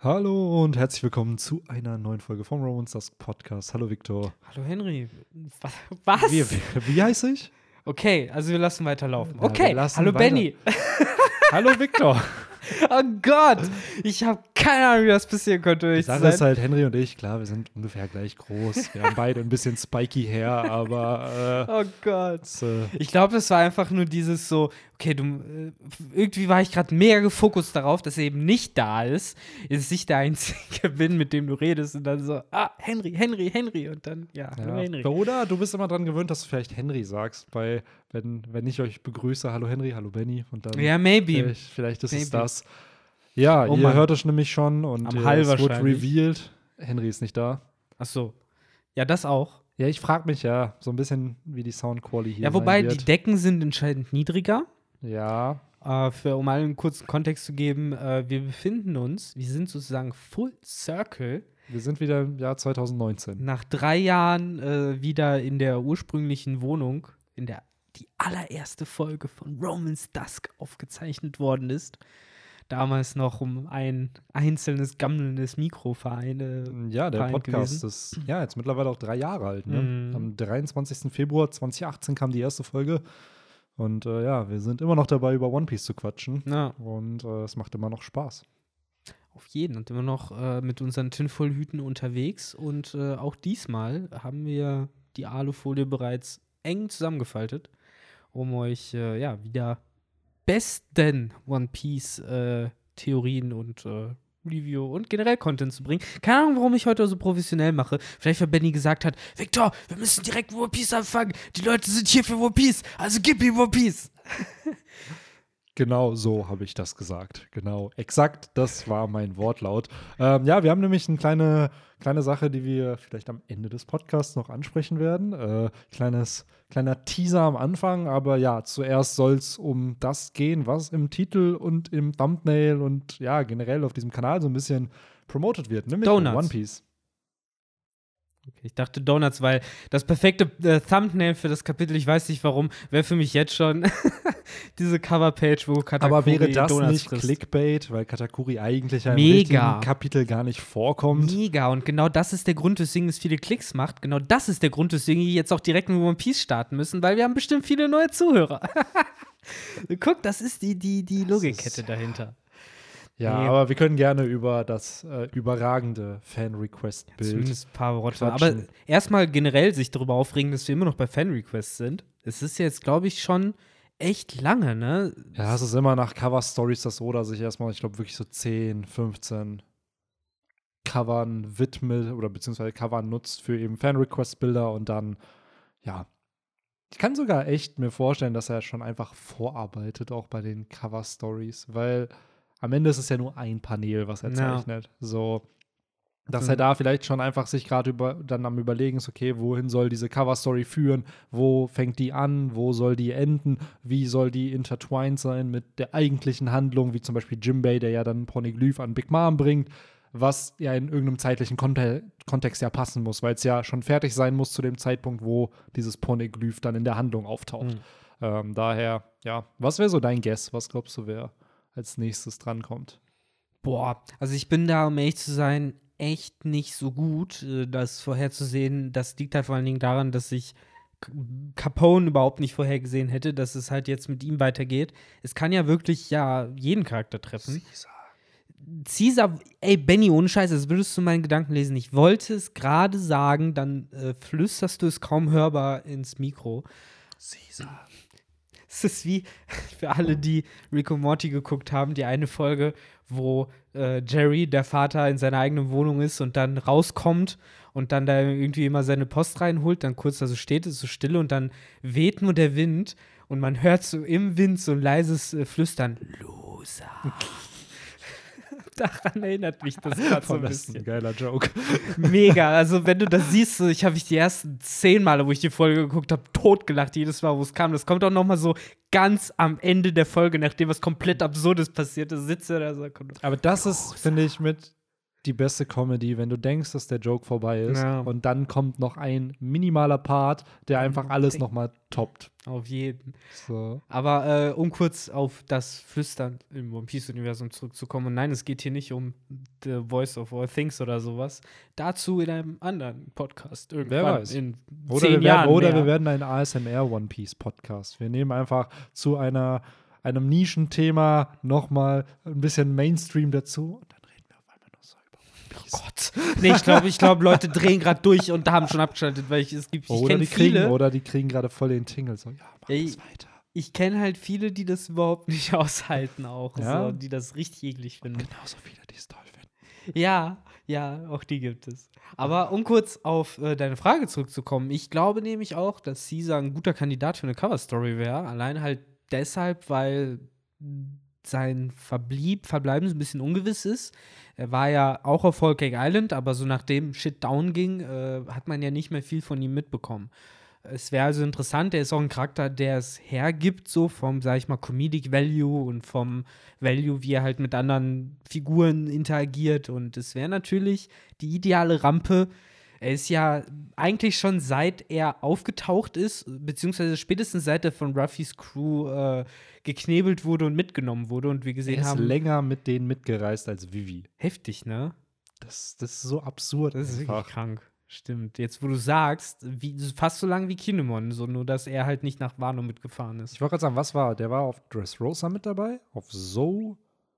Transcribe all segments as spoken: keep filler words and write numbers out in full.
Hallo und herzlich willkommen zu einer neuen Folge vom Romans Dusk Podcast. Hallo Victor. Hallo Henry. Was? Wie, wie, wie heiße ich? Okay, also wir lassen weiterlaufen. Ja, okay, lassen hallo weiter. Benny. Hallo Victor. Oh Gott, ich habe keine Ahnung, wie das passieren konnte. Die Ich Sache ist halt, Henry und ich, klar, wir sind ungefähr gleich groß. Wir haben beide ein bisschen spiky Hair, aber äh, Oh Gott. das, äh, Ich glaube, das war einfach nur dieses so, okay, du, äh, irgendwie war ich gerade mega gefokust darauf, dass er eben nicht da ist, dass ich der Einzige bin, mit dem du redest und dann so, ah, Henry, Henry, Henry und dann, ja, hallo ja. Henry. Oder du bist immer dran gewöhnt, dass du vielleicht Henry sagst, bei, wenn, wenn ich euch begrüße, hallo Henry, hallo Benny und dann Ja, maybe. vielleicht, vielleicht ist es Maybe. das. Ja, Oh ihr Mann. hört es nämlich schon und Am äh, Hall es wird wahrscheinlich. revealed. Henry ist nicht da. Ach so. Ja, das auch. Ja, ich frage mich ja so ein bisschen, wie die Soundquality hier Ja, wobei sein die wird. Decken sind entscheidend niedriger. Ja, Äh, für, um allen einen kurzen Kontext zu geben, äh, wir befinden uns, wir sind sozusagen Full Circle, wir sind wieder im Jahr zwanzig neunzehn. nach drei Jahren äh, wieder in der ursprünglichen Wohnung, in der die allererste Folge von Romans Dusk aufgezeichnet worden ist. Damals noch um ein einzelnes gammelndes Mikroverein. Äh, Ja, der Verein Podcast gewesen. ist ja jetzt mittlerweile auch drei Jahre alt. Ne? Mhm. Am dreiundzwanzigsten Februar zweitausendachtzehn kam die erste Folge. Und äh, ja, wir sind immer noch dabei, über One Piece zu quatschen. Na, Und äh, es macht immer noch Spaß. auf jeden. Und immer noch äh, mit unseren Tinfoil-Hüten unterwegs. Und äh, auch diesmal haben wir die Alufolie bereits eng zusammengefaltet, um euch äh, ja wieder besten One Piece äh, Theorien und äh, Review und generell Content zu bringen. Keine Ahnung, warum ich heute so professionell mache. Vielleicht, weil Benny gesagt hat, Victor, wir müssen direkt One Piece anfangen. Die Leute sind hier für One Piece, also gib ihm One Piece. Genau so habe ich das gesagt. Genau, exakt, das war mein Wortlaut. Ähm, ja, wir haben nämlich eine kleine, kleine Sache, die wir vielleicht am Ende des Podcasts noch ansprechen werden. Äh, kleines, kleiner Teaser am Anfang, aber ja, zuerst soll es um das gehen, was im Titel und im Thumbnail und ja, generell auf diesem Kanal so ein bisschen promoted wird, nämlich Donuts. One Piece. Okay, ich dachte Donuts, weil das perfekte äh, Thumbnail für das Kapitel, ich weiß nicht warum, wäre für mich jetzt schon diese Coverpage, wo Katakuri Aber wäre das Donuts nicht frisst. Clickbait, weil Katakuri eigentlich ja im Mega. richtigen Kapitel gar nicht vorkommt? Mega, und genau das ist der Grund, weswegen es viele Klicks macht. Genau das ist der Grund, weswegen wir jetzt auch direkt mit One Piece starten müssen, weil wir haben bestimmt viele neue Zuhörer. Guck, das ist die, die, die Das Logikkette ist- dahinter. Ja, Nee. aber wir können gerne über das äh, überragende Fan-Request-Bild. Zumindest ein paar Worte. quatschen. Aber erstmal generell sich darüber aufregen, dass wir immer noch bei Fan-Requests sind. Es ist jetzt, glaube ich, schon echt lange, ne? Ja, es ist immer nach Cover-Stories das so, dass ich erstmal, ich glaube, wirklich so zehn, fünfzehn Covern widmet oder beziehungsweise Covern nutzt für eben Fan-Request-Bilder und dann, ja, ich kann sogar echt mir vorstellen, dass er schon einfach vorarbeitet, auch bei den Cover-Stories, weil am Ende ist es ja nur ein Panel, was er Ja. zeichnet. So, dass Mhm. er da vielleicht schon einfach sich gerade über, dann am Überlegen ist, okay, wohin soll diese Cover-Story führen? Wo fängt die an? Wo soll die enden? Wie soll die intertwined sein mit der eigentlichen Handlung, wie zum Beispiel Jimbei, der ja dann Poneglyph an Big Mom bringt, was ja in irgendeinem zeitlichen Konte- Kontext ja passen muss, weil es ja schon fertig sein muss zu dem Zeitpunkt, wo dieses Poneglyph dann in der Handlung auftaucht. Mhm. Ähm, daher, ja, was wäre so dein Guess? Was glaubst du, wer als nächstes drankommt? Boah, also ich bin da, um ehrlich zu sein, echt nicht so gut, äh, das vorherzusehen. Das liegt halt vor allen Dingen daran, dass ich K- Capone überhaupt nicht vorhergesehen hätte, dass es halt jetzt mit ihm weitergeht. Es kann ja wirklich ja jeden Charakter treffen. Caesar, ey, Benny, ohne Scheiße, das würdest du meinen Gedanken lesen. Ich wollte es gerade sagen, dann äh, flüsterst du es kaum hörbar ins Mikro. Caesar. Es ist wie für alle, die Rick und Morty geguckt haben, die eine Folge, wo äh, Jerry, der Vater, in seiner eigenen Wohnung ist und dann rauskommt und dann da irgendwie immer seine Post reinholt, dann kurz da so steht, ist so stille und dann weht nur der Wind und man hört so im Wind so ein leises äh, Flüstern. Loser. Daran erinnert mich das gerade so ein Das ist ein bisschen. geiler Joke. Mega, also wenn du das siehst, so, ich habe mich die ersten zehn Male, wo ich die Folge geguckt habe, totgelacht, jedes Mal, wo es kam. Das kommt auch noch mal so ganz am Ende der Folge, nachdem was komplett Absurdes passiert ist, sitze da so. Aber das ist, finde ich, mit die beste Comedy, wenn du denkst, dass der Joke vorbei ist Ja. und dann kommt noch ein minimaler Part, der einfach alles Denk- nochmal toppt. Auf jeden. So. Aber äh, um kurz auf das Flüstern im One Piece-Universum zurückzukommen, und nein, es geht hier nicht um The Voice of All Things oder sowas. Dazu in einem anderen Podcast irgendwann weiß. in Oder, zehn wir werden, Jahren oder mehr. wir werden ein A S M R One Piece Podcast. Wir nehmen einfach zu einer, einem Nischenthema nochmal ein bisschen Mainstream dazu und dann reden wir auf einmal nur so über One Piece. Gott. Nee, ich glaube, ich glaub, Leute drehen gerade durch und haben schon abgeschaltet, weil ich, es gibt, ich Oder kenne die kriegen, viele. oder die kriegen gerade voll den Tingle. So, ja, mach Ey, das weiter. Ich kenne halt viele, die das überhaupt nicht aushalten auch, Ja? so, die das richtig eklig finden. Genauso viele, die es toll finden. Ja, ja, auch die gibt es. Aber um kurz auf äh, deine Frage zurückzukommen, ich glaube nämlich auch, dass Caesar ein guter Kandidat für eine Coverstory wäre. Allein halt deshalb, weil sein Verblieb, Verbleiben so ein bisschen ungewiss ist. Er war ja auch auf Whole Cake Island, aber so nachdem Shit down ging, äh, hat man ja nicht mehr viel von ihm mitbekommen. Es wäre also interessant, er ist auch ein Charakter, der es hergibt, so vom, sag ich mal, Comedic Value und vom Value, wie er halt mit anderen Figuren interagiert. Und es wäre natürlich die ideale Rampe. Er ist ja eigentlich schon seit er aufgetaucht ist, beziehungsweise spätestens seit er von Ruffys Crew äh, geknebelt wurde und mitgenommen wurde und wir gesehen Er ist haben. länger mit denen mitgereist als Vivi. Heftig, ne? Das, das ist so absurd. Das ist einfach. wirklich krank. Stimmt. Jetzt, wo du sagst, wie, fast so lang wie Kinemon, so nur, dass er halt nicht nach Wano mitgefahren ist. Ich wollte gerade sagen, was war? Der war auf Dressrosa mit dabei, auf Zoe,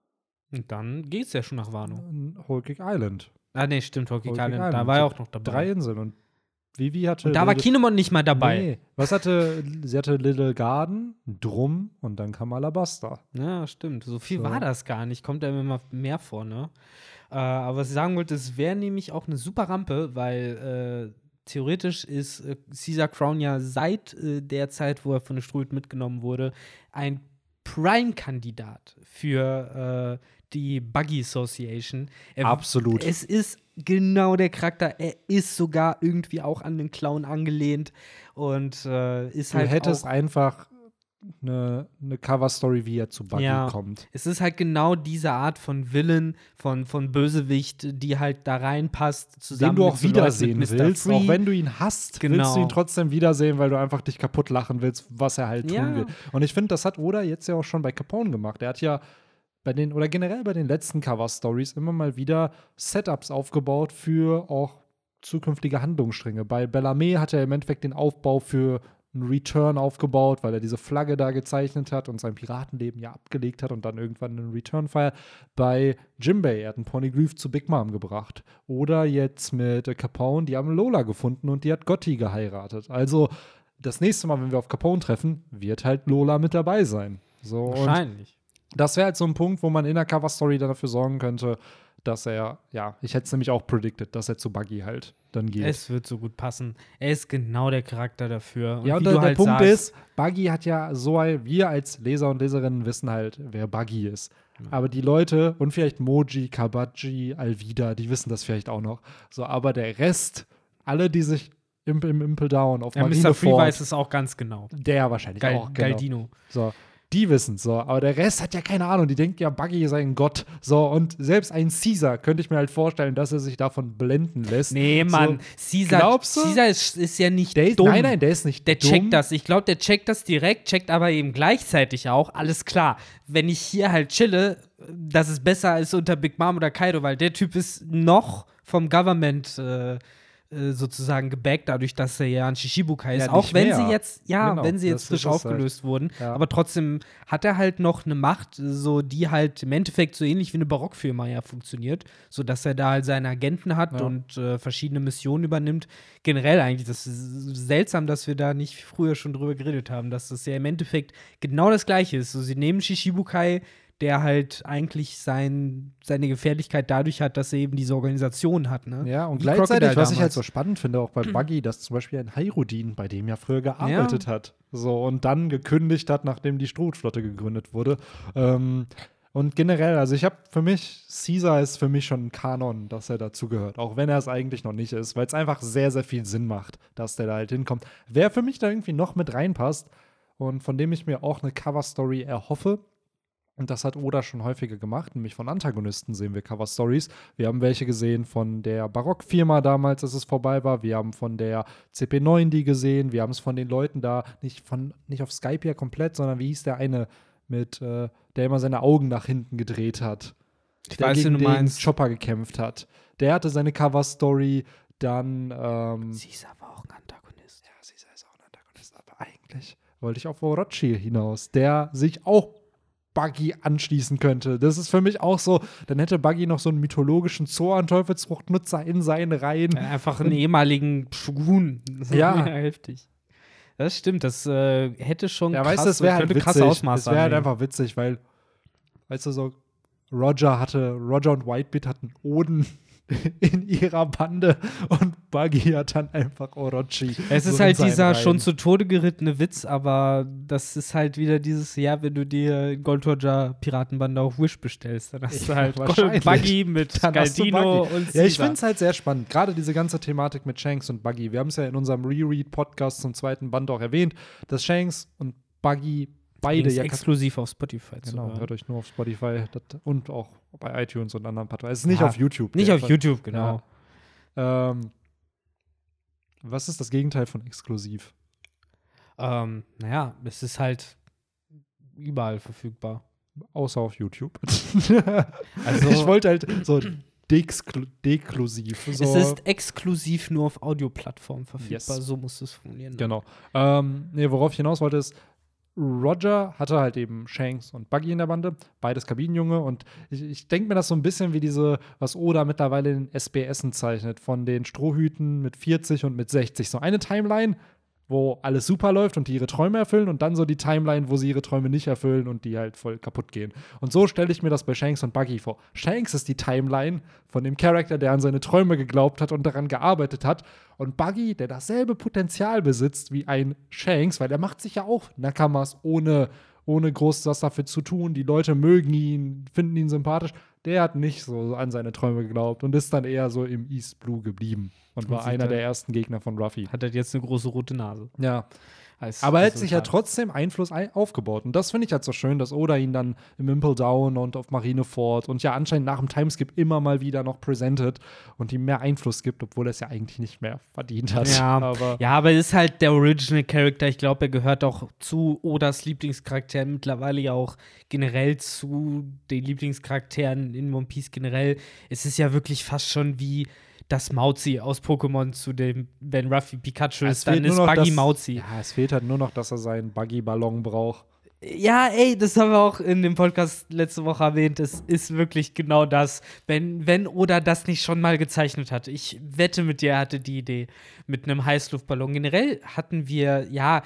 Und dann geht's ja schon nach Wano. und Whole Cake Island. Ah, nee, stimmt, Hockey Whole Cake Island. Da Island. war er auch noch dabei. Drei Inseln und Vivi hatte. Und da war Little- Kinemon nicht mal dabei. Nee. Was hatte, sie hatte Little Garden, Drum und dann kam Alabasta. Ja, stimmt. So viel So. war das gar nicht. Kommt einem immer mehr vor, ne? Äh, aber was ich sagen wollte, es wäre nämlich auch eine super Rampe, weil äh, theoretisch ist äh, Caesar Crown ja seit äh, der Zeit, wo er von der Strut mitgenommen wurde, ein Prime-Kandidat für äh, die Buggy Association. Er, Absolut. Es ist genau der Charakter. Er ist sogar irgendwie auch an den Clown angelehnt und äh, ist Du halt hättest auch einfach eine, eine Cover-Story, wie er zu Buggy Ja. kommt. Es ist halt genau diese Art von Villain, von, von Bösewicht, die halt da reinpasst, zusammen Den du mit auch so Leuten wiedersehen mit Mister willst, Free. auch wenn du ihn hasst, willst Genau. du ihn trotzdem wiedersehen, weil du einfach dich kaputt lachen willst, was er halt Ja. tun will. Und ich finde, das hat Oda jetzt ja auch schon bei Capone gemacht. Er hat ja bei den, oder generell bei den letzten Cover-Stories immer mal wieder Setups aufgebaut für auch zukünftige Handlungsstränge. Bei Bellarmé hat er im Endeffekt den Aufbau für einen Return aufgebaut, weil er diese Flagge da gezeichnet hat und sein Piratenleben ja abgelegt hat und dann irgendwann einen Return feiert. Bei Jimbei, er hat einen Poneglyph zu Big Mom gebracht. Oder jetzt mit Capone, die haben Lola gefunden und die hat Gotti geheiratet. Also das nächste Mal, wenn wir auf Capone treffen, wird halt Lola mit dabei sein. So, und Wahrscheinlich. das wäre halt so ein Punkt, wo man in der Cover-Story dann dafür sorgen könnte, dass er, ja, ich hätte es nämlich auch predicted, dass er zu Buggy halt dann geht. Es wird so gut passen. Er ist genau der Charakter dafür. Und ja, und wie der, du der halt Punkt sagst, ist, Buggy hat ja so ein, wir als Leser und Leserinnen wissen halt, wer Buggy ist. Aber die Leute und vielleicht Moji, Kabaji, Alvida, die wissen das vielleicht auch noch. So, aber der Rest, alle, die sich im, im Impel Down auf ja, Mister Free Marineford, weiß es auch ganz genau. der wahrscheinlich Gal auch, genau. Galdino. So, die wissen so, aber der Rest hat ja keine Ahnung. Die denken ja, Buggy sei ein Gott. So, und selbst ein Caesar könnte ich mir halt vorstellen, dass er sich davon blenden lässt. Nee, Mann. So, Caesar, glaubst du? Caesar ist, ist ja nicht der ist, dumm. nein, nein, der ist nicht Der dumm. checkt das. Ich glaube, der checkt das direkt, checkt aber eben gleichzeitig auch, alles klar, wenn ich hier halt chille, das ist besser als unter Big Mom oder Kaido, weil der Typ ist noch vom Government äh, äh, sozusagen gebackt, dadurch, dass er ja ein Shishibukai ist. Ja, auch nicht wenn mehr. sie jetzt, ja, Genau, wenn sie jetzt das frisch ist es halt. aufgelöst wurden, Ja. aber trotzdem hat er halt noch eine Macht, so die halt im Endeffekt so ähnlich wie eine Barockfirma ja funktioniert, sodass er da halt seine Agenten hat Ja. und äh, verschiedene Missionen übernimmt. Generell eigentlich, das ist seltsam, dass wir da nicht früher schon drüber geredet haben, dass das ja im Endeffekt genau das Gleiche ist. So, sie nehmen Shishibukai, der halt eigentlich sein, seine Gefährlichkeit dadurch hat, dass er eben diese Organisation hat, ne? Ja, und Wie gleichzeitig, Crocodile was ich halt damals. so spannend finde, auch bei Buggy, dass zum Beispiel ein Hyrudin, bei dem ja früher gearbeitet hat, so und dann gekündigt hat, nachdem die Strohflotte gegründet wurde. Ähm, und generell, also ich habe für mich, Caesar ist für mich schon ein Kanon, dass er dazugehört, auch wenn er es eigentlich noch nicht ist, weil es einfach sehr, sehr viel Sinn macht, dass der da halt hinkommt. Wer für mich da irgendwie noch mit reinpasst und von dem ich mir auch eine Cover-Story erhoffe, Und das hat Oda schon häufiger gemacht, nämlich von Antagonisten sehen wir Cover-Stories. Wir haben welche gesehen von der Barock-Firma damals, als es vorbei war. Wir haben von der C P neun die gesehen. Wir haben es von den Leuten da, nicht, von, nicht auf Skype ja komplett, sondern wie hieß der eine, mit, äh, der immer seine Augen nach hinten gedreht hat. Ich der weiß, gegen wie du den meinst. Chopper gekämpft hat. Der hatte seine Cover-Story. Dann ähm, Caesar war auch ein Antagonist. Ja, Caesar ist auch ein Antagonist, aber eigentlich wollte ich auf Orochi hinaus, der sich auch Buggy anschließen könnte. Das ist für mich auch so, dann hätte Buggy noch so einen mythologischen Zoan-Teufelsfruchtnutzer in seinen Reihen. Ja, einfach einen ehemaligen Shogun. Das Ja. wäre heftig. Das stimmt, das äh, hätte schon Ja, krass, weißt du, es wäre halt könnte krasse witzig. Ausmaße Es wäre halt annehmen. einfach witzig, weil, weißt du, so Roger hatte, Roger und Whitebeard hatten Oden in ihrer Bande und Buggy hat dann einfach Orochi. Es so ist in halt seinen dieser Reihen. schon zu Tode gerittene Witz, aber das ist halt wieder dieses, ja, wenn du dir Gold Roger Piratenbande auf Wish bestellst, dann hast du Ja, halt wahrscheinlich. Buggy mit Dann hast du Scaldino Buggy. und Ja, ich Caesar. finde es halt sehr spannend. Gerade diese ganze Thematik mit Shanks und Buggy. Wir haben es ja in unserem Reread-Podcast zum zweiten Band auch erwähnt, dass Shanks und Buggy beide Übrigens ja exklusiv auf Spotify zu Genau, hören. hört euch nur auf Spotify das, und auch bei iTunes und anderen Plattformen. Es ist nicht Ja, auf YouTube. Nicht der auf Fall. YouTube, genau. Ja. Ähm, was ist das Gegenteil von exklusiv? Ähm, naja, es ist halt überall verfügbar. Außer auf YouTube. Also- ich wollte halt so dexklu deklusiv. So. Es ist exklusiv nur auf Audioplattformen verfügbar, Yes. so muss es formulieren. Genau. Ähm, nee, worauf ich hinaus wollte, ist, Roger hatte halt eben Shanks und Buggy in der Bande, beides Kabinenjunge. Und ich, ich denke mir das so ein bisschen wie diese, was Oda mittlerweile in S B S'n zeichnet, von den Strohhüten mit vierzig und mit sechzig. So eine Timeline, wo alles super läuft und die ihre Träume erfüllen und dann so die Timeline, wo sie ihre Träume nicht erfüllen und die halt voll kaputt gehen. Und so stelle ich mir das bei Shanks und Buggy vor. Shanks ist die Timeline von dem Charakter, der an seine Träume geglaubt hat und daran gearbeitet hat. Und Buggy, der dasselbe Potenzial besitzt wie ein Shanks, weil er macht sich ja auch Nakamas ohne, ohne groß was dafür zu tun. Die Leute mögen ihn, finden ihn sympathisch. Der hat nicht so an seine Träume geglaubt und ist dann eher so im East Blue geblieben und Und war sieht einer dann- der ersten Gegner von Ruffy. Hat halt jetzt eine große rote Nase. Ja. Als Aber er hat sich ja Resultat. trotzdem Einfluss ein aufgebaut. Und das finde ich halt so schön, dass Oda ihn dann im Impel Down und auf Marineford und ja anscheinend nach dem Timeskip immer mal wieder noch präsentiert und ihm mehr Einfluss gibt, obwohl er es ja eigentlich nicht mehr verdient hat. Ja, aber ja, aber er ist halt der Original Character. Ich glaube, er gehört auch zu Odas Lieblingscharakteren, mittlerweile ja auch generell zu den Lieblingscharakteren in One Piece generell. Es ist ja wirklich fast schon wie das Mauzi aus Pokémon zu dem, wenn Ruffy Pikachu es ist, dann fehlt nur ist noch, Buggy dass- Mauzi. Ja, es fehlt halt nur noch, dass er seinen Buggy-Ballon braucht. Ja, ey, das haben wir auch in dem Podcast letzte Woche erwähnt. Es ist wirklich genau das. Wenn, wenn Oda das nicht schon mal gezeichnet hat. Ich wette mit dir, er hatte die Idee mit einem Heißluftballon. Generell hatten wir, ja,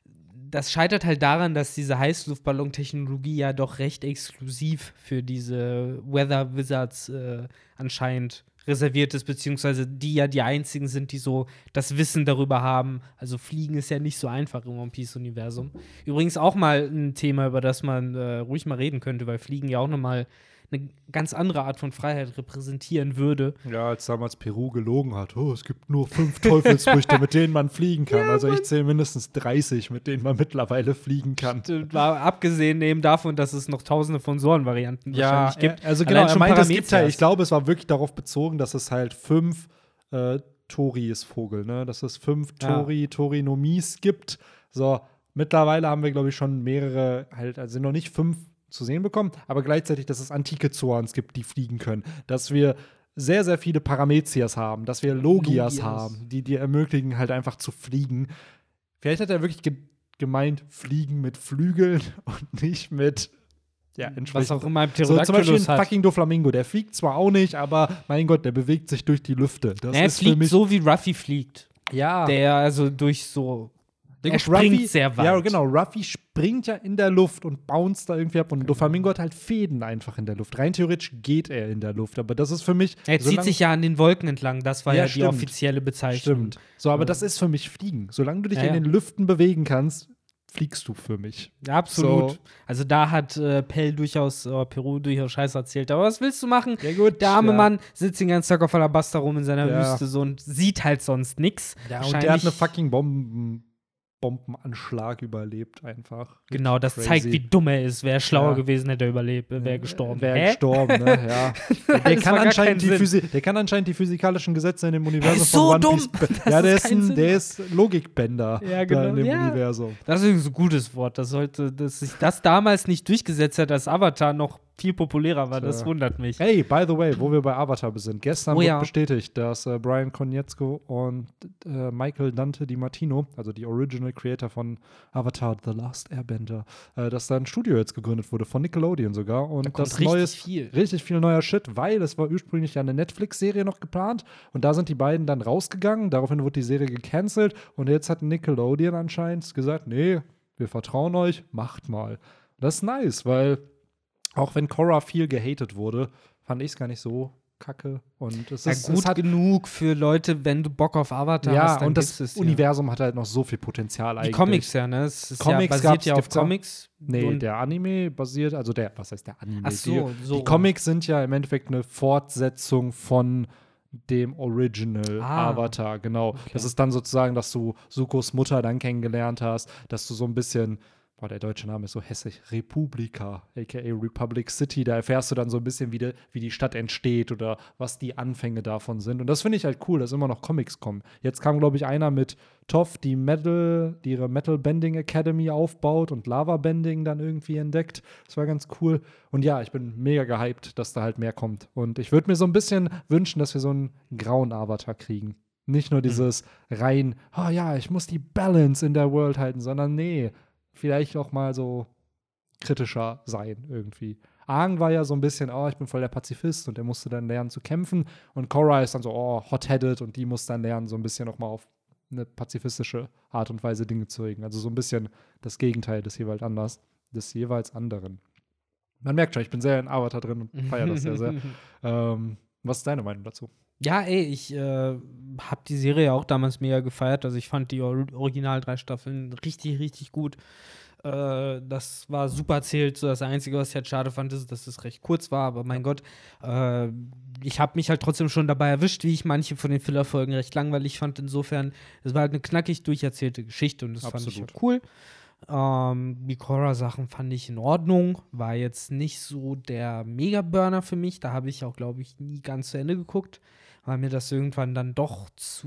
das scheitert halt daran, dass diese Heißluftballon-Technologie ja doch recht exklusiv für diese Weather Wizards äh, anscheinend reserviert ist, beziehungsweise die ja die einzigen sind, die so das Wissen darüber haben. Also Fliegen ist ja nicht so einfach im One Piece-Universum. Übrigens auch mal ein Thema, über das man äh, ruhig mal reden könnte, weil Fliegen ja auch nochmal eine ganz andere Art von Freiheit repräsentieren würde. Ja, als damals Peru gelogen hat, oh, es gibt nur fünf Teufelsfrüchte, mit denen man fliegen kann. also ich zähle mindestens dreißig, mit denen man mittlerweile fliegen kann. War abgesehen eben davon, dass es noch tausende von Soren-Varianten wahrscheinlich gibt. er- also Allein genau, er schon meinte, es gibt Paramezias. halt, ich glaube, es war wirklich darauf bezogen, dass es halt fünf äh, Tori ist Vogel, ne? Dass es fünf Ja. Tori, Torinomies gibt. So, mittlerweile haben wir, glaube ich, schon mehrere, halt, also noch nicht fünf zu sehen bekommen, aber gleichzeitig, dass es antike Zoans gibt, die fliegen können. Dass wir sehr, sehr viele Paramezias haben, dass wir Logias, Logias. haben, die dir ermöglichen, halt einfach zu fliegen. Vielleicht hat er wirklich ge gemeint, fliegen mit Flügeln und nicht mit, ja, Was entsprechend. auch immer im So zum Beispiel Pterodactylus ein hat. fucking Doflamingo, der fliegt zwar auch nicht, aber mein Gott, der bewegt sich durch die Lüfte. Das Er ist für fliegt mich so, wie Ruffy fliegt. ja. Der also durch so Der er gut, springt Ruffy, sehr weit. Ja, genau. Ruffy springt ja in der Luft und bounced da irgendwie ab. Und Doflamingo hat halt Fäden einfach in der Luft. Rein theoretisch geht er in der Luft. Aber das ist für mich. Er zieht solange- sich ja an den Wolken entlang. Das war Ja, ja, die stimmt. offizielle Bezeichnung. Stimmt. So, aber Ja. das ist für mich Fliegen. Solange du dich Ja, in ja. den Lüften bewegen kannst, fliegst du für mich. Ja, absolut. So. Also da hat äh, Pell durchaus, äh, Peru durchaus Scheiße erzählt. Aber was willst du machen? Ja, gut. Der arme ja. Mann sitzt den ganzen Tag auf Alabasta rum in seiner Ja. Wüste so und sieht halt sonst nix. Ja, und der hat eine fucking Bomben. Bombenanschlag überlebt einfach. Genau, das Crazy. zeigt, wie dumm er ist. Wäre schlauer Ja. gewesen, hätte er überlebt, wäre gestorben. Wäre Hä? gestorben, ne? Ja. Der, der, Das kann war gar keinen anscheinend die Sinn. Physi- der kann anscheinend die physikalischen Gesetze in dem Universum ist von so One dumm, Piece. be- dass Ja, der es ist, keinen ein, Sinn der macht. ist Logikbender Ja, da genau. in dem Ja. Universum. Das ist ein gutes Wort. Das sollte, dass sich das damals nicht durchgesetzt hat, als Avatar noch viel populärer war. Das Tja. wundert mich. Hey, by the way, wo wir bei Avatar sind. Gestern Oh wurde ja. bestätigt, dass äh, Brian Konietzko und äh, Michael Dante Di Martino, also die Original Creator von Avatar The Last Airbender, äh, dass da ein Studio jetzt gegründet wurde, von Nickelodeon sogar. Und Da kommt das richtig neues, viel. richtig viel neuer Shit, weil es war ursprünglich ja eine Netflix-Serie noch geplant und da sind die beiden dann rausgegangen. Daraufhin wurde die Serie gecancelt und jetzt hat Nickelodeon anscheinend gesagt, nee, wir vertrauen euch, macht mal. Das ist nice, weil auch wenn Korra viel gehatet wurde, fand ich es gar nicht so kacke. Und es Ja, ist gut es hat, genug für Leute, wenn du Bock auf Avatar ja, hast, dann und gibt's das es Universum hat halt noch so viel Potenzial ja. eigentlich. Die Comics ja, ne? Es ist Comics ja basiert gab's- ja auf gibt's ja- Comics. Nee, Und- der Anime basiert, also der, was heißt der Anime? Ach so, die, so. die Comics sind ja im Endeffekt eine Fortsetzung von dem Original Ah, Avatar, genau. okay. Das ist dann sozusagen, dass du Sukos Mutter dann kennengelernt hast, dass du so ein bisschen, boah, der deutsche Name ist so hässlich, Republika, aka Republic City, da erfährst du dann so ein bisschen, wie, de, wie die Stadt entsteht oder was die Anfänge davon sind. Und das finde ich halt cool, dass immer noch Comics kommen. Jetzt kam, glaube ich, einer mit Toph, die Metal, die ihre Metal Bending Academy aufbaut und Lava Bending dann irgendwie entdeckt. Das war ganz cool. Und ja, ich bin mega gehypt, dass da halt mehr kommt. Und ich würde mir so ein bisschen wünschen, dass wir so einen grauen Avatar kriegen. Nicht nur dieses rein, oh ja, ich muss die Balance in der World halten, sondern nee, vielleicht auch mal so kritischer sein irgendwie. Aang war ja so ein bisschen, oh, ich bin voll der Pazifist und der musste dann lernen zu kämpfen. Und Korra ist dann so, oh, hot-headed und die muss dann lernen, so ein bisschen auch mal auf eine pazifistische Art und Weise Dinge zu regeln. Also so ein bisschen das Gegenteil des jeweils anders, des jeweils anderen. Man merkt schon, ich bin sehr in Avatar drin und feiere das sehr, sehr. Ähm, was ist deine Meinung dazu? Ja, ey, ich äh, habe die Serie ja auch damals mega gefeiert. Also ich fand die Or Original drei Staffeln richtig, richtig gut. Äh, das war super erzählt. So das Einzige, was ich halt schade fand, ist, dass es recht kurz war. Aber mein Gott, äh, ich habe mich halt trotzdem schon dabei erwischt, wie ich manche von den Filler-Folgen recht langweilig fand. Insofern, es war halt eine knackig durcherzählte Geschichte und das fand ich Absolut. halt cool. Ähm, die Korra-Sachen fand ich in Ordnung. War jetzt nicht so der Mega-Burner für mich. Da habe ich auch, glaube ich, nie ganz zu Ende geguckt, weil mir das irgendwann dann doch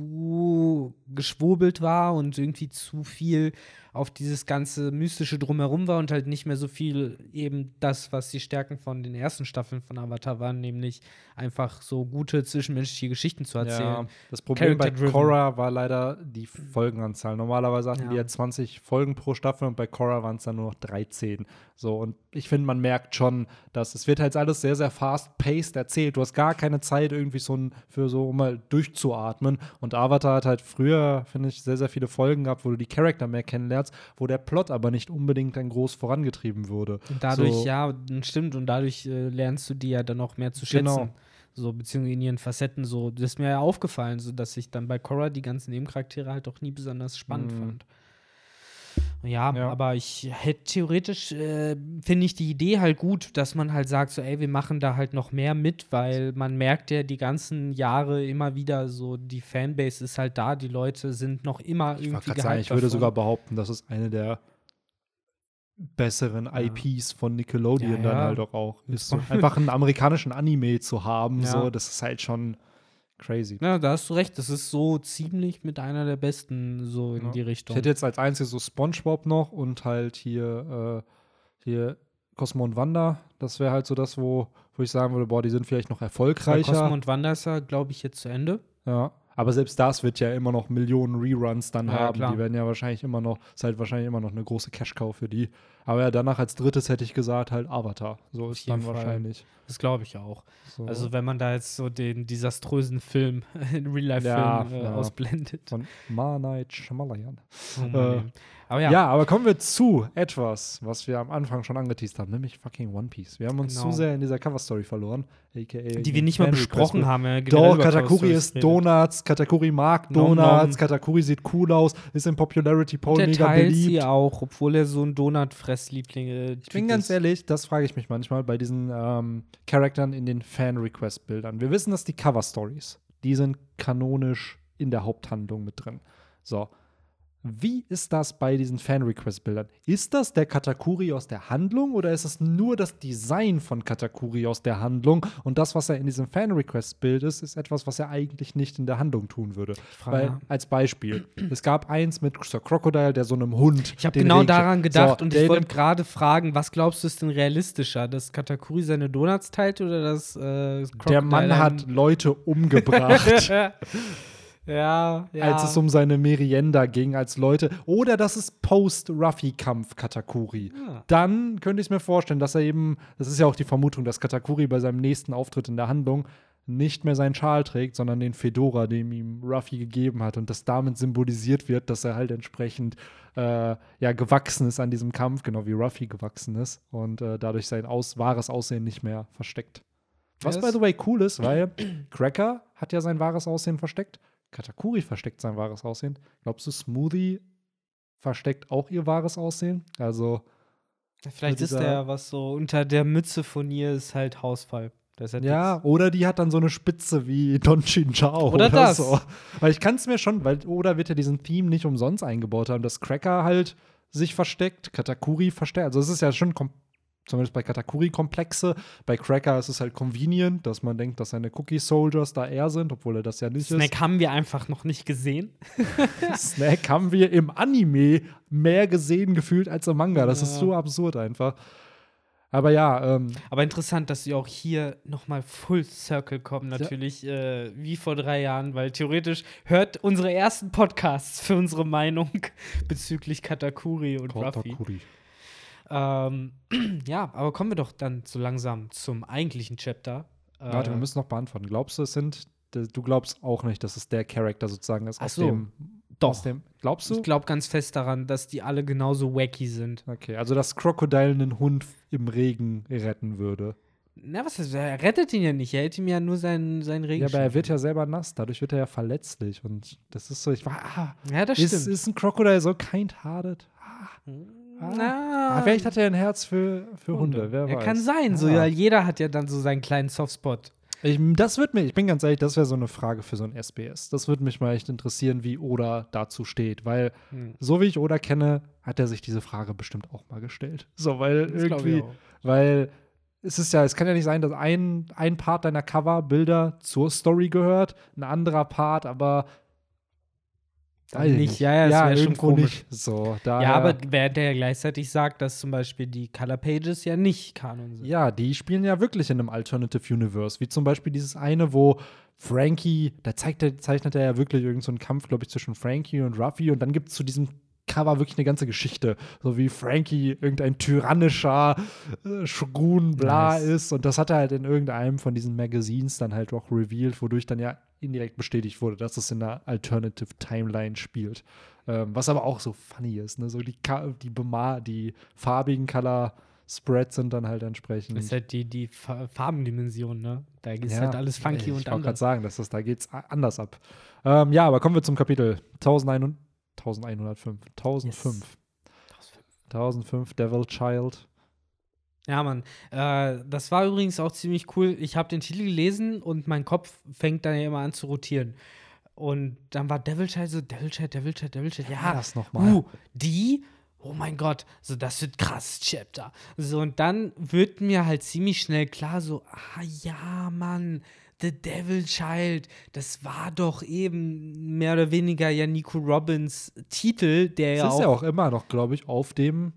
zu geschwurbelt war und irgendwie zu viel auf dieses ganze Mystische drumherum war und halt nicht mehr so viel eben das, was die Stärken von den ersten Staffeln von Avatar waren, nämlich einfach so gute zwischenmenschliche Geschichten zu erzählen. Ja, das Problem bei Character-driven. Korra war leider die Folgenanzahl. Normalerweise hatten Ja. die ja zwanzig Folgen pro Staffel und bei Korra waren es dann nur noch dreizehn. So, und ich finde, man merkt schon, dass es wird halt alles sehr, sehr fast-paced erzählt. Du hast gar keine Zeit irgendwie so ein, für so, um mal durchzuatmen. Und Avatar hat halt früher, finde ich, sehr, sehr viele Folgen gehabt, wo du die Charakter mehr kennenlernst, wo der Plot aber nicht unbedingt dann groß vorangetrieben wurde. Und dadurch, so, ja, stimmt, und dadurch äh, lernst du die ja dann auch mehr zu schätzen. Genau. So, beziehungsweise in ihren Facetten so. Das ist mir ja aufgefallen, so dass ich dann bei Korra die ganzen Nebencharaktere halt auch nie besonders spannend Mhm. fand. Ja, Ja. aber ich hätte theoretisch, äh, finde ich die Idee halt gut, dass man halt sagt, so, ey, wir machen da halt noch mehr mit, weil man merkt ja die ganzen Jahre immer wieder so, die Fanbase ist halt da, die Leute sind noch immer Ich wollte irgendwie gerade sagen, gehypt ich würde davon. sogar behaupten, das ist eine der besseren Ja. I Ps von Nickelodeon Ja, dann ja. halt auch. auch. Ist so, einfach einen amerikanischen Anime zu haben, Ja. so, das ist halt schon crazy. Ja, da hast du recht, das ist so ziemlich mit einer der besten so in Ja. die Ich Richtung. hätte jetzt als einziges so SpongeBob noch und halt hier, äh, hier Cosmo und Wanda. Das wäre halt so das, wo, wo ich sagen würde, boah, die sind vielleicht noch Bei erfolgreicher. Cosmo und Wanda ist ja, glaube ich, jetzt zu Ende. Ja. Aber selbst das wird ja immer noch Millionen Reruns dann Ja, ja, haben. klar. Die werden ja wahrscheinlich immer noch, ist halt wahrscheinlich immer noch eine große Cash-Cow für die. Aber ja, danach als drittes hätte ich gesagt, halt Avatar. So ist jeden dann Fall. wahrscheinlich. Das glaube ich auch. So. Also, wenn man da jetzt so den desaströsen Film, den Real-Life-Film Ja, äh, ja. ausblendet. Von Ma Night Shyamalan. Oh Mann, Äh, ey. Aber ja, Ja. aber kommen wir zu etwas, was wir am Anfang schon angeteased haben, nämlich fucking One Piece. Wir haben uns Genau. zu sehr in dieser Cover-Story verloren, aka die wir nicht mal besprochen haben. Ja, generell Doch, über Katakuri Cover ist Stories Donuts, Katakuri mag Nom, Donuts, nom. Katakuri sieht cool aus, ist im Popularity Poll Der mega teilt beliebt. sie auch, obwohl er so ein Donut-Fressliebling äh, Ich bin ganz ehrlich, das frage ich mich manchmal bei diesen ähm, Charakteren in den Fan-Request-Bildern. Wir wissen, dass die Cover-Stories, die sind kanonisch in der Haupthandlung mit drin. So. Wie ist das bei diesen Fan-Request-Bildern? Ist das der Katakuri aus der Handlung oder ist es nur das Design von Katakuri aus der Handlung und das, was er in diesem Fan-Request-Bild ist, ist etwas, was er eigentlich nicht in der Handlung tun würde? frage, Weil, ja. als Beispiel, es gab eins mit Sir Crocodile, der so einem Hund. Ich habe den genau Regen- daran gedacht So, und ich der- wollte gerade fragen, was glaubst du ist denn realistischer, dass Katakuri seine Donuts teilt oder dass äh, Der Mann hat Leute umgebracht. ja, ja. Als es um seine Merienda ging, als Leute. Oder das ist Post-Ruffy-Kampf Katakuri. Ja. Dann könnte ich mir vorstellen, dass er eben, das ist ja auch die Vermutung, dass Katakuri bei seinem nächsten Auftritt in der Handlung nicht mehr seinen Schal trägt, sondern den Fedora, den ihm Ruffy gegeben hat. Und das damit symbolisiert wird, dass er halt entsprechend äh, ja, gewachsen ist an diesem Kampf, genau wie Ruffy gewachsen ist. Und äh, dadurch sein aus wahres Aussehen nicht mehr versteckt. Was, Yes. by the way, cool ist, weil Cracker hat ja sein wahres Aussehen versteckt. Katakuri versteckt sein wahres Aussehen. Glaubst du, Smoothie versteckt auch ihr wahres Aussehen? Also, Vielleicht ist dieser- der, was so unter der Mütze von ihr ist halt Hausfall. Das ist halt ja, nix. oder die hat dann so eine Spitze wie Don Chao. Oder das. So. Weil ich kann es mir schon, weil, oder wird er diesen Theme nicht umsonst eingebaut haben, dass Cracker halt sich versteckt, Katakuri versteckt. Also, es ist ja schon kom- zumindest bei Katakuri komplexe. Bei Cracker ist es halt convenient, dass man denkt, dass seine Cookie Soldiers da er sind, obwohl er das ja nicht Snack haben wir einfach noch nicht gesehen. ist. Snack haben wir im Anime mehr gesehen gefühlt als im Manga. Das ist Ja. so absurd einfach. Aber ja, ähm, Aber interessant, dass sie auch hier nochmal Full Circle kommen, natürlich, äh, wie vor drei Jahren, weil theoretisch hört unsere ersten Podcasts für unsere Meinung bezüglich Katakuri und Ruffy. Katakuri. Ähm, ja, aber kommen wir doch dann so langsam zum eigentlichen Chapter. Äh, Warte, wir müssen noch beantworten. Glaubst du, es sind, du glaubst auch nicht, dass es der Charakter sozusagen ist Ach aus so. dem, Doch. aus dem, glaubst du? Ich glaube ganz fest daran, dass die alle genauso wacky sind. Okay, also dass Crocodile einen Hund im Regen retten würde. Na, was heißt, er rettet ihn ja nicht, er hält ihm ja nur seinen, seinen Ja, Regenschirm. aber er wird ja selber nass, dadurch wird er ja verletzlich und das ist so, ich war, ah, Ja, das ist, stimmt. ist ein Crocodile so kind-hearted? Ah, Na, ah, vielleicht hat er ein Herz für, für Hunde, wer Ja, weiß. kann sein, so, Ah. ja, jeder hat ja dann so seinen kleinen Softspot. Ich, das wird mir, ich bin ganz ehrlich, das wäre so eine Frage für so ein S B S. Das würde mich mal echt interessieren, wie Oda dazu steht, weil Hm. so wie ich Oda kenne, hat er sich diese Frage bestimmt auch mal gestellt. So, weil Das glaub ich irgendwie, auch. weil es ist ja, es kann ja nicht sein, dass ein, ein Part deiner Coverbilder zur Story gehört, ein anderer Part aber Dann weiß ich nicht. Ja, ja, das wär schon irgendwo komisch. nicht. So, daher, Ja, aber während er ja gleichzeitig sagt, dass zum Beispiel die Color Pages ja nicht Kanon sind. ja, die spielen ja wirklich in einem Alternative Universe, wie zum Beispiel dieses eine, wo Frankie, da zeigt er, zeichnet er ja wirklich irgendeinen so einen Kampf, glaube ich, zwischen Frankie und Ruffy und dann gibt es zu diesem Cover wirklich eine ganze Geschichte, so wie Frankie irgendein tyrannischer äh, Shogun bla Nice. ist und das hat er halt in irgendeinem von diesen Magazines dann halt auch revealed, wodurch dann ja indirekt bestätigt wurde, dass es in einer Alternative Timeline spielt. Ähm, was aber auch so funny ist, ne? So die, Ka- die, bema- die farbigen Color Spreads sind dann halt entsprechend. Das ist halt die, die Fa- Farbendimension, ne? Da ist Ja, halt alles funky ich und wollte gerade anders. sagen, dass das, da geht's a- anders ab. Ähm, ja, aber kommen wir zum Kapitel elfhundert elfhundertfünf. tausendfünf. tausendfünf Devil Child. Ja, Mann. Äh, das war übrigens auch ziemlich cool. Ich habe den Titel gelesen und mein Kopf fängt dann ja immer an zu rotieren. Und dann war Devil Child so, Devil Child, Devil Child, Devil Child. Ja, war das noch mal? Uh, die? Oh mein Gott, so das wird krass, Chapter. So, und dann wird mir halt ziemlich schnell klar, so, ah ja, Mann, The Devil Child, das war doch eben mehr oder weniger ja Nico Robbins Titel, der Das ja ist auch, ja auch immer noch, glaube ich, auf dem,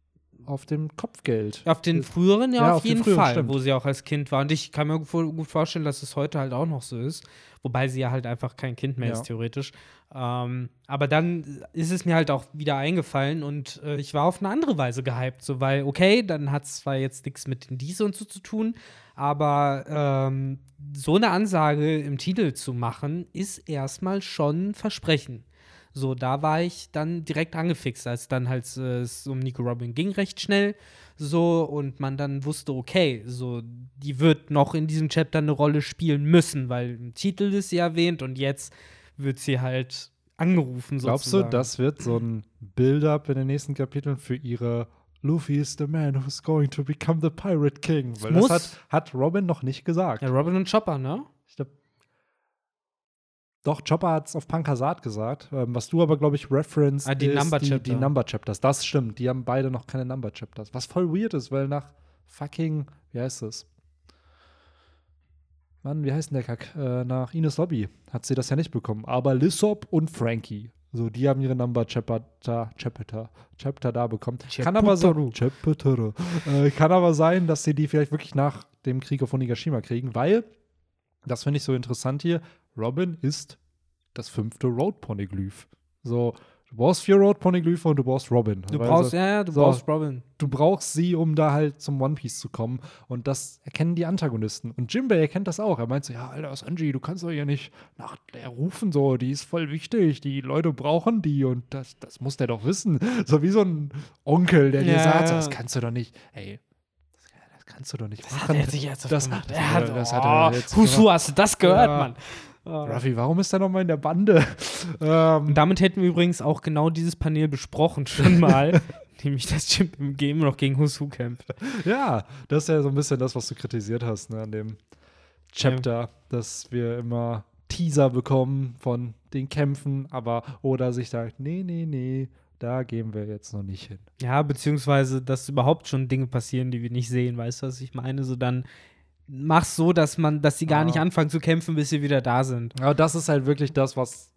auf dem Kopfgeld. auf den früheren ja, Ja, auf, auf den jeden früheren, Fall, stimmt. wo sie auch als Kind war. Und ich kann mir gut gut vorstellen, dass es heute halt auch noch so ist. Wobei sie ja halt einfach kein Kind mehr Ja. ist, theoretisch. Ähm, aber dann ist es mir halt auch wieder eingefallen und äh, ich war auf eine andere Weise gehypt. So, weil, okay, dann hat es zwar jetzt nichts mit den Diese und so zu tun, aber ähm, so eine Ansage im Titel zu machen, ist erstmal schon ein Versprechen. So, da war ich dann direkt angefixt, als dann halt äh, es um Nico Robin ging, recht schnell. So, und man dann wusste, okay, so, die wird noch in diesem Chapter eine Rolle spielen müssen, weil im Titel ist sie erwähnt und jetzt wird sie halt angerufen, Glaubst sozusagen. du, das wird so ein Build-up in den nächsten Kapiteln für ihre Luffy is the man who's going to become the Pirate King? Weil muss. das hat, hat Robin noch nicht gesagt. Ja, Robin und Chopper, ne? Ich glaub, Doch, Chopper hat es auf Pankasat gesagt. Ähm, was du aber, glaube ich, referenced, Ah, die ist Number die, Chapter. die Number Chapters. Das stimmt. Die haben beide noch keine Number Chapters. Was voll weird ist, weil nach fucking, wie heißt es? Mann, wie heißt denn der Kack? Äh, nach Ines Lobby hat sie das ja nicht bekommen. Aber Lissop und Frankie, so, die haben ihre Number Chapter, Chapter, Chapter da bekommen. Kann aber, so, Chapter, äh, kann aber sein, dass sie die vielleicht wirklich nach dem Krieg auf Onigashima kriegen, weil, das finde ich so interessant hier, Robin ist das fünfte Road-Poneglyph. So, du brauchst vier Road-Poneglyphe und du brauchst Robin. Du Weil brauchst, so, ja, ja, du so, brauchst Robin. Du brauchst sie, um da halt zum One Piece zu kommen. Und das erkennen die Antagonisten. Und Jinbei erkennt das auch. Er meint so, ja, Alter, Sanji, du kannst doch hier nicht nach der rufen, so, die ist voll wichtig. Die Leute brauchen die und das, das muss der doch wissen. So wie so ein Onkel, der dir Ja, sagt, so, ja. das kannst du doch nicht. Ey, das kannst du doch nicht Das machen. hat er jetzt nicht ernsthaft das, gemacht. Das, Er hat, das oh, hat er jetzt Husu, gemacht. hast du das gehört, Ja. Mann? Oh. Ruffy, warum ist er noch mal in der Bande? ähm, Und damit hätten wir übrigens auch genau dieses Panel besprochen schon mal. Nämlich, dass Jim im Game noch gegen Husu kämpft. Ja, das ist ja so ein bisschen das, was du kritisiert hast, ne, an dem Chapter, ja. Dass wir immer Teaser bekommen von den Kämpfen, aber oder sich sagt, nee, nee, nee, da gehen wir jetzt noch nicht hin. Ja, beziehungsweise, dass überhaupt schon Dinge passieren, die wir nicht sehen, weißt du, was ich meine? So dann mach's so, dass man, dass sie gar ja. nicht anfangen zu kämpfen, bis sie wieder da sind. Aber das ist halt wirklich das, was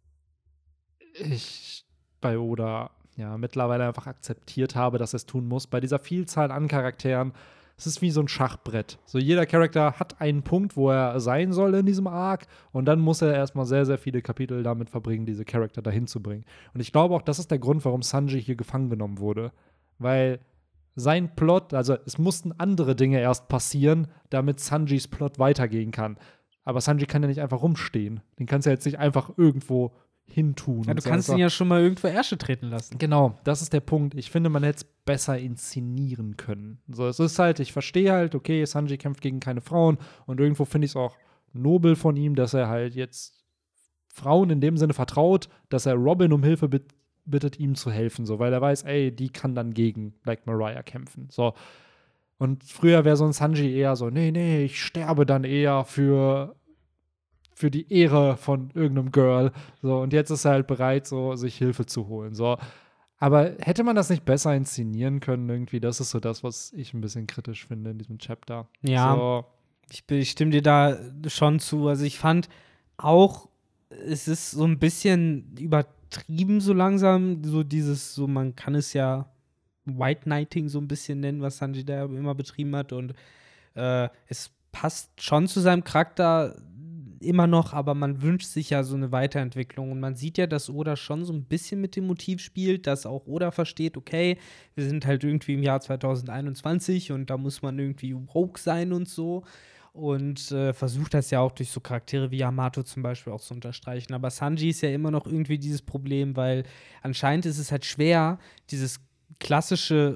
ich bei Oda ja mittlerweile einfach akzeptiert habe, dass er es tun muss. Bei dieser Vielzahl an Charakteren, es ist wie so ein Schachbrett. So jeder Charakter hat einen Punkt, wo er sein soll in diesem Arc und dann muss er erstmal sehr, sehr viele Kapitel damit verbringen, diese Charakter dahin zu bringen. Und ich glaube auch, das ist der Grund, warum Sanji hier gefangen genommen wurde. Weil sein Plot, also es mussten andere Dinge erst passieren, damit Sanjis Plot weitergehen kann. Aber Sanji kann ja nicht einfach rumstehen. Den kannst du ja jetzt nicht einfach irgendwo hintun. Ja, du kannst ihn ja schon mal irgendwo Ärsche treten lassen. Genau, das ist der Punkt. Ich finde, man hätte es besser inszenieren können. So, es ist halt, ich verstehe halt, okay, Sanji kämpft gegen keine Frauen und irgendwo finde ich es auch nobel von ihm, dass er halt jetzt Frauen in dem Sinne vertraut, dass er Robin um Hilfe bittet, bittet ihm zu helfen, so, weil er weiß, ey, die kann dann gegen Black Mariah kämpfen, so. Und früher wäre so ein Sanji eher so, nee, nee, ich sterbe dann eher für für die Ehre von irgendeinem Girl, so, und jetzt ist er halt bereit, so, sich Hilfe zu holen, so. Aber hätte man das nicht besser inszenieren können irgendwie? Das ist so das, was ich ein bisschen kritisch finde in diesem Chapter. Ja, so. ich, ich stimme dir da schon zu. Also ich fand auch, es ist so ein bisschen übertrieben so langsam, so dieses, so man kann es ja White Knighting so ein bisschen nennen, was Sanji da immer betrieben hat und äh, es passt schon zu seinem Charakter immer noch, aber man wünscht sich ja so eine Weiterentwicklung und man sieht ja, dass Oda schon so ein bisschen mit dem Motiv spielt, dass auch Oda versteht, okay, wir sind halt irgendwie im Jahr zwanzig einundzwanzig und da muss man irgendwie woke sein und so und äh, versucht das ja auch durch so Charaktere wie Yamato zum Beispiel auch zu unterstreichen, aber Sanji ist ja immer noch irgendwie dieses Problem, weil anscheinend ist es halt schwer, dieses klassische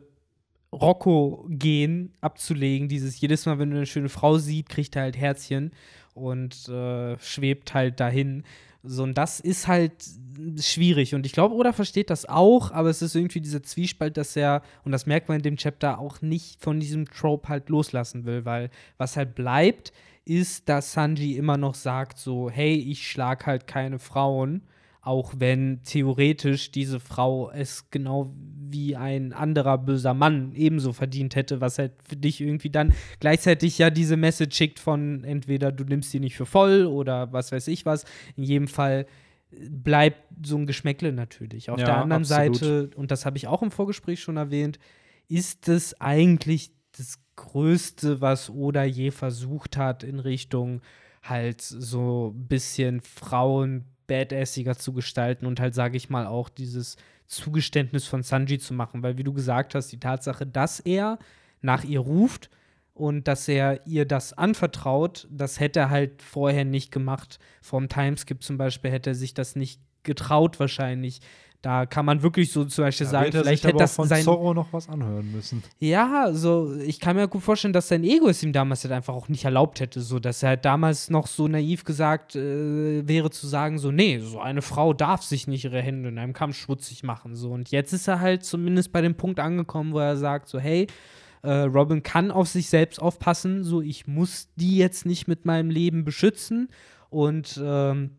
Rocco-Gen abzulegen, dieses jedes Mal, wenn du eine schöne Frau siehst, kriegt er halt Herzchen und äh, schwebt halt dahin. So, und das ist halt schwierig. Und ich glaube, Oda versteht das auch, aber es ist irgendwie dieser Zwiespalt, dass er, und das merkt man in dem Chapter, auch nicht von diesem Trope halt loslassen will, weil was halt bleibt, ist, dass Sanji immer noch sagt so, hey, ich schlag halt keine Frauen, auch wenn theoretisch diese Frau es genau wie ein anderer böser Mann ebenso verdient hätte, was halt für dich irgendwie dann gleichzeitig ja diese Message schickt von entweder du nimmst sie nicht für voll oder was weiß ich was. In jedem Fall bleibt so ein Geschmäckle natürlich. Auf Ja, der anderen absolut. Seite, und das habe ich auch im Vorgespräch schon erwähnt, ist es eigentlich das Größte, was Oda je versucht hat in Richtung halt so ein bisschen Frauen badassiger zu gestalten und halt, sage ich mal, auch dieses Zugeständnis von Sanji zu machen, weil wie du gesagt hast, die Tatsache, dass er nach ihr ruft und dass er ihr das anvertraut, das hätte er halt vorher nicht gemacht. Vom Timeskip zum Beispiel hätte er sich das nicht getraut wahrscheinlich. Da kann man wirklich so zum Beispiel Da sagen, wird er vielleicht sich aber hätte auch das von sein Zorro noch was anhören müssen. Ja, so, ich kann mir gut vorstellen, dass sein Ego es ihm damals halt einfach auch nicht erlaubt hätte, so, dass er halt damals noch so naiv gesagt äh, wäre zu sagen, so, nee, so eine Frau darf sich nicht ihre Hände in einem Kampf schmutzig machen, so, und jetzt ist er halt zumindest bei dem Punkt angekommen, wo er sagt, so, hey, äh, Robin kann auf sich selbst aufpassen, so, ich muss die jetzt nicht mit meinem Leben beschützen und, ähm,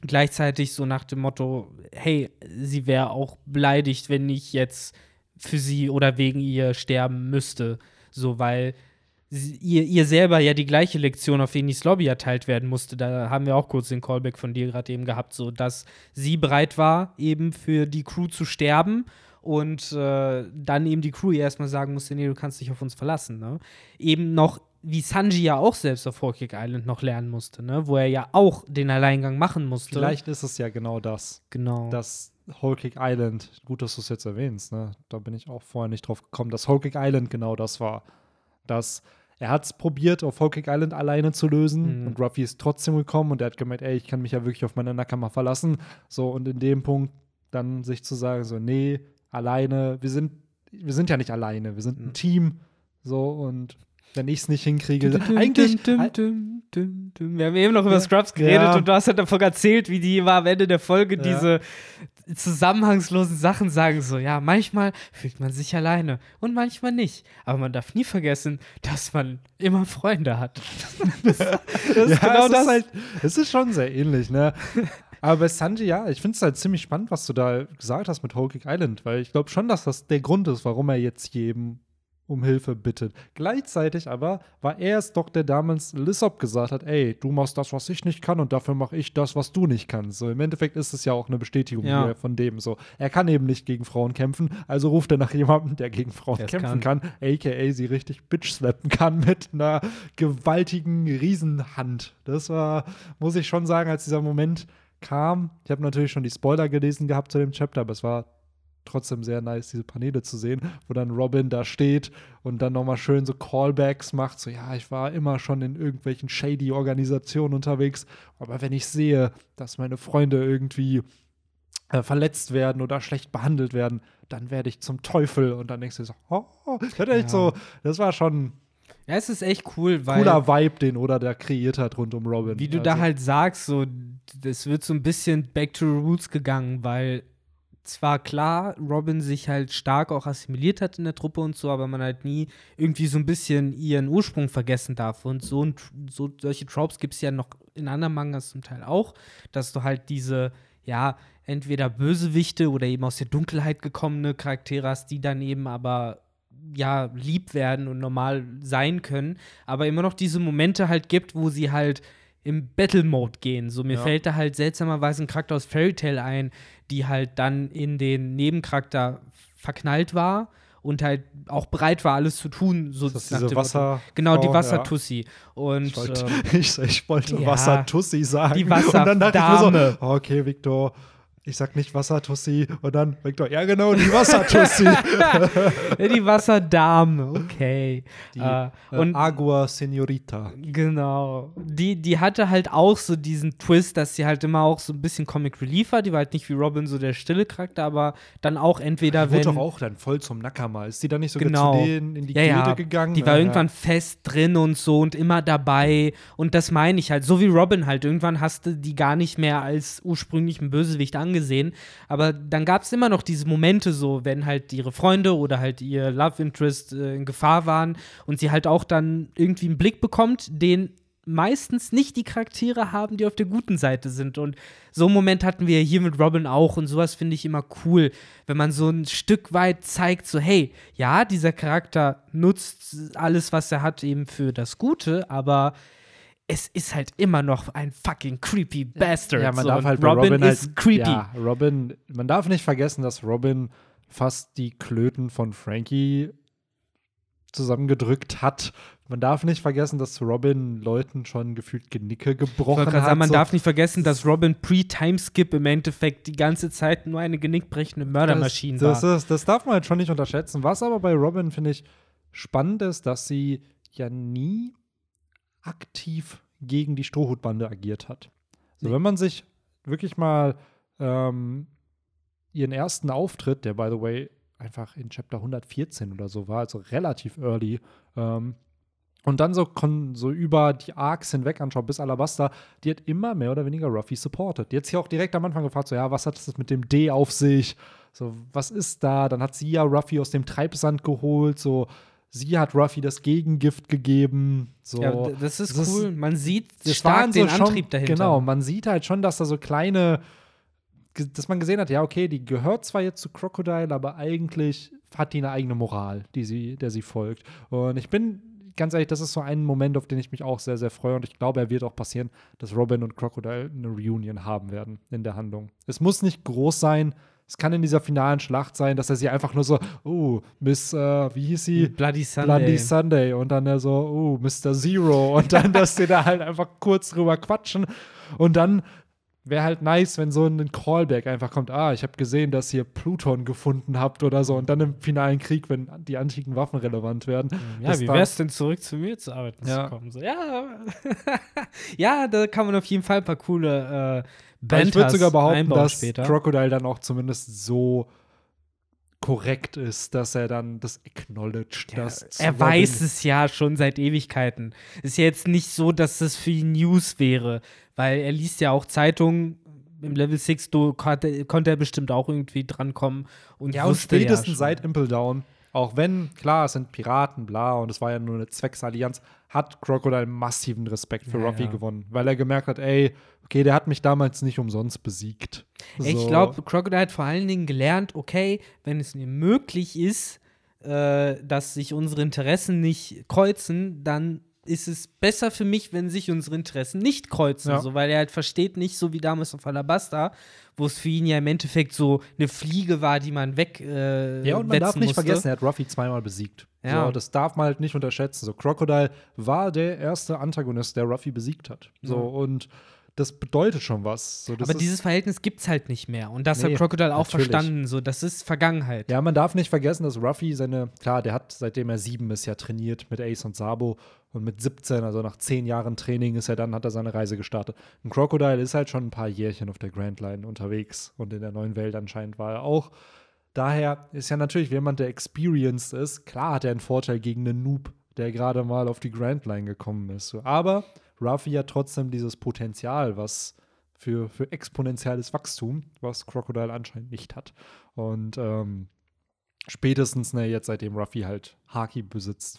gleichzeitig so nach dem Motto, hey, sie wäre auch beleidigt, wenn ich jetzt für sie oder wegen ihr sterben müsste. So, weil sie, ihr, ihr selber ja die gleiche Lektion auf Enis Lobby erteilt werden musste. Da haben wir auch kurz den Callback von dir gerade eben gehabt, so dass sie bereit war, eben für die Crew zu sterben und äh, dann eben die Crew ihr erstmal sagen musste, nee, du kannst dich auf uns verlassen. Ne? Eben noch wie Sanji ja auch selbst auf Whole Cake Island noch lernen musste, ne? Wo er ja auch den Alleingang machen musste. Vielleicht ist es ja genau das. Genau. Das Whole Cake Island, gut, dass du es jetzt erwähnst, ne? Da bin ich auch vorher nicht drauf gekommen, dass Whole Cake Island genau das war. Dass er hat es probiert, auf Whole Cake Island alleine zu lösen mhm. und Ruffy ist trotzdem gekommen und er hat gemeint, ey, ich kann mich ja wirklich auf meine Nakama verlassen. So, und in dem Punkt dann sich zu sagen, so, nee, alleine, wir sind, wir sind ja nicht alleine, wir sind ein mhm. Team, so, und wenn ich es nicht hinkriege. Dum, dum, eigentlich. Dum, dum, dum, dum. Wir haben eben noch über Scrubs geredet ja. und du hast halt davon erzählt, wie die immer am Ende der Folge ja. diese zusammenhangslosen Sachen sagen. So, ja, manchmal fühlt man sich alleine und manchmal nicht. Aber man darf nie vergessen, dass man immer Freunde hat. das, das ist ja, genau es das. Ist halt, es ist schon sehr ähnlich, ne? Aber bei Sanji, ja, ich finde es halt ziemlich spannend, was du da gesagt hast mit Whole Cake Island, weil ich glaube schon, dass das der Grund ist, warum er jetzt jedem um Hilfe bittet. Gleichzeitig aber war er es doch, der damals Lissop gesagt hat, ey, du machst das, was ich nicht kann und dafür mache ich das, was du nicht kannst. So, im Endeffekt ist es ja auch eine Bestätigung ja. hier von dem so. Er kann eben nicht gegen Frauen kämpfen, also ruft er nach jemandem, der gegen Frauen das kämpfen kann. kann, aka sie richtig bitch-slappen kann mit einer gewaltigen Riesenhand. Das war, muss ich schon sagen, als dieser Moment kam, ich habe natürlich schon die Spoiler gelesen gehabt zu dem Chapter, aber es war trotzdem sehr nice, diese Paneele zu sehen, wo dann Robin da steht und dann nochmal schön so Callbacks macht, so ja, ich war immer schon in irgendwelchen shady Organisationen unterwegs, aber wenn ich sehe, dass meine Freunde irgendwie äh, verletzt werden oder schlecht behandelt werden, dann werde ich zum Teufel und dann denkst du so, oh, das, hat echt ja. so, das war schon ja, es ist echt cool, weil cooler Vibe, den Oda da kreiert hat rund um Robin. Wie du also. da halt sagst, so, das wird so ein bisschen back to the roots gegangen, weil zwar klar Robin sich halt stark auch assimiliert hat in der Truppe und so, aber man halt nie irgendwie so ein bisschen ihren Ursprung vergessen darf. Und so, so solche Tropes gibt es ja noch in anderen Mangas zum Teil auch, dass du halt diese, ja, entweder Bösewichte oder eben aus der Dunkelheit gekommene Charaktere hast, die dann eben aber ja, lieb werden und normal sein können, aber immer noch diese Momente halt gibt, wo sie halt im Battle-Mode gehen. So, mir ja. fällt da halt seltsamerweise ein Charakter aus Fairy Tail ein, die halt dann in den Nebencharakter verknallt war und halt auch bereit war, alles zu tun. So das ist diese Wasser genau, die Wassertussi. Ja. Und ich wollte, ähm, ich, ich wollte ja, Wassertussi sagen. Die Wasserdame. Und dann dachte ich mir so, okay, Victor, ich sag nicht Wassertussi und dann Victor, ja genau, die Wassertussi. Die Wasserdame, okay. Die äh, äh, und Agua Senorita. Genau. Die, die hatte halt auch so diesen Twist, dass sie halt immer auch so ein bisschen Comic Relief war. Die war halt nicht wie Robin so der stille Charakter, aber dann auch entweder, die wenn wurde doch auch dann voll zum Nakama. Ist die dann nicht sogar genau. zu denen in die ja, Gilde ja. gegangen? Die war ja, irgendwann ja. fest drin und so und immer dabei. Und das meine ich halt. So wie Robin halt. Irgendwann hast du die gar nicht mehr als ursprünglichen Bösewicht angesehen. Aber dann gab es immer noch diese Momente so, wenn halt ihre Freunde oder halt ihr Love Interest äh, in Gefahr waren und sie halt auch dann irgendwie einen Blick bekommt, den meistens nicht die Charaktere haben, die auf der guten Seite sind. Und so einen Moment hatten wir hier mit Robin auch und sowas finde ich immer cool, wenn man so ein Stück weit zeigt, so hey, ja, dieser Charakter nutzt alles, was er hat, eben für das Gute, aber es ist halt immer noch ein fucking creepy Bastard. Ja, man so. darf halt bei Robin, Robin ist halt, creepy. Ja, Robin, man darf nicht vergessen, dass Robin fast die Klöten von Frankie zusammengedrückt hat. Man darf nicht vergessen, dass Robin Leuten schon gefühlt Genicke gebrochen hat. Sagen, man so. darf nicht vergessen, dass Robin pre-Timeskip im Endeffekt die ganze Zeit nur eine genickbrechende Mördermaschine das, das war. Ist, das darf man halt schon nicht unterschätzen. Was aber bei Robin, finde ich, spannend ist, dass sie ja nie aktiv gegen die Strohhutbande agiert hat. So, nee. Wenn man sich wirklich mal ähm, ihren ersten Auftritt, der by the way einfach in Chapter hundertvierzehn oder so war, also relativ early, ähm, und dann so, kon- so über die Arcs hinweg anschaut bis Alabasta, die hat immer mehr oder weniger Ruffy supported. Die hat sich auch direkt am Anfang gefragt, so ja, was hat das mit dem D auf sich? So, was ist da? Dann hat sie ja Ruffy aus dem Treibsand geholt, so sie hat Ruffy das Gegengift gegeben. So. Ja, d- das ist Das cool. ist- Man sieht Das stark waren so den schon, Antrieb dahinter. Genau, man sieht halt schon, dass da so kleine, ge- dass man gesehen hat, ja, okay, die gehört zwar jetzt zu Crocodile, aber eigentlich hat die eine eigene Moral, die sie, der sie folgt. Und ich bin ganz ehrlich, das ist so ein Moment, auf den ich mich auch sehr, sehr freue. Und ich glaube, er wird auch passieren, dass Robin und Crocodile eine Reunion haben werden in der Handlung. Es muss nicht groß sein. Es kann in dieser finalen Schlacht sein, dass er sie einfach nur so, oh, Miss, äh, wie hieß sie? Bloody Sunday. Bloody Sunday. Und dann er so, oh, Mister Zero. Und dann, dass sie da halt einfach kurz drüber quatschen. Und dann wäre halt nice, wenn so ein Callback einfach kommt, ah, ich habe gesehen, dass ihr Pluton gefunden habt oder so. Und dann im finalen Krieg, wenn die antiken Waffen relevant werden. Ja, dass wie da- wär's denn, zurück zu mir zu arbeiten Ja. zu kommen? So, ja, ja, da kann man auf jeden Fall ein paar coole äh, Aber Banters ich würde sogar behaupten, einbauen dass später. Crocodile dann auch zumindest so korrekt ist, dass er dann das acknowledged, Ja, dass er Robin- weiß es ja schon seit Ewigkeiten. Ist ja jetzt nicht so, dass das für ihn News wäre, weil er liest ja auch Zeitungen. Im Level sechs do konnte, konnte er bestimmt auch irgendwie drankommen. Und Ja, und wusste spätestens ja schon. seit Impel Down, auch wenn, klar, es sind Piraten, bla, und es war ja nur eine Zwecksallianz, hat Crocodile massiven Respekt für Ja, Ruffy ja. gewonnen, weil er gemerkt hat, ey, okay, der hat mich damals nicht umsonst besiegt. Ich So. glaube, Crocodile hat vor allen Dingen gelernt, okay, wenn es mir möglich ist, äh, dass sich unsere Interessen nicht kreuzen, dann ist es besser für mich, wenn sich unsere Interessen nicht kreuzen. Ja. So, weil er halt versteht nicht, so wie damals auf Alabasta, wo es für ihn ja im Endeffekt so eine Fliege war, die man weg äh, Ja, und man darf wetzen nicht musste. vergessen, er hat Ruffy zweimal besiegt. Ja. So, das darf man halt nicht unterschätzen. So, Crocodile war der erste Antagonist, der Ruffy besiegt hat. So, Ja. und das bedeutet schon was. So, das Aber ist, dieses Verhältnis gibt's halt nicht mehr. Und das Nee, hat Crocodile auch natürlich. verstanden. So, das ist Vergangenheit. Ja, man darf nicht vergessen, dass Ruffy seine, klar, der hat, seitdem er sieben ist, ja trainiert mit Ace und Sabo. Und mit siebzehn, also nach zehn Jahren Training, ist er dann, hat er seine Reise gestartet. Ein Crocodile ist halt schon ein paar Jährchen auf der Grand Line unterwegs. Und in der neuen Welt anscheinend war er auch. Daher ist ja natürlich jemand, der experienced ist. Klar hat er einen Vorteil gegen einen Noob, der gerade mal auf die Grand Line gekommen ist. So, aber Ruffy hat trotzdem dieses Potenzial, was für, für exponentielles Wachstum, was Crocodile anscheinend nicht hat. Und ähm, spätestens, ne, jetzt seitdem Ruffy halt Haki besitzt.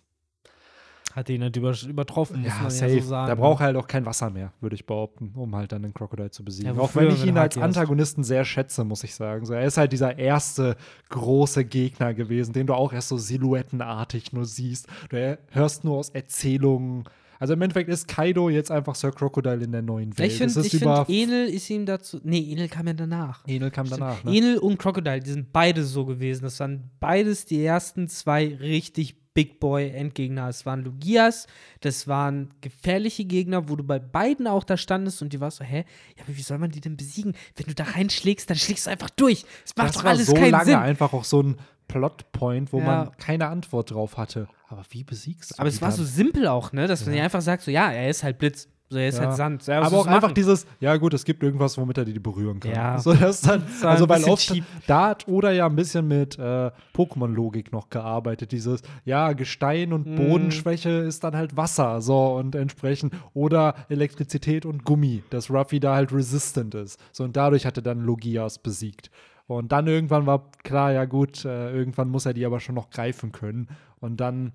Hat ihn halt über, übertroffen, muss Ja, man safe. ja so sagen. da braucht er halt auch kein Wasser mehr, würde ich behaupten, um halt dann den Crocodile zu besiegen. Ja, auch wofür, wenn ich wenn ihn du als Haki hast? Antagonisten sehr schätze, muss ich sagen. So, er ist halt dieser erste große Gegner gewesen, den du auch erst so silhouettenartig nur siehst. Du hörst nur aus Erzählungen. Also im Endeffekt ist Kaido jetzt einfach Sir Crocodile in der neuen Welt. Ich finde, Es ist ich über- find, Enel ist ihm dazu. Nee, Enel kam ja danach. Enel kam danach, ne? Enel und Crocodile, die sind beide so gewesen. Das waren beides die ersten zwei richtig Big Boy-Endgegner. Es waren Lugias, das waren gefährliche Gegner, wo du bei beiden auch da standest und die warst so, hä? Ja, aber wie soll man die denn besiegen? Wenn du da reinschlägst, dann schlägst du einfach durch. Es macht Das doch war alles so keinen lange Sinn. einfach auch so ein Plotpoint, wo Ja. man keine Antwort drauf hatte. Aber wie besiegst du Aber die es war dann? so simpel auch, ne? Dass man Ja. ja einfach sagt, so, ja, er ist halt Blitz. So, er ist Ja. halt Sand. Ja, was Aber auch willst du einfach machen? dieses, ja gut, es gibt irgendwas, womit er die berühren kann. Ja. So, das dann, war also ein weil bisschen oft, cheap. da hat Oda ja ein bisschen mit äh, Pokémon-Logik noch gearbeitet. Dieses, ja, Gestein und Mhm. Bodenschwäche ist dann halt Wasser, so und entsprechend. Oder Elektrizität und Gummi, dass Ruffy da halt resistant ist. So und dadurch hat er dann Logias besiegt. Und dann irgendwann war klar, ja gut, äh, irgendwann muss er die aber schon noch greifen können. Und dann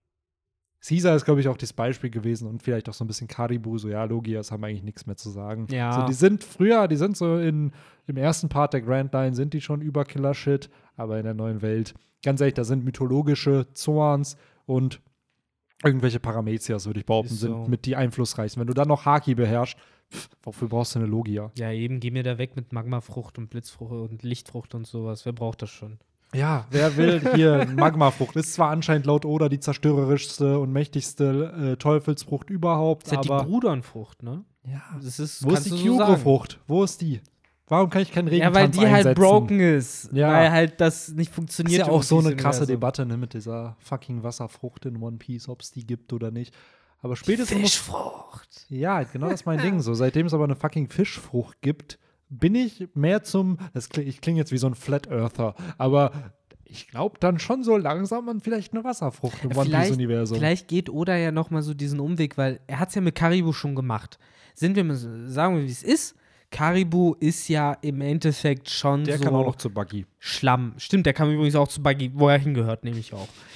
Caesar ist, glaube ich, auch das Beispiel gewesen und vielleicht auch so ein bisschen Karibu, so ja, Logias haben eigentlich nichts mehr zu sagen. Ja. So, die sind früher, die sind so in, im ersten Part der Grand Line sind die schon über Killer-Shit, aber in der neuen Welt, ganz ehrlich, da sind mythologische Zoans und irgendwelche Paramezias, würde ich behaupten, Ist so. sind mit die einflussreichsten. Wenn du dann noch Haki beherrschst, pff, wofür brauchst du eine Logia? Ja, eben, geh mir da weg mit Magmafrucht und Blitzfrucht und Lichtfrucht und sowas. Wer braucht das schon? Ja, wer will hier Magmafrucht? Ist zwar anscheinend laut Oda die zerstörerischste und mächtigste äh, Teufelsfrucht überhaupt, Das ist halt aber die Brudernfrucht, ne? ja, Das ist, wo ist kannst die du so sagen. Kyogre-Frucht? Wo ist die? Warum kann ich keinen Ja, Regentanz weil die halt einsetzen? broken ist. Ja. Weil halt das nicht Das funktioniert. ist ja auch so eine irgendwie krasse Universum. Debatte ne, mit dieser fucking Wasserfrucht in One Piece, ob es die gibt oder nicht. Aber spätestens muss, Fischfrucht. ja, genau das ist mein Ding so. Seitdem es aber eine fucking Fischfrucht gibt, bin ich mehr zum, das kling, ich klinge jetzt wie so ein Flat Earther, aber ich glaube dann schon so langsam an vielleicht eine Wasserfrucht im Ja, One vielleicht, Piece-Universum. vielleicht geht Oda ja noch mal so diesen Umweg, weil er hat es ja mit Karibu schon gemacht. Sind wir mal, so- sagen wir, wie es ist. Karibu ist ja im Endeffekt schon Der so kann auch noch zu Buggy. Schlamm. Stimmt, der kam übrigens auch zu Buggy, wo er hingehört, nehme ich auch.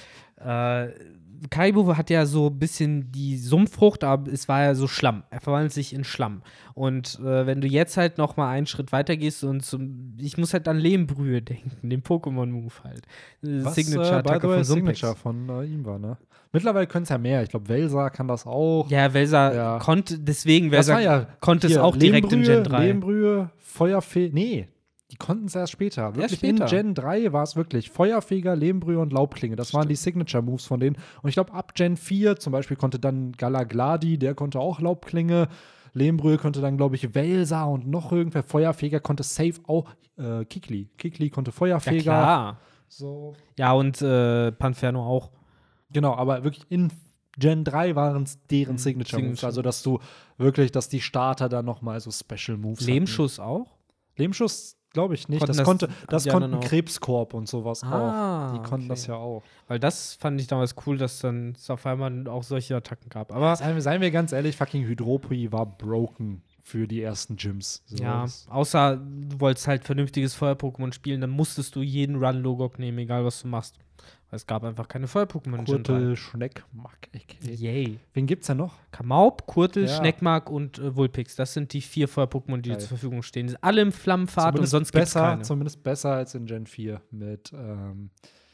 Äh, Karibo hat ja so ein bisschen die Sumpffrucht, aber es war ja so Schlamm. Er verwandelt sich in Schlamm. Und äh, wenn du jetzt halt noch mal einen Schritt weiter gehst und zum, ich muss halt an Lehmbrühe denken, den Pokémon-Move halt. Was, Signature-Attacke äh, by the way, von Sumpex. Signature von äh, ihm war, ne? Mittlerweile können es ja mehr. Ich glaube, Velsa kann das auch. Ja, Velsa Ja. konnte, deswegen, Das Velsa war ja konnte es hier, auch direkt in Lehmbrühe, Gen drei. Lehmbrühe, Feuerfee. Nee, die konnten es erst später. Wirklich später. in Gen drei war es wirklich Feuerfeger, Lehmbrühe und Laubklinge. Das waren die Signature-Moves von denen. Und ich glaube, ab Gen vier zum Beispiel konnte dann Galagladi, der konnte auch Laubklinge. Lehmbrühe konnte dann, glaube ich, Velsa und noch irgendwer. Feuerfeger konnte safe auch äh, Kikli. Kikli konnte Ja, Feuerfeger. klar. So. Ja, und äh, Panferno auch. Genau, aber wirklich in Gen drei waren es deren Mhm. Signature Moves. Signature Also, dass du wirklich, dass die Starter dann nochmal so Special Moves hatten. Lehmschuss auch? Lehmschuss glaube ich nicht. Konnten das, das konnte, das die anderen konnten auch? Krebskorb und sowas Ah, auch. Die konnten okay. das ja auch. Weil das fand ich damals cool, dass dann es auf einmal auch solche Attacken gab. Aber Seien wir, seien wir ganz ehrlich, fucking Hydropie war broken für die ersten Gyms. So, ja, das- außer du wolltest halt vernünftiges Feuer-Pokémon spielen, dann musstest du jeden Run Logok nehmen, egal was du machst. Weil es gab einfach keine Feuer-Pokémon in Gen drei. Kurtel, Schneckmack. Okay. Yay. Wen gibt's denn noch? Kamaup, Kurtel, Ja. Schneckmark und äh, Vulpix. Das sind die vier Feuer-Pokémon, die dir Geil. zur Verfügung stehen. Die sind alle im Flammenpfad und Zumindest sonst gibt's besser, keine. Zumindest besser als in Gen vier mit ähm,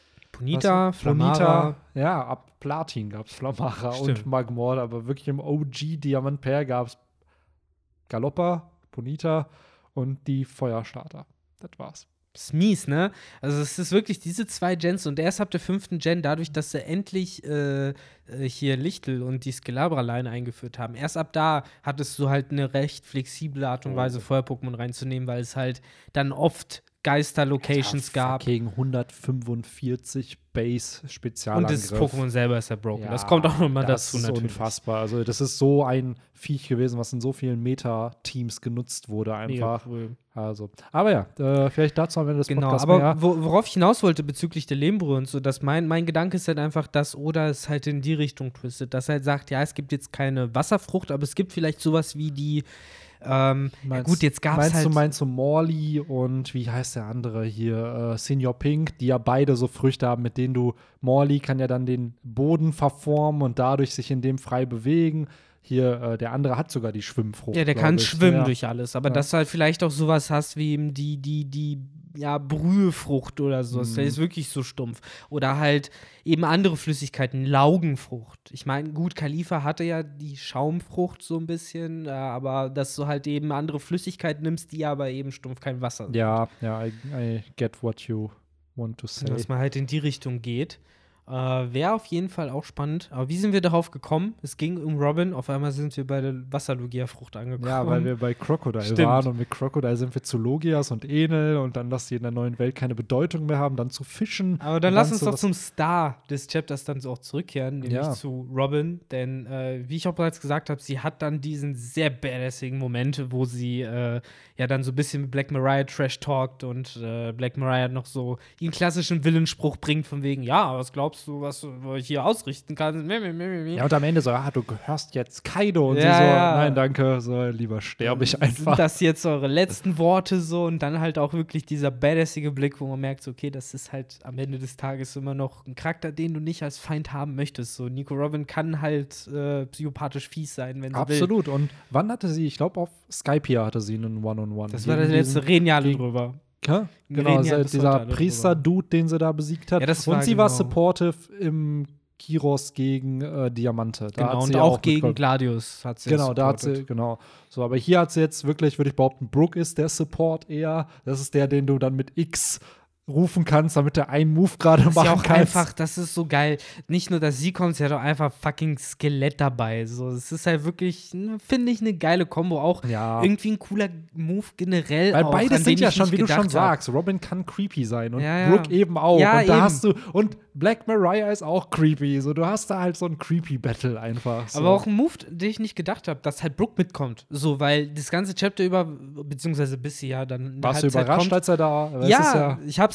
Ponita, was? Flamara. Bonita, ja, ab Platin gab es Flamara Stimmt. und Magmor, aber wirklich im O G Diamant Pair gab es Galoppa, Bonita und die Feuerstarter. Das war's. Das ist mies, ne? Also es ist wirklich diese zwei Gens und erst ab der fünften Gen, dadurch, dass sie endlich äh, äh, hier Lichtel und die Skelabra-Line eingeführt haben, erst ab da hattest du halt eine recht flexible Art und Weise, Feuer-Pokémon reinzunehmen, weil es halt dann oft Geister-Locations gab. Gegen hundertfünfundvierzig Und Base-Spezialangriff. das Pokémon selber ist ja broken. Ja, das kommt auch nochmal das dazu ist natürlich. unfassbar. Also das ist so ein Viech gewesen, was in so vielen Meta-Teams genutzt wurde Mega einfach. cool. Also, aber ja, äh, vielleicht dazu am Ende des Genau, Podcasts aber mehr. wo, worauf ich hinaus wollte bezüglich der Lehmbrühe und so, dass mein, mein Gedanke ist halt einfach, dass Oda es halt in die Richtung twistet, dass er halt sagt, ja, es gibt jetzt keine Wasserfrucht, aber es gibt vielleicht sowas wie die, ähm, ja Meinst- gut, jetzt gab es meinst halt du, meinst du Morley und wie heißt der andere hier, äh, Senior Pink, die ja beide so Früchte haben, mit denen du, Morley kann ja dann den Boden verformen und dadurch sich in dem frei bewegen. Hier, äh, der andere hat sogar die Schwimmfrucht. ja, der glaub kann ich. schwimmen Ja. durch alles, aber Ja. dass du halt vielleicht auch sowas hast wie eben die, die, die, ja, Brühefrucht oder so, Mhm. der ist wirklich so stumpf. Oder halt eben andere Flüssigkeiten, Laugenfrucht. Ich meine, gut, Khalifa hatte ja die Schaumfrucht so ein bisschen, äh, aber dass du halt eben andere Flüssigkeiten nimmst, die aber eben stumpf kein Wasser sind. Ja, ja, I, I get what you want to say. Dass man halt in die Richtung geht. Äh, Wäre auf jeden Fall auch spannend. Aber wie sind wir darauf gekommen? Es ging um Robin. Auf einmal sind wir bei der Wasserlogia-Frucht angekommen. Ja, weil wir bei Crocodile Stimmt. waren und mit Crocodile sind wir zu Logias und Enel und dann, dass die in der neuen Welt keine Bedeutung mehr haben, dann zu Fischen. Aber dann und lass uns zu doch was- zum Star des Chapters dann auch zurückkehren, nämlich Ja. zu Robin. Denn, äh, wie ich auch bereits gesagt habe, sie hat dann diesen sehr badassigen Moment, wo sie äh, ja dann so ein bisschen mit Black Mariah trash-talkt und äh, Black Mariah noch so ihren klassischen Willensspruch bringt von wegen, ja, was glaubst du, was du hier ausrichten kannst? Ja, und am Ende so, ah, du gehörst jetzt Kaido. Und Ja, sie so, ja. nein, danke, so, lieber sterbe ich einfach. Sind das jetzt eure letzten Worte so? Und dann halt auch wirklich dieser badassige Blick, wo man merkt, so, okay, das ist halt am Ende des Tages immer noch ein Charakter, den du nicht als Feind haben möchtest. So, Nico Robin kann halt äh, psychopathisch fies sein, wenn sie will. Absolut. Und wann hatte sie, ich glaube, auf Skype hier hatte sie einen One-on-One. Das war der Gegen letzte, diesen- reden ja alle gegen- drüber. Ja, genau, reden ja se- bis dieser heute alle Priester-Dude, den sie da besiegt hat. Ja, das und war sie war genau. supportive im Kiros gegen äh, Diamante. Da Genau, hat sie und ja auch gegen mitgeholfen. Gladius hat sie Genau, da hat supportet. sie, genau. So, aber hier hat sie jetzt wirklich, würde ich behaupten, Brooke ist der Support eher. Das ist der, den du dann mit X rufen kannst, damit der einen Move gerade Das ist machen ja auch kannst. einfach, das ist so geil. Nicht nur, dass sie kommt, sie hat auch einfach fucking Skelett dabei. So, es ist halt wirklich, ne, finde ich, eine geile Kombo. Auch Ja. irgendwie ein cooler Move generell. Weil auch, beides an sind den ja ich schon, nicht wie du schon gedacht hab. sagst, Robin kann creepy sein und Ja, ja. Brooke eben auch. Ja, und da eben. hast du, und Black Mariah ist auch creepy. So, du hast da halt so ein creepy Battle einfach. So. Aber auch ein Move, den ich nicht gedacht habe, dass halt Brooke mitkommt. So, weil das ganze Chapter über, beziehungsweise bis sie ja dann in der Warst du Halbzeit überrascht, kommt, als er da? weil es Ja, ist ja ich hab's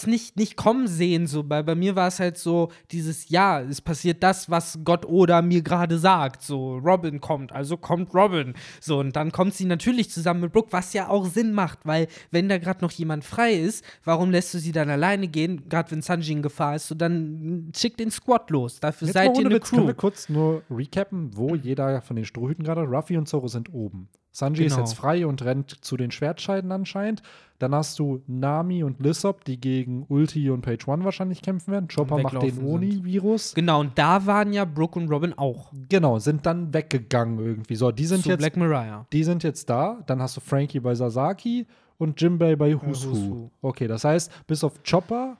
das nicht, nicht kommen sehen. So. Bei, bei mir war es halt so dieses, ja, es passiert das, was Gott Oda mir gerade sagt. So, Robin kommt, also kommt Robin. So, und dann kommt sie natürlich zusammen mit Brooke, was ja auch Sinn macht, weil wenn da gerade noch jemand frei ist, warum lässt du sie dann alleine gehen, gerade wenn Sanji in Gefahr ist, so dann schick den Squad los. Dafür Jetzt seid ihr eine Witz, Crew. Können wir kurz nur recappen, wo jeder von den Strohhüten gerade, Ruffy und Zoro sind oben. Sanji Genau. ist jetzt frei und rennt zu den Schwertscheiden anscheinend. Dann hast du Nami und Lissop, die gegen Ulti und Page One wahrscheinlich kämpfen werden. Chopper macht den weglaufen Oni-Virus. Genau, und da waren ja Brooke und Robin auch. Genau, sind dann weggegangen irgendwie. So, die sind Zu jetzt Black Mariah. Die sind jetzt da. Dann hast du Frankie bei Sasaki und Jinbei bei Who's Who's Who. Who. Okay, das heißt, bis auf Chopper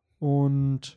und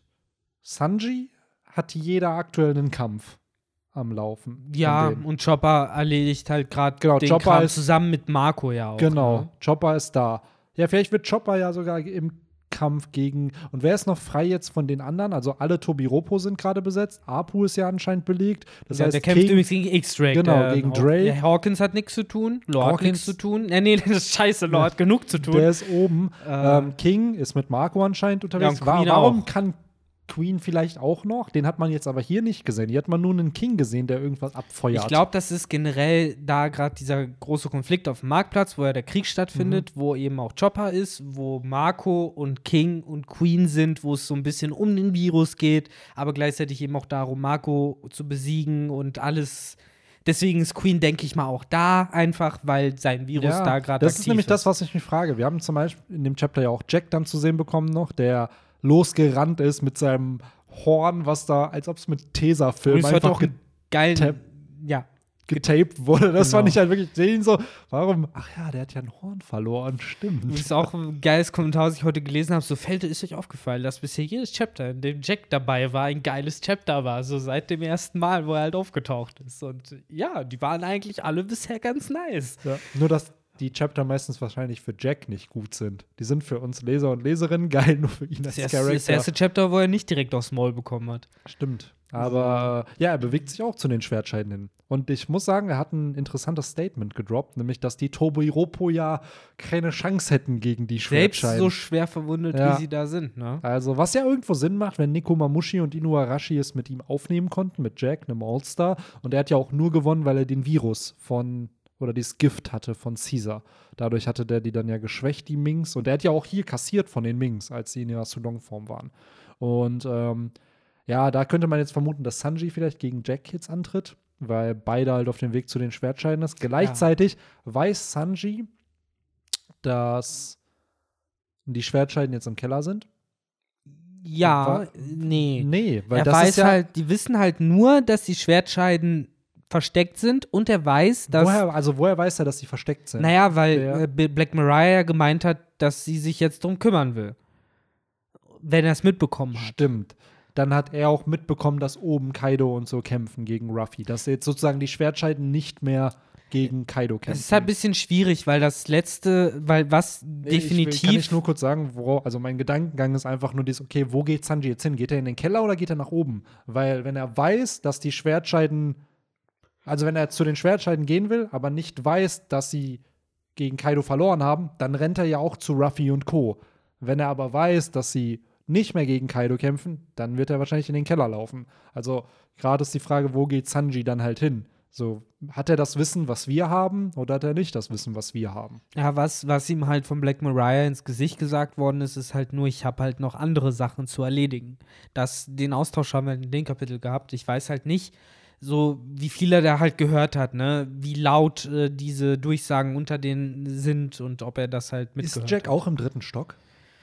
Sanji hat jeder aktuell einen Kampf am Laufen. von Ja, denen. und Chopper erledigt halt gerade Genau, den Chopper Kram ist- zusammen mit Marco ja auch. Genau, Ne? Chopper ist da. Ja, vielleicht wird Chopper ja sogar im Kampf gegen. Und wer ist noch frei jetzt von den anderen? Also alle Tobiropo sind gerade besetzt. Apu ist ja anscheinend belegt. Das ja, heißt, der kämpft King, übrigens gegen X-Drake. Genau, der gegen auch- Drake. Der Hawkins hat nichts zu tun. Lord hat Hawkins- nichts zu tun. Nee, nee, das ist scheiße. Lord hat genug zu tun. der ist oben. Äh, ähm, King ist mit Marco anscheinend unterwegs. und Wa- Queen Warum auch. kann Queen vielleicht auch noch? Den hat man jetzt aber hier nicht gesehen. Hier hat man nur einen King gesehen, der irgendwas abfeuert. Ich glaube, das ist generell da gerade dieser große Konflikt auf dem Marktplatz, wo ja der Krieg stattfindet, Mhm. wo eben auch Chopper ist, wo Marco und King und Queen sind, wo es so ein bisschen um den Virus geht, aber gleichzeitig eben auch darum, Marco zu besiegen und alles. Deswegen ist Queen, denke ich mal, auch da einfach, weil sein Virus Ja, da gerade das aktiv ist nämlich das, was ich mich frage. Wir haben zum Beispiel in dem Chapter ja auch Jack dann zu sehen bekommen noch, der losgerannt ist mit seinem Horn, was da, als ob es mit Tesafilm Übrigens heute einfach auch einen geilen, getap- ja, getaped wurde. Das Genau. fand ich halt wirklich sehen so, warum? Ach ja, der hat ja ein Horn verloren, stimmt. das ist auch ein geiles Kommentar, was ich heute gelesen habe. So, Feld, ist euch aufgefallen, dass bisher jedes Chapter, in dem Jack dabei war, ein geiles Chapter war. So seit dem ersten Mal, wo er halt aufgetaucht ist. Und ja, die waren eigentlich alle bisher ganz nice. Ja. Nur, dass die Chapter meistens wahrscheinlich für Jack nicht gut sind. Die sind für uns Leser und Leserinnen geil, nur für ihn als Das erste, Charakter. das erste Chapter, wo er nicht direkt aufs Maul bekommen hat. Stimmt. Aber ja, er bewegt sich auch zu den Schwertscheiden hin. Und ich muss sagen, er hat ein interessantes Statement gedroppt, nämlich, dass die Tobiropo ja keine Chance hätten gegen die Selbst Schwertscheiden. so schwer verwundet, Ja. wie sie da sind, ne? Also, was ja irgendwo Sinn macht, wenn Nico Mamushi und Inuarashi es mit ihm aufnehmen konnten, mit Jack, einem All-Star. Und er hat ja auch nur gewonnen, weil er den Virus von, oder dieses Gift hatte von Caesar. Dadurch hatte der die dann ja geschwächt, die Minks. Und er hat ja auch hier kassiert von den Minks, als sie in ihrer Sudong-Form waren. Und ähm, ja, da könnte man jetzt vermuten, dass Sanji vielleicht gegen Jack jetzt antritt, weil beide halt auf dem Weg zu den Schwertscheiden ist. Gleichzeitig weiß Sanji, dass die Schwertscheiden jetzt im Keller sind. Ja, Wa- nee. Nee, weil er das weiß ist ja, halt, die wissen halt nur, dass die Schwertscheiden versteckt sind und er weiß, dass. woher, also woher weiß er, dass die versteckt sind? Naja, weil Der- äh, B- Black Mariah gemeint hat, dass sie sich jetzt drum kümmern will. Wenn er es mitbekommen hat. Stimmt. Dann hat er auch mitbekommen, dass oben Kaido und so kämpfen gegen Ruffy. Dass jetzt sozusagen die Schwertscheiden nicht mehr gegen Kaido kämpfen. Es ist halt ein bisschen schwierig, weil das letzte, weil was Ich will- Kann definitiv. ich nur kurz sagen, wo, also mein Gedankengang ist einfach nur dieses, okay, wo geht Sanji jetzt hin? Geht er in den Keller oder geht er nach oben? Weil wenn er weiß, dass die Schwertscheiden, also wenn er zu den Schwertscheiden gehen will, aber nicht weiß, dass sie gegen Kaido verloren haben, dann rennt er ja auch zu Ruffy und Co. Wenn er aber weiß, dass sie nicht mehr gegen Kaido kämpfen, dann wird er wahrscheinlich in den Keller laufen. Also gerade ist die Frage, wo geht Sanji dann halt hin? So, hat er das Wissen, was wir haben, oder hat er nicht das Wissen, was wir haben? Ja, was, was ihm halt von Black Mariah ins Gesicht gesagt worden ist, ist halt nur, ich habe halt noch andere Sachen zu erledigen. Das, den Austausch haben wir in dem Kapitel gehabt. Ich weiß halt nicht, so wie viel er da halt gehört hat, ne? Wie laut äh, diese Durchsagen unter denen sind und ob er das halt mitgehört Ist Jack hat. auch im dritten Stock?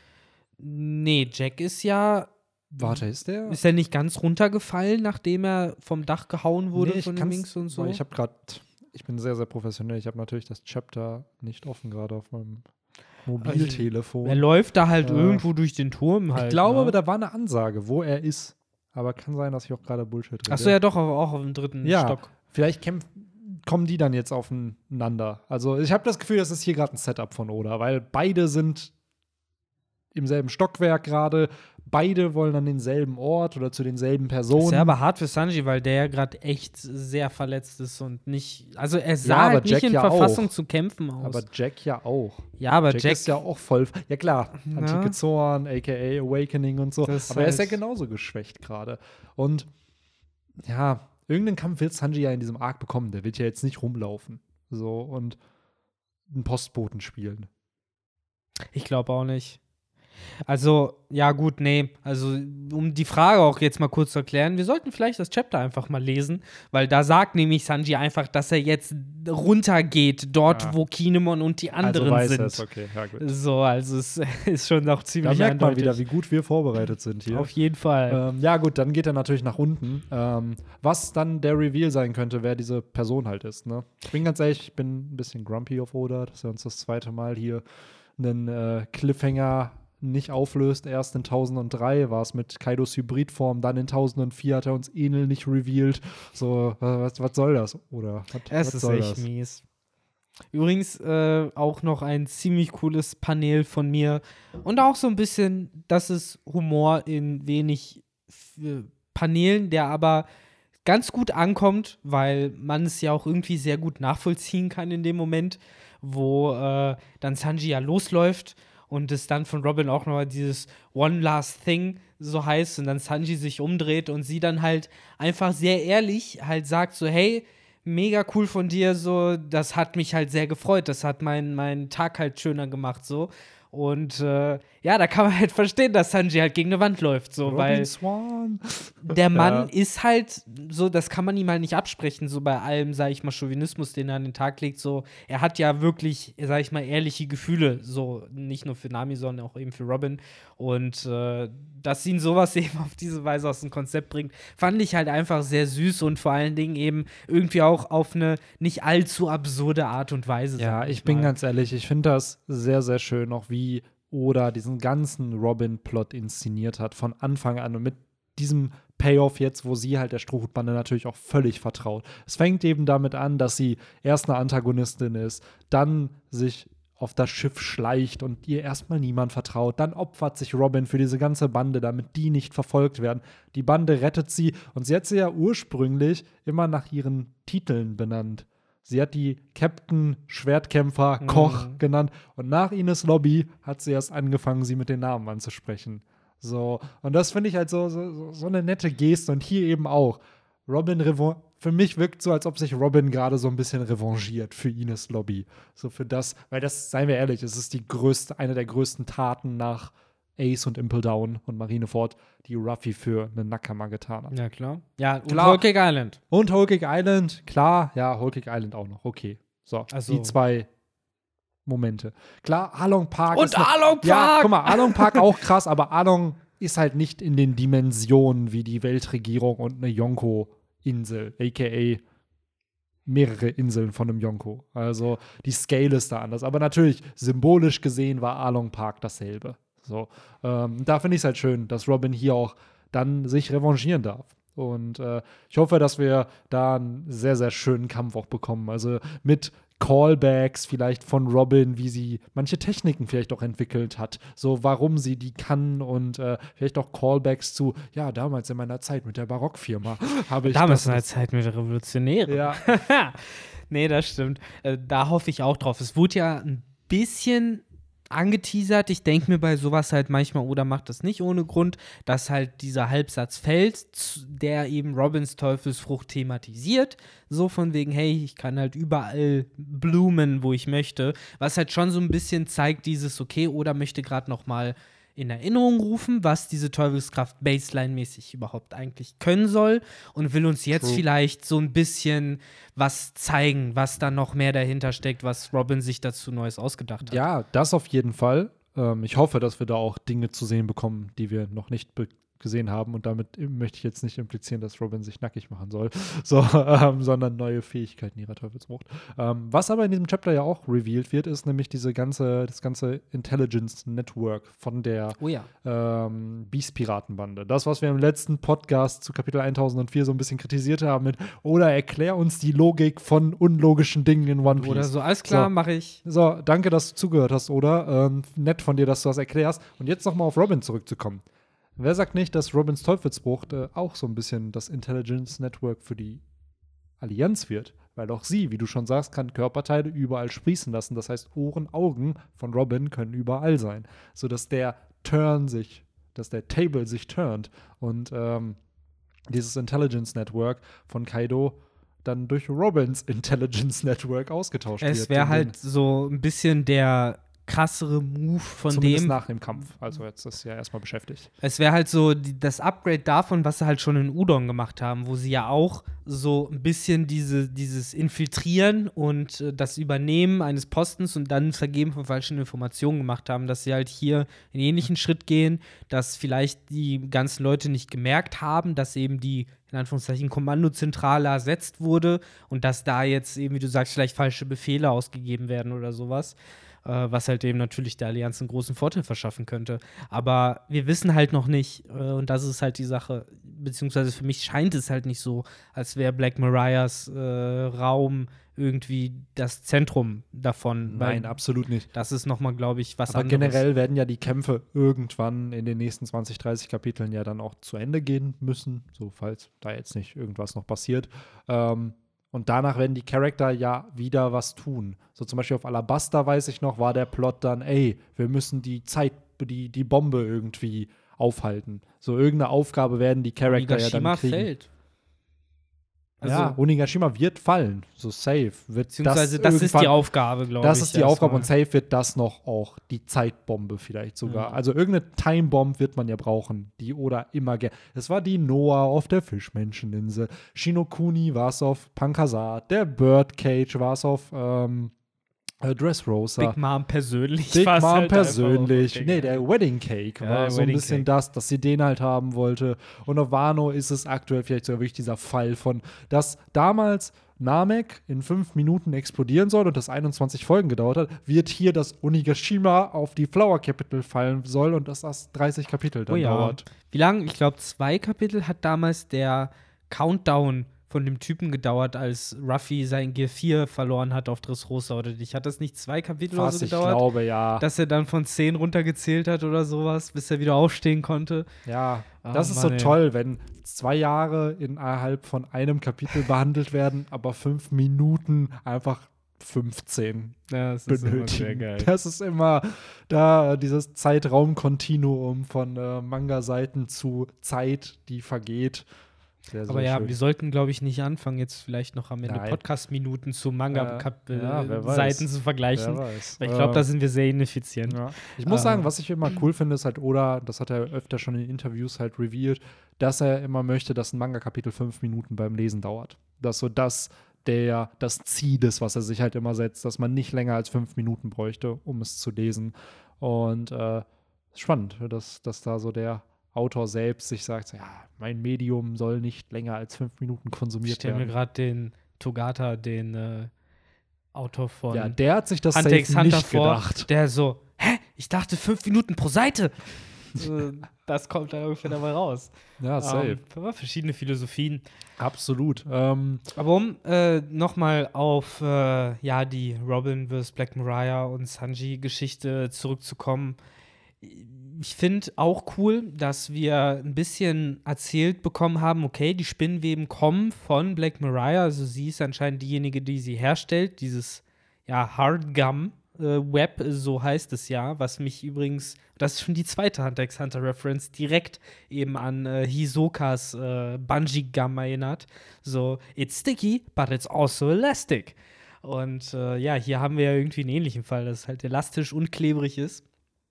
Nee, Jack ist ja, Warte, ist der? ist er nicht ganz runtergefallen, nachdem er vom Dach gehauen wurde Nee, ich von den kann's- Minks und so? weil Ich habe gerade, ich bin sehr, sehr professionell. Ich habe natürlich das Chapter nicht offen gerade auf meinem Mobiltelefon. Er läuft da halt Äh, irgendwo durch den Turm halt. ich glaube, ne? aber da war eine Ansage, wo er ist. Aber kann sein, dass ich auch gerade Bullshit rede. Achso, ja doch, aber auch auf dem dritten Ja, Stock. vielleicht kämpfen, kommen die dann jetzt aufeinander. Also ich habe das Gefühl, das ist hier gerade ein Setup von Oda, weil beide sind im selben Stockwerk gerade. beide wollen an denselben Ort oder zu denselben Personen. Ist ja aber hart für Sanji, weil der ja gerade echt sehr verletzt ist und nicht, also er sah Ja, aber halt nicht Jack in ja Verfassung auch. zu kämpfen aus. Aber Jack ja auch. ja, aber Jack, Jack, ist ja auch voll. Ja, klar, Ja. antike Zorn, aka Awakening und so. Das Aber er ist ja halt- genauso geschwächt gerade. Und ja, irgendeinen Kampf wird Sanji ja in diesem Arc bekommen. Der wird ja jetzt nicht rumlaufen. So und einen Postboten spielen. ich glaube auch nicht. Also, ja, gut, nee. Also, um die Frage auch jetzt mal kurz zu erklären, wir sollten vielleicht das Chapter einfach mal lesen, weil da sagt nämlich Sanji einfach, dass er jetzt runtergeht, dort, Ja. wo Kinemon und die anderen also weiß sind. es, okay, ja gut. So, also es ist schon noch Da ziemlich merkt man eindeutig. wieder, wie gut wir vorbereitet sind hier. Auf jeden Fall. Ähm, ja, gut, dann geht er natürlich nach unten. Ähm, was dann der Reveal sein könnte, wer diese Person halt ist. Ne? Ich bin ganz ehrlich, ich bin ein bisschen grumpy auf Oda, dass er uns das zweite Mal hier einen äh, Cliffhanger nicht auflöst. Erst in tausenddrei war es mit Kaidos Hybridform, dann in tausendvier hat er uns Enel nicht revealed. So, was, was soll das? Oder was, Es was ist soll echt das? mies. Übrigens äh, auch noch ein ziemlich cooles Panel von mir und auch so ein bisschen, das ist Humor in wenig äh, Paneelen, der aber ganz gut ankommt, weil man es ja auch irgendwie sehr gut nachvollziehen kann in dem Moment, wo äh, dann Sanji ja losläuft und es dann von Robin auch noch dieses One Last Thing so heißt und dann Sanji sich umdreht und sie dann halt einfach sehr ehrlich halt sagt so, hey, mega cool von dir, so, das hat mich halt sehr gefreut, das hat meinen mein Tag halt schöner gemacht, so. Und äh, ja, da kann man halt verstehen, dass Sanji halt gegen eine Wand läuft, so, Robin weil Swan. der Mann Ja. ist halt so, das kann man ihm halt nicht absprechen, so bei allem, sag ich mal, Chauvinismus, den er an den Tag legt, so, er hat ja wirklich, sag ich mal, ehrliche Gefühle, so, nicht nur für Nami, sondern auch eben für Robin und äh, dass ihn sowas eben auf diese Weise aus dem Konzept bringt, fand ich halt einfach sehr süß und vor allen Dingen eben irgendwie auch auf eine nicht allzu absurde Art und Weise. Ja, sag ich bin mal. ganz ehrlich, ich finde das sehr, sehr schön, auch wie Oda diesen ganzen Robin-Plot inszeniert hat, von Anfang an und mit diesem Payoff jetzt, wo sie halt der Strohhutbande natürlich auch völlig vertraut. Es fängt eben damit an, dass sie erst eine Antagonistin ist, dann sich auf das Schiff schleicht und ihr erstmal niemand vertraut. Dann opfert sich Robin für diese ganze Bande, damit die nicht verfolgt werden. Die Bande rettet sie und sie hat sie ja ursprünglich immer nach ihren Titeln benannt. Sie hat die Captain, Schwertkämpfer, Koch Mhm. genannt und nach Ines Lobby hat sie erst angefangen, sie mit den Namen anzusprechen. So, und das finde ich halt so, so, so eine nette Geste und hier eben auch. Robin revan für mich wirkt so, als ob sich Robin gerade so ein bisschen revanchiert für Ines Lobby. So für das, weil das, seien wir ehrlich, es ist die größte, eine der größten Taten nach Ace und Impel Down und Marineford, die Ruffy für einen Nakama getan hat. Ja, klar. Ja, und Klar. Whole Cake Island. Und Whole Cake Island, klar, ja, Whole Cake Island auch noch, okay. So, Also- die zwei Momente. Klar, Along Park Und ist noch- Along Ja, Park! guck mal, Along Park auch krass, aber Along ist halt nicht in den Dimensionen wie die Weltregierung und eine Yonko-Insel, aka mehrere Inseln von einem Yonko. Also die Scale ist da anders. Aber natürlich, symbolisch gesehen war Along Park dasselbe. So, ähm, da finde ich es halt schön, dass Robin hier auch dann sich revanchieren darf. Und äh, ich hoffe, dass wir da einen sehr, sehr schönen Kampf auch bekommen. Also mit Callbacks vielleicht von Robin, wie sie manche Techniken vielleicht auch entwickelt hat, so warum sie die kann und äh, vielleicht auch Callbacks zu, ja, damals in meiner Zeit mit der Barockfirma habe ich Damals das in der Zeit mit der Revolutionären. Ja, Nee, das stimmt. Äh, da hoffe ich auch drauf. Es wurde ja ein bisschen angeteasert. Ich denke mir bei sowas halt manchmal, oder macht das nicht ohne Grund, dass halt dieser Halbsatz fällt, z- der eben Robins Teufelsfrucht thematisiert. So von wegen, hey, ich kann halt überall blumen, wo ich möchte. Was halt schon so ein bisschen zeigt, dieses, okay, oder möchte gerade noch mal in Erinnerung rufen, was diese Teufelskraft Baseline-mäßig überhaupt eigentlich können soll und will uns jetzt True. vielleicht so ein bisschen was zeigen, was da noch mehr dahinter steckt, was Robin sich dazu Neues ausgedacht hat. ja, das auf jeden Fall. Ähm, ich hoffe, dass wir da auch Dinge zu sehen bekommen, die wir noch nicht be- gesehen haben. Und damit möchte ich jetzt nicht implizieren, dass Robin sich nackig machen soll, so, ähm, sondern neue Fähigkeiten ihrer Teufelsfrucht. Ähm, was aber in diesem Chapter ja auch revealed wird, ist nämlich diese ganze, das ganze Intelligence Network von der Oh ja. ähm, Beast-Piratenbande. Das, was wir im letzten Podcast zu Kapitel tausendvier so ein bisschen kritisiert haben mit, oder erklär uns die Logik von unlogischen Dingen in One Piece. Oder so, alles klar, So. mache ich. So, danke, dass du zugehört hast, oder? Ähm, nett von dir, dass du das erklärst. Und jetzt nochmal auf Robin zurückzukommen. Wer sagt nicht, dass Robins Teufelsbruch äh, auch so ein bisschen das Intelligence Network für die Allianz wird? Weil auch sie, wie du schon sagst, kann Körperteile überall sprießen lassen. Das heißt, Ohren, Augen von Robin können überall sein. Sodass der Turn sich, dass der Table sich turnt und ähm, dieses Intelligence Network von Kaido dann durch Robins Intelligence Network ausgetauscht wird. Es wäre halt so ein bisschen der krassere Move von Zumindest dem. nach dem Kampf. Also jetzt ist ja erstmal beschäftigt. Es wäre halt so die, das Upgrade davon, was sie halt schon in Udon gemacht haben, wo sie ja auch so ein bisschen diese, dieses Infiltrieren und äh, das Übernehmen eines Postens und dann Vergeben von falschen Informationen gemacht haben, dass sie halt hier einen ähnlichen Schritt gehen, dass vielleicht die ganzen Leute nicht gemerkt haben, dass eben die in Anführungszeichen Kommandozentrale ersetzt wurde und dass da jetzt eben, wie du sagst, vielleicht falsche Befehle ausgegeben werden oder sowas. Was halt eben natürlich der Allianz einen großen Vorteil verschaffen könnte. Aber wir wissen halt noch nicht, äh, und das ist halt die Sache, beziehungsweise für mich scheint es halt nicht so, als wäre Black Mariahs äh, Raum irgendwie das Zentrum davon. Nein, absolut nicht. Das ist nochmal, glaube ich, was Aber anderes. generell werden ja die Kämpfe irgendwann in den nächsten zwanzig, dreißig Kapiteln ja dann auch zu Ende gehen müssen, so falls da jetzt nicht irgendwas noch passiert. Ähm, Und danach werden die Charakter ja wieder was tun. So zum Beispiel auf Alabasta, weiß ich noch, war der Plot dann, ey, wir müssen die Zeit, die, die Bombe irgendwie aufhalten. So irgendeine Aufgabe werden die Charakter ja dann kriegen. Fällt. Also, ja, Onigashima wird fallen, so safe. Wird beziehungsweise das, das ist die Aufgabe, glaube ich. Das ist die Aufgabe und safe wird das noch auch die Zeitbombe vielleicht sogar. Mhm. Also irgendeine Timebomb wird man ja brauchen, die Oda immer gerne. Es war die Noah auf der Fischmenscheninsel, Shinokuni war es auf Pankasat, der Birdcage war es auf ähm, Dressrosa. Big Mom persönlich. Big Mom halt persönlich. Nee, der Wedding Cake ja, war so Wedding ein bisschen Cake. das, dass sie den halt haben wollte. Und auf Wano ist es aktuell vielleicht sogar wirklich dieser Fall von, dass damals Namek in fünf Minuten explodieren soll und das einundzwanzig Folgen gedauert hat, wird hier das Onigashima auf die Flower Capital fallen soll und dass das dreißig Kapitel dann oh ja. dauert. Wie lange? Ich glaube, zwei Kapitel hat damals der Countdown von dem Typen gedauert, als Ruffy sein Gear vier verloren hat auf Dressrosa oder nicht. Hat das nicht zwei Kapitel Fast, oder so gedauert? Ich glaube, ja. Dass er dann von zehn runtergezählt hat oder sowas, bis er wieder aufstehen konnte. Ja, oh, das ist Mann, so ey. toll, wenn zwei Jahre innerhalb von einem Kapitel behandelt werden, aber fünf Minuten einfach fünfzehn ja, das ist benötigen. Immer sehr geil. Das ist immer da dieses Zeitraumkontinuum von äh, Manga-Seiten zu Zeit, die vergeht. Sehr, sehr Aber ja, schön. wir sollten, glaube ich, nicht anfangen, jetzt vielleicht noch am Ende Nein. Podcast-Minuten zu Manga-Seiten äh, ja, zu vergleichen. Wer weiß. Weil ich glaube, Ähm, da sind wir sehr ineffizient. Ja. Ich muss Ähm. sagen, was ich immer cool finde, ist halt, oder, das hat er öfter schon in Interviews halt revealed, dass er immer möchte, dass ein Manga-Kapitel fünf Minuten beim Lesen dauert. Dass so das der, das Ziel ist, was er sich halt immer setzt, dass man nicht länger als fünf Minuten bräuchte, um es zu lesen. Und äh, spannend, dass, dass da so der Autor selbst sich sagt, ja, mein Medium soll nicht länger als fünf Minuten konsumiert Ich stelle mir werden. gerade den Togata, den äh, Autor von Ja, der hat sich das Hunter safe x Hunter nicht vor, gedacht. der so, hä, ich dachte fünf Minuten pro Seite. So, das kommt dann ungefähr dabei raus. Ja, safe. Ähm, verschiedene Philosophien. Absolut. Ähm, Aber um äh, nochmal auf äh, ja, die Robin versus. Black Mariah und Sanji-Geschichte zurückzukommen. Ich finde auch cool, dass wir ein bisschen erzählt bekommen haben, okay, die Spinnweben kommen von Black Mariah, also sie ist anscheinend diejenige, die sie herstellt, dieses ja, Hard Gum äh, Web, so heißt es ja, was mich übrigens, das ist schon die zweite Hunter x Hunter Reference, direkt eben an äh, Hisokas äh, Bungee Gum erinnert. So, it's sticky, but it's also elastic. Und äh, ja, hier haben wir ja irgendwie einen ähnlichen Fall, dass es halt elastisch und klebrig ist.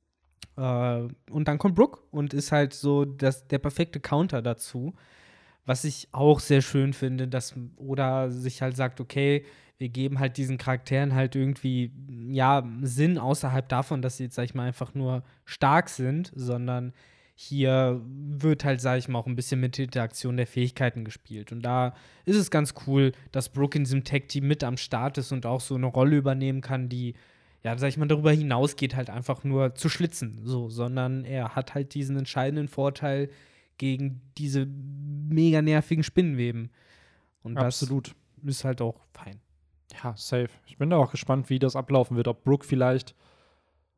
Uh, und dann kommt Brook und ist halt so das, der perfekte Counter dazu. Was ich auch sehr schön finde, dass Oda sich halt sagt, okay, wir geben halt diesen Charakteren halt irgendwie, ja, Sinn außerhalb davon, dass sie jetzt, sag ich mal, einfach nur stark sind, sondern hier wird halt, sag ich mal, auch ein bisschen mit der Interaktion der Fähigkeiten gespielt. Und da ist es ganz cool, dass Brook in diesem Tag-Team mit am Start ist und auch so eine Rolle übernehmen kann, die ja, sag ich mal, darüber hinausgeht halt einfach nur zu schlitzen, so, sondern er hat halt diesen entscheidenden Vorteil gegen diese mega nervigen Spinnenweben. Und Absolut. Das ist halt auch fein. Ja, safe. Ich bin da auch gespannt, wie das ablaufen wird, ob Brook vielleicht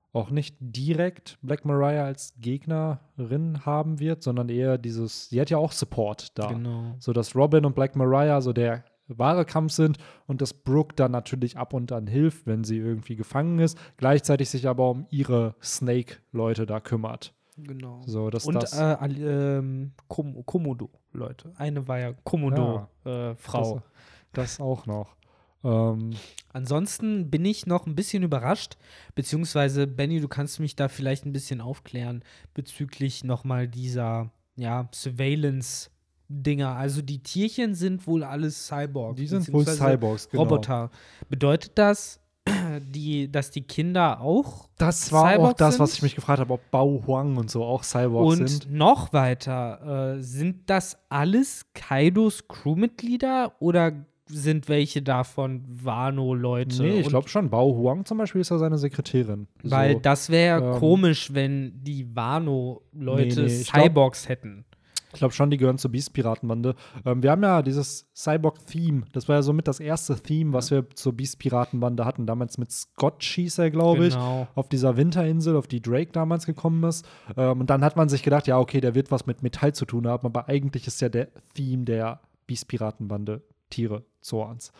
auch nicht direkt Black Mariah als Gegnerin haben wird, sondern eher dieses, sie hat ja auch Support da. Genau. So dass Robin und Black Mariah so der wahre Kampf sind und dass Brooke dann natürlich ab und an hilft, wenn sie irgendwie gefangen ist, gleichzeitig sich aber um ihre Snake-Leute da kümmert. Genau. So, dass Und das äh, all- ähm, Kom Komodo, Leute. Eine war ja Komodo-Frau. das, das auch noch. Ähm, Ansonsten bin ich noch ein bisschen überrascht, beziehungsweise, Benny, du kannst mich da vielleicht ein bisschen aufklären bezüglich nochmal dieser, ja, Surveillance-Dinger. Also die Tierchen sind wohl alles Cyborg. die sind wohl beziehungsweise Cyborgs, genau. Roboter. Bedeutet das, die, dass die Kinder auch Das war Cyborgs auch das, sind? was ich mich gefragt habe, ob Bao Huang und so auch Cyborgs Und sind. noch weiter, äh, sind das alles Kaidos Crewmitglieder oder sind welche davon Wano-Leute? Nee, ich Und- glaube schon. Bao Huang zum Beispiel ist ja seine Sekretärin. Weil so. das wäre ähm, komisch, wenn die Wano-Leute Nee, nee, ich glaub- Cyborgs hätten. Ich glaube schon, die gehören zur Beast-Piratenbande. Ähm, wir haben ja dieses Cyborg-Theme. Das war ja somit das erste Theme, was wir zur Beast-Piratenbande hatten. Damals mit Scott hieß er, glaube ich. Genau. Auf dieser Winterinsel, auf die Drake damals gekommen ist. Ähm, und dann hat man sich gedacht, ja, okay, der wird was mit Metall zu tun haben. Aber eigentlich ist ja der Theme der Beast-Piratenbande Tiere, Zorns.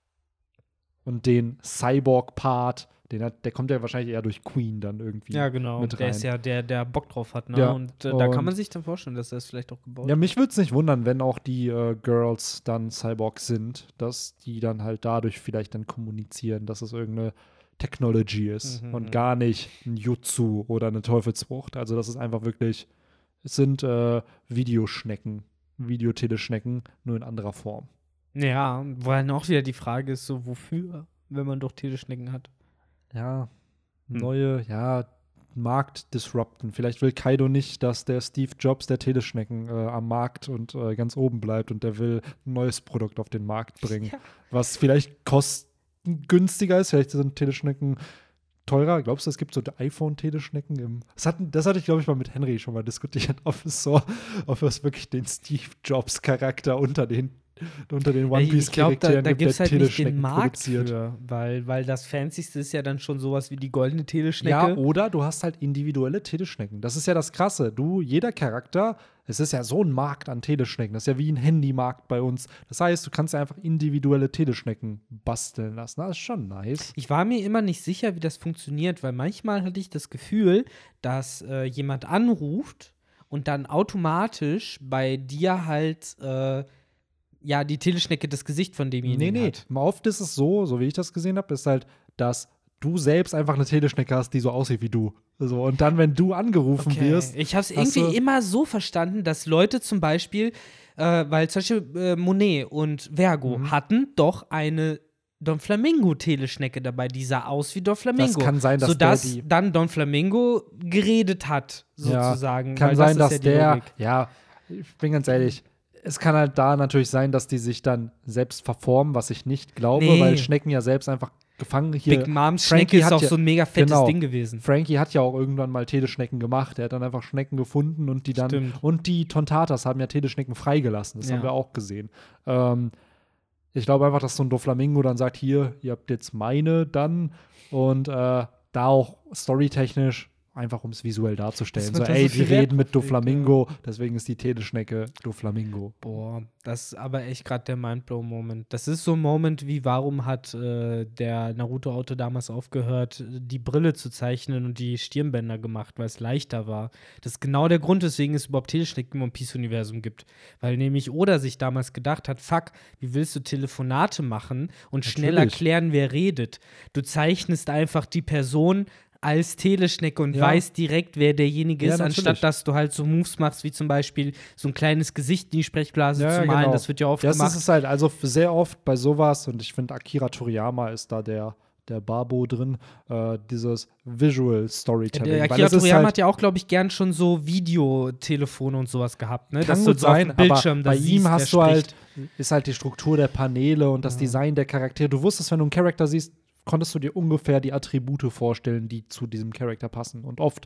Und den Cyborg-Part, den hat, der kommt ja wahrscheinlich eher durch Queen dann irgendwie Ja, genau. mit rein. Der ist ja der, der Bock drauf hat, ne? Ja, Und äh, da kann und- man sich dann vorstellen, dass er es vielleicht auch gebaut Ja, hat. mich würde es nicht wundern, wenn auch die äh, Girls dann Cyborgs sind, dass die dann halt dadurch vielleicht dann kommunizieren, dass es irgendeine Technology ist Mhm. und gar nicht ein Jutsu oder eine Teufelsfrucht. Also das ist einfach wirklich, es sind äh, Videoschnecken, Videoteleschnecken, nur in anderer Form. Ja, wo dann auch wieder die Frage ist, so wofür, wenn man doch Teleschnecken hat. Ja, Hm. neue, ja, Markt disrupten. Vielleicht will Kaido nicht, dass der Steve Jobs der Teleschnecken äh, am Markt und äh, ganz oben bleibt und der will ein neues Produkt auf den Markt bringen, Ja. was vielleicht kostengünstiger ist. Vielleicht sind Teleschnecken teurer. Glaubst du, es gibt so iPhone-Teleschnecken im. Das, hatten, das hatte ich, glaube ich, mal mit Henry schon mal diskutiert, ob es so, ob es wirklich den Steve Jobs-Charakter unter den unter den One Ich glaube, da, Piece-Charakteren da gibt, gibt es der halt nicht den Teleschnecken Markt produziert. für, weil, weil das Fancyste ist ja dann schon sowas wie die goldene Teleschnecke. Ja, oder du hast halt individuelle Teleschnecken. Das ist ja das Krasse. Du, jeder Charakter, es ist ja so ein Markt an Teleschnecken. Das ist ja wie ein Handymarkt bei uns. Das heißt, du kannst ja einfach individuelle Teleschnecken basteln lassen. Das ist schon nice. Ich war mir immer nicht sicher, wie das funktioniert, weil manchmal hatte ich das Gefühl, dass äh, jemand anruft und dann automatisch bei dir halt äh, ja die Teleschnecke das Gesicht von Nee, demjenigen nee. hat. Mal oft ist es so, so wie ich das gesehen habe, ist halt, dass du selbst einfach eine Teleschnecke hast, die so aussieht wie du. So, und dann, wenn du angerufen Okay. wirst, Ich habe es hast irgendwie du- immer so verstanden, dass Leute zum Beispiel, äh, weil zum Beispiel äh, Monet und Vergo Mhm. hatten doch eine Don Flamingo-Teleschnecke dabei, die sah aus wie Don Flamingo. Das kann sein, dass sodass der die- dann Don Flamingo geredet hat, sozusagen. Kann weil sein, das dass ist ja die der, Logik. ja, ich bin ganz ehrlich, es kann halt da natürlich sein, dass die sich dann selbst verformen, was ich nicht glaube, Nee. weil Schnecken ja selbst einfach gefangen hier. Big Moms Frankie Schnecke ist hat auch ja- so ein mega fettes genau. Ding gewesen. Frankie hat ja auch irgendwann mal Teleschnecken gemacht. Er hat dann einfach Schnecken gefunden und die dann. Stimmt. Und die Tontatas haben ja Teleschnecken freigelassen. Das Ja. haben wir auch gesehen. Ähm, ich glaube einfach, dass so ein Doflamingo dann sagt: Hier, ihr habt jetzt meine dann. Und äh, da auch storytechnisch, einfach um es visuell darzustellen. Das So, wird da ey, so die viel Wert reden mit drauf gelegt, Doflamingo, deswegen ist die Teleschnecke Doflamingo. Boah, das ist aber echt gerade der Mindblow-Moment. Das ist so ein Moment wie, warum hat äh, der Naruto-Autor damals aufgehört, die Brille zu zeichnen und die Stirnbänder gemacht, weil es leichter war. Das ist genau der Grund, weswegen es überhaupt Teleschnecken im One Piece-Universum gibt. Weil nämlich Oda sich damals gedacht hat, fuck, wie willst du Telefonate machen und schnell Natürlich. erklären, wer redet? Du zeichnest einfach die Person als Teleschnecke und Ja. weißt direkt, wer derjenige Ja, ist, natürlich. anstatt dass du halt so Moves machst, wie zum Beispiel so ein kleines Gesicht in die Sprechblase Ja, zu malen. genau. Das wird ja oft Das gemacht. ist es halt, also sehr oft bei sowas, und ich finde, Akira Toriyama ist da der, der Babo drin, äh, dieses Visual Storytelling. Der Weil Akira es ist Toriyama halt, hat ja auch, glaube ich, gern schon so Videotelefone und sowas gehabt, ne? kann Dass gut du so auf sein, dem Bildschirm aber da bei siehst, ihm wer hast du spricht. halt, ist halt die Struktur der Paneele und das Ja. Design der Charaktere. Du wusstest, wenn du einen Charakter siehst, konntest du dir ungefähr die Attribute vorstellen, die zu diesem Charakter passen. Und oft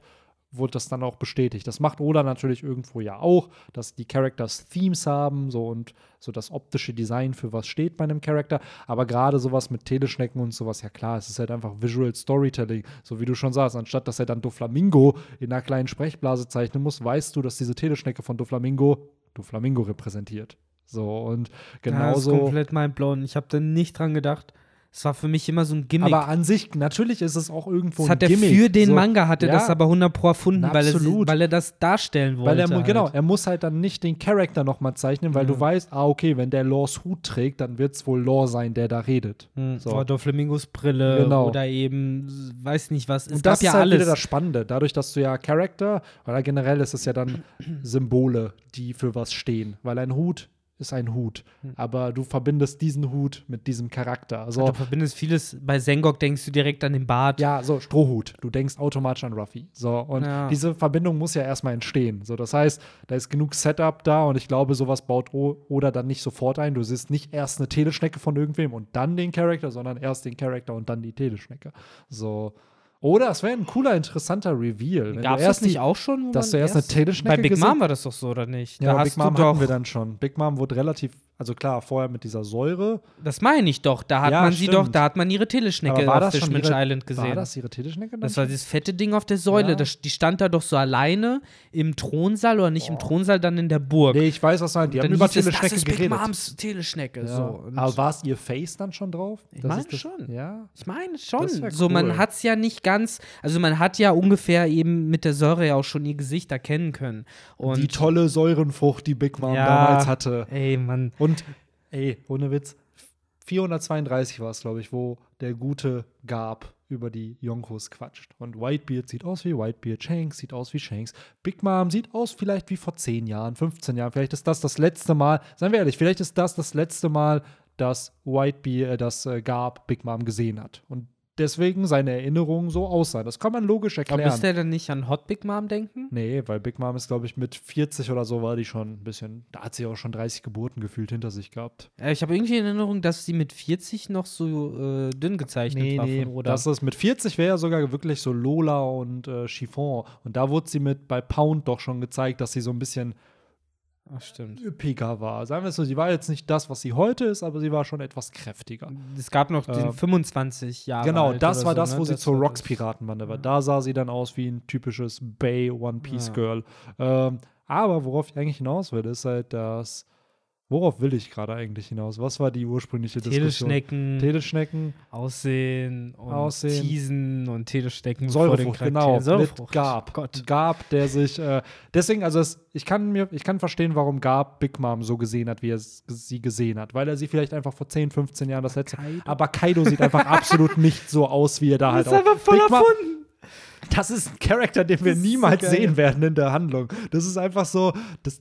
wurde das dann auch bestätigt. Das macht Oda natürlich irgendwo ja auch, dass die Characters Themes haben, so und so das optische Design für was steht bei einem Charakter. Aber gerade sowas mit Teleschnecken und sowas, ja klar, es ist halt einfach Visual Storytelling. So wie du schon sagst, anstatt dass er dann Doflamingo in einer kleinen Sprechblase zeichnen muss, weißt du, dass diese Teleschnecke von Doflamingo Doflamingo repräsentiert. So und genauso. Ja, das ist komplett mindblown. Ich habe da nicht dran gedacht. Es war für mich immer so ein Gimmick. Aber an sich, natürlich ist es auch irgendwo das ein hat er Gimmick. für den so, Manga, hat er ja, das aber hundert Pro erfunden, na, weil er, absolut. weil er das darstellen wollte. Weil er, mu- halt. genau, er muss halt dann nicht den Charakter nochmal zeichnen, weil Ja. du weißt, ah, okay, wenn der Laws Hut trägt, dann wird es wohl Law sein, der da redet. Hm, So. Oder Doflamingos Brille Genau. oder eben, weiß nicht was. Es Und gab das ja ist halt alles. wieder das Spannende. Dadurch, dass du ja Charakter, oder generell ist es ja dann Symbole, die für was stehen. Weil ein Hut ist ein Hut. Aber du verbindest diesen Hut mit diesem Charakter. Also, Du verbindest vieles. Bei Sengok denkst du direkt an den Bart. ja, so Strohhut. Du denkst automatisch an Ruffy. So, und Ja. diese Verbindung muss ja erstmal entstehen. So, das heißt, da ist genug Setup da und ich glaube, sowas baut o Oda dann nicht sofort ein. Du siehst nicht erst eine Teleschnecke von irgendwem und dann den Charakter, sondern erst den Charakter und dann die Teleschnecke. So. Oder es wäre ein cooler, interessanter Reveal. Wenn Gab du es erst das nicht die, auch schon? wo dass man du erst eine Teleschnecke Bei Big gesehen- Mom war das doch so, oder nicht? Ja, da Big hast Mom du doch, hatten wir dann schon. Big Mom wurde relativ, also klar, vorher mit dieser Säure. Das meine ich doch. Da hat Ja, man sie stimmt. doch, da hat man ihre Teleschnecke Aber war auf das schon Fishman's ihre, Island gesehen. War das ihre Teleschnecke dann Das war schon? dieses fette Ding auf der Säule. Ja. Das, die stand da doch so alleine im Thronsaal oder nicht im Thronsaal, dann in der Burg. Nee, ich weiß, was du meinst. Die Und haben dann über hieß es, Teleschnecke das ist Big geredet. Moms Teleschnecke. Ja. So. Und Aber war es ihr Face dann schon drauf? Ich Das meine ist das- schon. Ja. Ich meine schon. Das wär So, man cool. hat es ja nicht ganz, also man hat ja ungefähr eben mit der Säure ja auch schon ihr Gesicht erkennen können. Und Die tolle Säurenfrucht, die Big Mom Ja. damals hatte. ey, Mann. Und, ey, ohne Witz, vierhundertzweiunddreißig war es, glaube ich, wo der gute Garb über die Yonkos quatscht. Und Whitebeard sieht aus wie Whitebeard, Shanks sieht aus wie Shanks, Big Mom sieht aus vielleicht wie vor zehn Jahren, fünfzehn Jahren. Vielleicht ist das das letzte Mal, seien wir ehrlich, vielleicht ist das das letzte Mal, dass Whitebeard, äh, das äh, Garb Big Mom gesehen hat. Und deswegen seine Erinnerungen so aussahen. Das kann man logisch Aber erklären. müsste er dann nicht an Hot Big Mom denken? Nee, weil Big Mom ist, glaube ich, mit vierzig oder so war die schon ein bisschen, da hat sie auch schon dreißig Geburten gefühlt hinter sich gehabt. Äh, Ich habe irgendwie in Erinnerung, dass sie mit vierzig noch so äh, dünn gezeichnet war von Oda. das ist mit vierzig wäre ja sogar wirklich so Lola und äh, Chiffon. Und da wurde sie mit bei Pound doch schon gezeigt, dass sie so ein bisschen Ach, stimmt. üppiger war. Sagen wir es so, sie war jetzt nicht das, was sie heute ist, aber sie war schon etwas kräftiger. Es gab noch den Äh, fünfundzwanzig Jahre Genau, alt das oder war so, das, ne? wo sie Das zur war Rocks das. Piratenbande war. Da sah sie dann aus wie ein typisches Bay One Piece Ja. Girl. Ähm, aber worauf ich eigentlich hinaus will, ist halt das. Worauf will ich gerade eigentlich hinaus? Was war die ursprüngliche Diskussion? Teleschnecken, Teleschnecken, Aussehen und Aussehen. Teasen und Teleschnecken vor den Säurefrucht, Charakteren. genau. Säurefrucht. Mit Garb. Gott. Garb, der sich. Äh, deswegen, also es, ich kann mir, ich kann verstehen, warum Garb Big Mom so gesehen hat, wie er s- sie gesehen hat. Weil er sie vielleicht einfach vor zehn, fünfzehn Jahren das letzte. Kaido. Aber Kaido sieht einfach absolut nicht so aus, wie er da halt Das ist auch. einfach voll Big Mom- erfunden. Das ist ein Charakter, den wir Das ist so niemals geil. sehen werden in der Handlung. Das ist einfach so. Das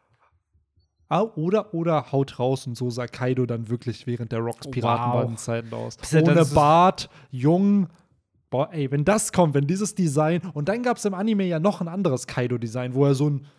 Ah, oder, oder haut raus und so sah Kaido dann wirklich während der Rocks Piratenbandenzeiten aus. Bis er dann Ohne so- Bart, jung. Boah, ey, wenn das kommt, wenn dieses Design. Und dann gab es im Anime ja noch ein anderes Kaido-Design, wo er so ein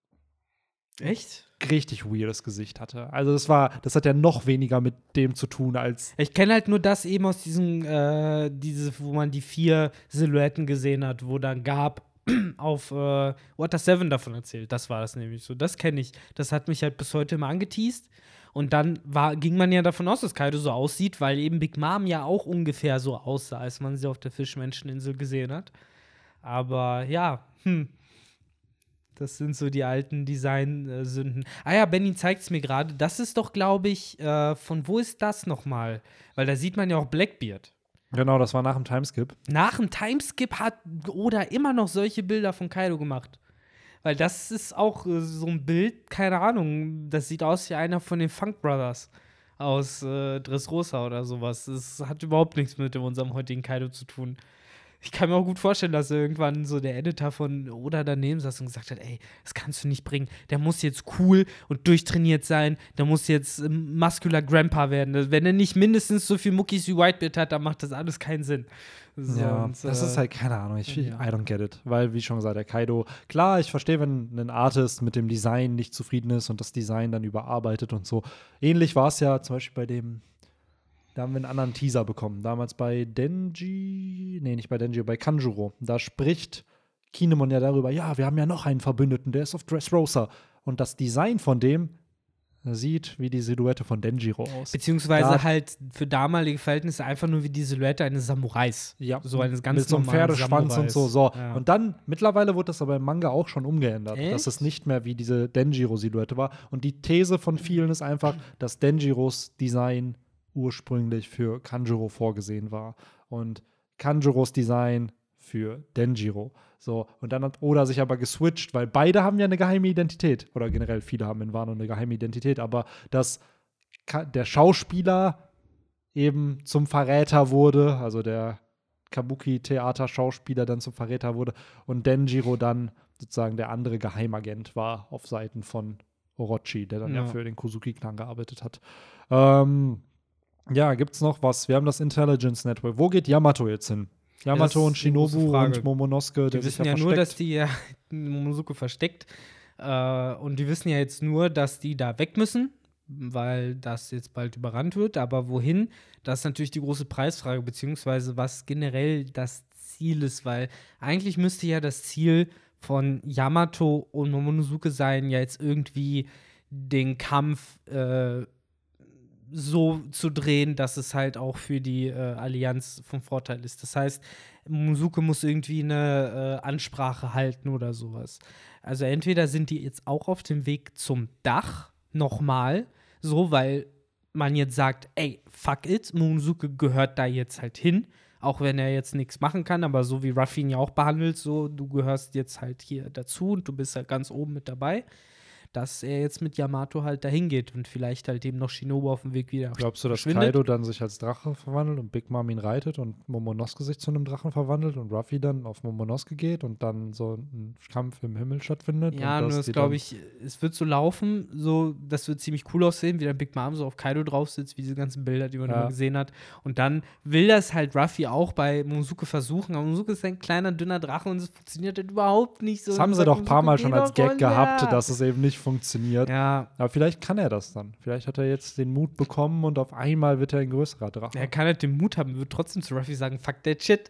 Echt? richtig weirdes Gesicht hatte. Also das war, das hat ja noch weniger mit dem zu tun als. Ich kenne halt nur das eben aus diesem, äh, diese, wo man die vier Silhouetten gesehen hat, wo dann Garb auf äh, Water Seven davon erzählt. Das war das nämlich so. Das kenne ich. Das hat mich halt bis heute immer angeteased. Und dann war, ging man ja davon aus, dass Kaido so aussieht, weil eben Big Mom ja auch ungefähr so aussah, als man sie auf der Fischmenscheninsel gesehen hat. Aber ja, hm. Das sind so die alten Design-Sünden. Ah ja, Benny zeigt es mir gerade. Das ist doch, glaube ich, äh, von wo ist das nochmal? Weil da sieht man ja auch Blackbeard. Genau, das war nach dem Timeskip. Nach dem Timeskip hat Oda immer noch solche Bilder von Kaido gemacht. Weil das ist auch äh, so ein Bild, keine Ahnung, das sieht aus wie einer von den Funk Brothers aus äh, Dressrosa oder sowas. Das hat überhaupt nichts mit unserem heutigen Kaido zu tun. Ich kann mir auch gut vorstellen, dass irgendwann so der Editor von Oda daneben saß und gesagt hat, ey, das kannst du nicht bringen. Der muss jetzt cool und durchtrainiert sein. Der muss jetzt ähm, muscular Grandpa werden. Wenn er nicht mindestens so viel Muckis wie Whitebeard hat, dann macht das alles keinen Sinn. So, Ja, und, das äh, ist halt keine Ahnung. Ich, ja. I don't get it. Weil, wie schon gesagt, der Kaido, klar, ich verstehe, wenn ein Artist mit dem Design nicht zufrieden ist und das Design dann überarbeitet und so. Ähnlich war es ja zum Beispiel bei dem, da haben wir einen anderen Teaser bekommen. Damals bei Denji, nee, nicht bei Denji, bei Kanjuro. Da spricht Kinemon ja darüber, ja, wir haben ja noch einen Verbündeten, der ist auf Dressrosa. Und das Design von dem sieht wie die Silhouette von Denjiro aus. Beziehungsweise Da- halt für damalige Verhältnisse einfach nur wie die Silhouette eines Samurais. Ja, So eines ganz mit so einem normalen Pferdeschwanz und so. Samurais. so. Ja. Und dann, mittlerweile wurde das aber im Manga auch schon umgeändert, Echt? dass es nicht mehr wie diese Denjiro-Silhouette war. Und die These von vielen ist einfach, dass Denjiros Design ursprünglich für Kanjuro vorgesehen war. Und Kanjuros Design für Denjiro. So, und dann hat Oda sich aber geswitcht, weil beide haben ja eine geheime Identität. Oder generell viele haben in Wano eine geheime Identität, aber dass Ka- der Schauspieler eben zum Verräter wurde, also der Kabuki-Theater-Schauspieler dann zum Verräter wurde und Denjiro dann sozusagen der andere Geheimagent war auf Seiten von Orochi, der dann ja, Ja. für den Kozuki-Clan gearbeitet hat. Ähm, ja, gibt's noch was? Wir haben das Intelligence Network. Wo geht Yamato jetzt hin? Yamato das und ist die große Shinobu Frage. und Momonosuke, der Die sich wissen ja ja versteckt. nur, dass die ja Momonosuke versteckt. Äh, und die wissen ja jetzt nur, dass die da weg müssen, weil das jetzt bald überrannt wird. Aber wohin? Das ist natürlich die große Preisfrage, beziehungsweise was generell das Ziel ist, weil eigentlich müsste ja das Ziel von Yamato und Momonosuke sein, ja jetzt irgendwie den Kampf äh, so zu drehen, dass es halt auch für die äh, Allianz von Vorteil ist. Das heißt, Momonosuke muss irgendwie eine äh, Ansprache halten oder sowas. Also entweder sind die jetzt auch auf dem Weg zum Dach nochmal, so, weil man jetzt sagt, ey, fuck it, Momonosuke gehört da jetzt halt hin, auch wenn er jetzt nichts machen kann, aber so wie Ruffy ihn ja auch behandelt, so, du gehörst jetzt halt hier dazu und du bist halt ganz oben mit dabei, dass er jetzt mit Yamato halt dahin geht und vielleicht halt eben noch Shinobu auf dem Weg wieder Glaubst du, dass verschwindet. Kaido dann sich als Drache verwandelt und Big Mom ihn reitet und Momonosuke sich zu einem Drachen verwandelt und Ruffy dann auf Momonosuke geht und dann so ein Kampf im Himmel stattfindet? Ja, und nur dass das die glaube dann- ich, es wird so laufen, so, das wird ziemlich cool aussehen, wie der Big Mom so auf Kaido drauf sitzt, wie diese ganzen Bilder, die man Ja. immer gesehen hat. Und dann will das halt Ruffy auch bei Momonosuke versuchen, aber Momonosuke ist ein kleiner, dünner Drache und es funktioniert halt überhaupt nicht so. Das haben Und sie sagt doch ein paar Momonosuke, Mal geh schon doch als Gag runter. gehabt, dass es eben nicht funktioniert. Ja, Aber vielleicht kann er das dann. Vielleicht hat er jetzt den Mut bekommen und auf einmal wird er ein größerer Drache. er kann halt den Mut haben, wird trotzdem zu Ruffy sagen, fuck that shit.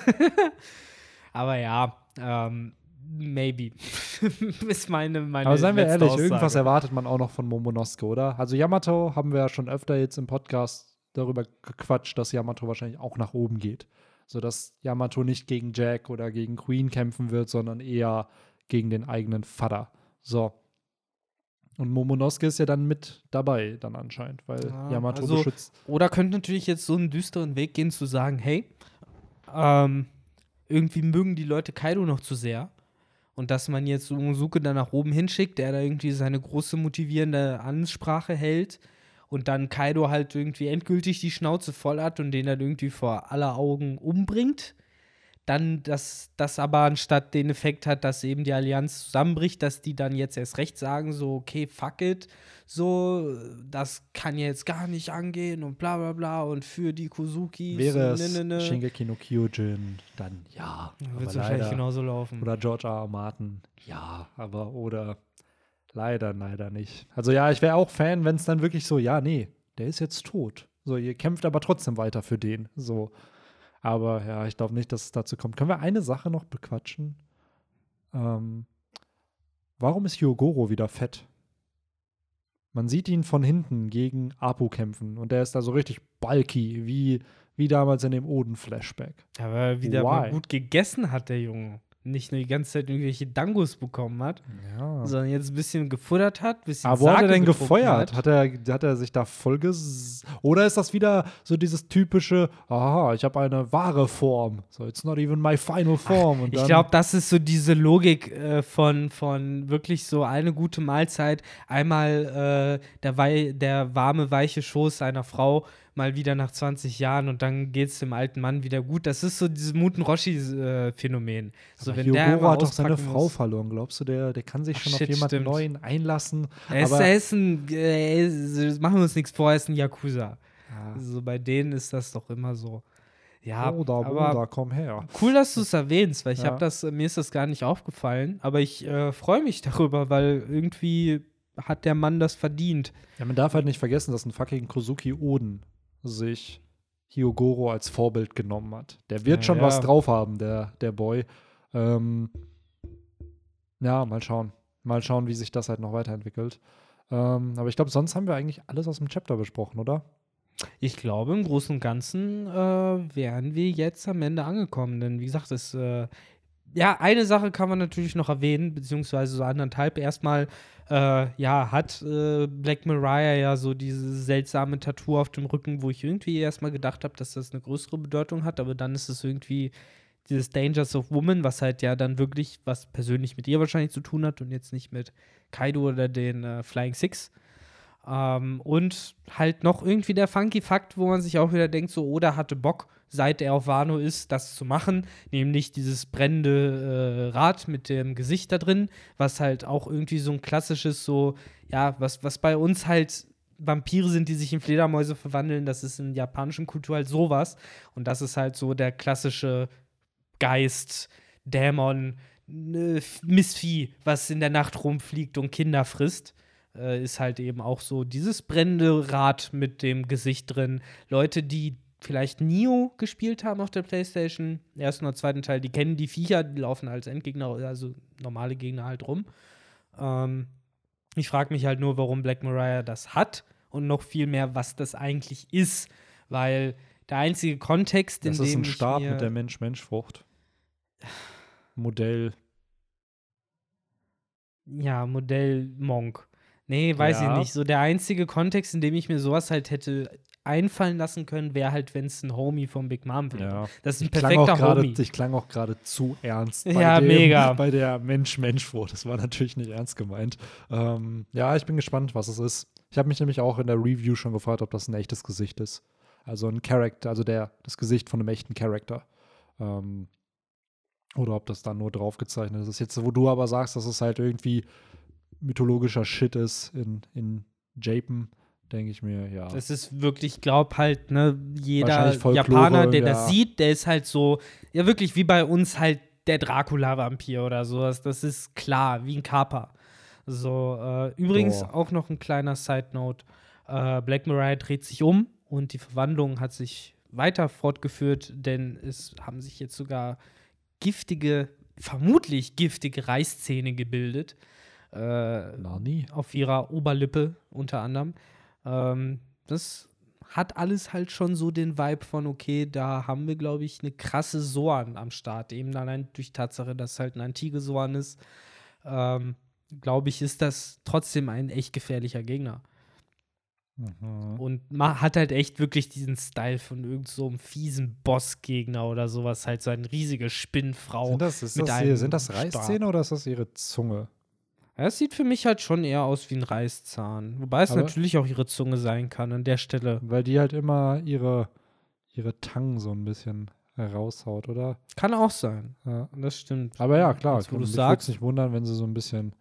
Aber ja, ähm, maybe. ist meine, meine Aber seien wir letzte ehrlich, Aussage. irgendwas erwartet man auch noch von Momonosuke, oder? Also Yamato haben wir ja schon öfter jetzt im Podcast darüber gequatscht, dass Yamato wahrscheinlich auch nach oben geht. Sodass Yamato nicht gegen Jack oder gegen Queen kämpfen wird, sondern eher gegen den eigenen Vater. So. Und Momonosuke ist ja dann mit dabei, dann anscheinend, weil Ja, Yamato also- beschützt. Oder könnte natürlich jetzt so einen düsteren Weg gehen, zu sagen, hey, ähm, irgendwie mögen die Leute Kaido noch zu sehr. Und dass man jetzt Momonosuke dann nach oben hinschickt, der da irgendwie seine große motivierende Ansprache hält und dann Kaido halt irgendwie endgültig die Schnauze voll hat und den dann irgendwie vor aller Augen umbringt. Dann, dass das aber anstatt den Effekt hat, dass eben die Allianz zusammenbricht, dass die dann jetzt erst recht sagen, so, okay, fuck it, so, das kann jetzt gar nicht angehen und bla bla bla und für die Kozukis Wäre und es ne, ne, ne. Shingeki no Kyojin, dann ja. Dann aber wird es wahrscheinlich leider- genauso laufen. Oder George R. R. Martin, ja, aber oder leider, leider nicht. Also ja, ich wäre auch Fan, wenn es dann wirklich so, ja, nee, der ist jetzt tot. So, ihr kämpft aber trotzdem weiter für den. So. Aber ja, ich glaube nicht, dass es dazu kommt. Können wir eine Sache noch bequatschen? Ähm, warum ist Hyogoro wieder fett? Man sieht ihn von hinten gegen Apu kämpfen und der ist da so richtig bulky, wie, wie damals in dem Oden-Flashback. Aber wieder Why? mal gut gegessen hat, der Junge. Nicht nur die ganze Zeit irgendwelche Dangos bekommen hat, Ja. sondern jetzt ein bisschen gefuttert hat, ein bisschen Aber wo hat er Sake denn getrunken gefeuert? Hat. Hat er, hat er sich da voll ges Oder ist das wieder so dieses typische, aha, ich habe eine wahre Form. So, it's not even my final form. Und Ich dann- glaube, das ist so diese Logik äh, von, von wirklich so eine gute Mahlzeit. Einmal äh, der, wei der warme, weiche Schoß einer Frau, mal wieder nach zwanzig Jahren und dann geht es dem alten Mann wieder gut. Das ist so dieses Muten-Roshi-Phänomen. So, Aber wenn der Hyogoro einmal hat doch seine auspacken Frau muss. verloren. Glaubst du, der, der kann sich Ach, schon shit, auf jemanden stimmt. Neuen einlassen? Er ist, Aber- er ist ein, er ist, machen wir uns nichts vor, er ist ein Yakuza. Ja. Also bei denen ist das doch immer so. Ja, Bruder, aber Bruder, komm her. cool, dass du es erwähnst, weil ich Ja. habe das, mir ist das gar nicht aufgefallen, aber ich äh, freue mich darüber, weil irgendwie hat der Mann das verdient. Ja, man darf halt nicht vergessen, dass ein fucking Kozuki Oden sich Hyogoro als Vorbild genommen hat. Der wird Ja, schon ja. was drauf haben, der, der Boy. Ähm, Ja, mal schauen. Mal schauen, wie sich das halt noch weiterentwickelt. Ähm, aber ich glaube, sonst haben wir eigentlich alles aus dem Chapter besprochen, oder? Ich glaube, im Großen und Ganzen äh, wären wir jetzt am Ende angekommen. Denn wie gesagt, es, äh, ja, eine Sache kann man natürlich noch erwähnen, beziehungsweise so anderthalb. Erstmal, äh, ja, hat äh, Black Mariah ja so diese seltsame Tattoo auf dem Rücken, wo ich irgendwie erstmal gedacht habe, dass das eine größere Bedeutung hat, aber dann ist es irgendwie dieses Dangers of Woman, was halt ja dann wirklich was persönlich mit ihr wahrscheinlich zu tun hat und jetzt nicht mit Kaido oder den äh, Flying Six. Ähm, und halt noch irgendwie der funky Fakt, wo man sich auch wieder denkt, so Oda hatte Bock, seit er auf Wano ist, das zu machen, nämlich dieses brennende äh, Rad mit dem Gesicht da drin, was halt auch irgendwie so ein klassisches, so, ja, was, was bei uns halt Vampire sind, die sich in Fledermäuse verwandeln, das ist in der japanischen Kultur halt sowas. Und das ist halt so der klassische Geist, Dämon, ne, Missvieh, was in der Nacht rumfliegt und Kinder frisst. Äh, ist halt eben auch so dieses brennende Rad mit dem Gesicht drin. Leute, die vielleicht Nioh gespielt haben auf der PlayStation, ersten oder zweiten Teil, die kennen die Viecher, die laufen als Endgegner, also normale Gegner halt rum. Ähm, ich frage mich halt nur, warum Black Mariah das hat und noch viel mehr, was das eigentlich ist, weil der einzige Kontext, in Das dem ist ein ich Stab mir mit der Mensch-Mensch-Frucht. Modell. Ja, Modell Monk. Nee, weiß ich Ja. nicht. So der einzige Kontext, in dem ich mir sowas halt hätte einfallen lassen können, wäre halt, wenn es ein Homie von Big Mom wäre. Ja. Das ist ein Ich klang auch perfekter grade, Homie. ich klang auch gerade zu ernst. Ja, dem, mega. Bei der Mensch-Mensch-Frucht. Das war natürlich nicht ernst gemeint. Ähm, ja, ich bin gespannt, was es ist. Ich habe mich nämlich auch in der Review schon gefragt, ob das ein echtes Gesicht ist. Also ein Charakter, also der, das Gesicht von einem echten Charakter. Ähm, oder ob das dann nur draufgezeichnet ist. Jetzt, wo du aber sagst, dass es halt irgendwie mythologischer Shit ist in, in Japan, denke ich mir, ja. Das ist wirklich, glaub halt, ne, jeder Wahrscheinlich Folklore, Japaner, der das ja. sieht, der ist halt so, ja wirklich wie bei uns halt der Dracula-Vampir oder sowas. Das ist klar, wie ein Kappa. So, äh, übrigens Boah. auch noch ein kleiner Side-Note. Äh, Black Mariah dreht sich um und die Verwandlung hat sich weiter fortgeführt, denn es haben sich jetzt sogar giftige, vermutlich giftige Reißzähne gebildet. Äh, Nani? auf ihrer Oberlippe unter anderem. Ähm, das hat alles halt schon so den Vibe von, okay, da haben wir, glaube ich, eine krasse Soan am Start. Eben allein durch die Tatsache, dass es halt ein antike Soan ist, ähm, glaube ich, ist das trotzdem ein echt gefährlicher Gegner. Mhm. Und man hat halt echt wirklich diesen Style von irgend so einem fiesen Bossgegner oder sowas, halt so eine riesige Spinnenfrau. Sind das, ist mit das, einem hier, sind das Stab. Reißzähne oder ist das ihre Zunge? Ja, es sieht für mich halt schon eher aus wie ein Reißzahn. Wobei es Aber- natürlich auch ihre Zunge sein kann an der Stelle. Weil die halt immer ihre, ihre Tangen so ein bisschen raushaut, oder? Kann auch sein. Ja. Das stimmt. Aber ja, klar. Jetzt, wo du Mich würde sagst. es nicht wundern, wenn sie so ein bisschen.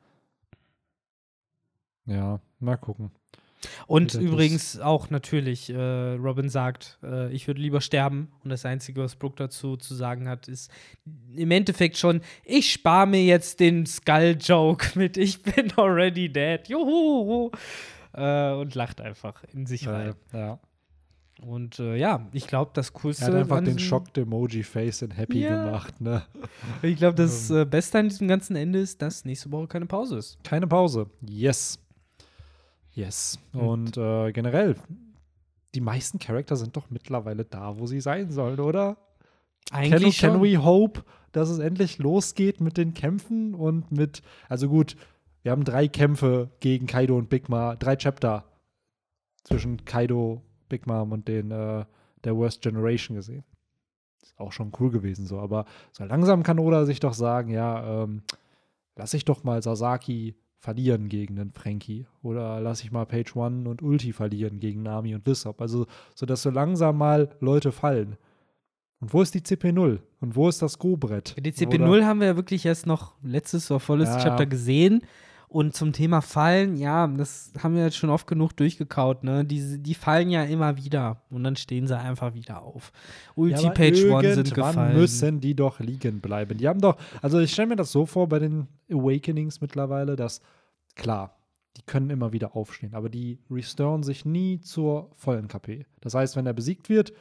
Ja, mal gucken. Und Wieder übrigens auch natürlich, äh, Robin sagt, äh, ich würde lieber sterben. Und das Einzige, was Brooke dazu zu sagen hat, ist im Endeffekt schon, ich spare mir jetzt den Skull-Joke mit ich bin already dead. Juhu. Äh, und lacht einfach in sich rein. Äh, ja. Und äh, ja, ich glaube, das Coolste Er hat einfach an den diesem- Shocked-Emoji-Face in Happy Ja. gemacht, ne? Ich glaube, das Ähm. äh, Beste an diesem ganzen Ende ist, dass nächste Woche keine Pause ist. Keine Pause. Yes. Yes. Und äh, generell, die meisten Charakter sind doch mittlerweile da, wo sie sein sollen, oder? Eigentlich can, schon. can we hope, dass es endlich losgeht mit den Kämpfen und mit, also gut, wir haben drei Kämpfe gegen Kaido und Big Mom, drei Chapter zwischen Kaido, Big Mom und den äh, der Worst Generation gesehen. Ist auch schon cool gewesen so, aber so langsam kann Oda sich doch sagen, ja, ähm, lass ich doch mal Sasaki verlieren gegen den Frankie oder lass ich mal Page One und Ulti verlieren gegen Nami und Lissop. Also, so dass so langsam mal Leute fallen. Und wo ist die C P null? Und wo ist das Go-Brett? Die C P Oder- null haben wir ja wirklich erst noch letztes oder vorletztes Ja. Chapter gesehen. Und zum Thema Fallen, ja, das haben wir jetzt schon oft genug durchgekaut, ne? Die, die fallen ja immer wieder. Und dann stehen sie einfach wieder auf. Ja, Ulti, aber Page One sind irgendwann gefallen. müssen die doch liegen bleiben. Die haben doch, also ich stelle mir das so vor bei den Awakenings mittlerweile, dass, klar, die können immer wieder aufstehen, aber die restoren sich nie zur vollen K P. Das heißt, wenn er besiegt wird,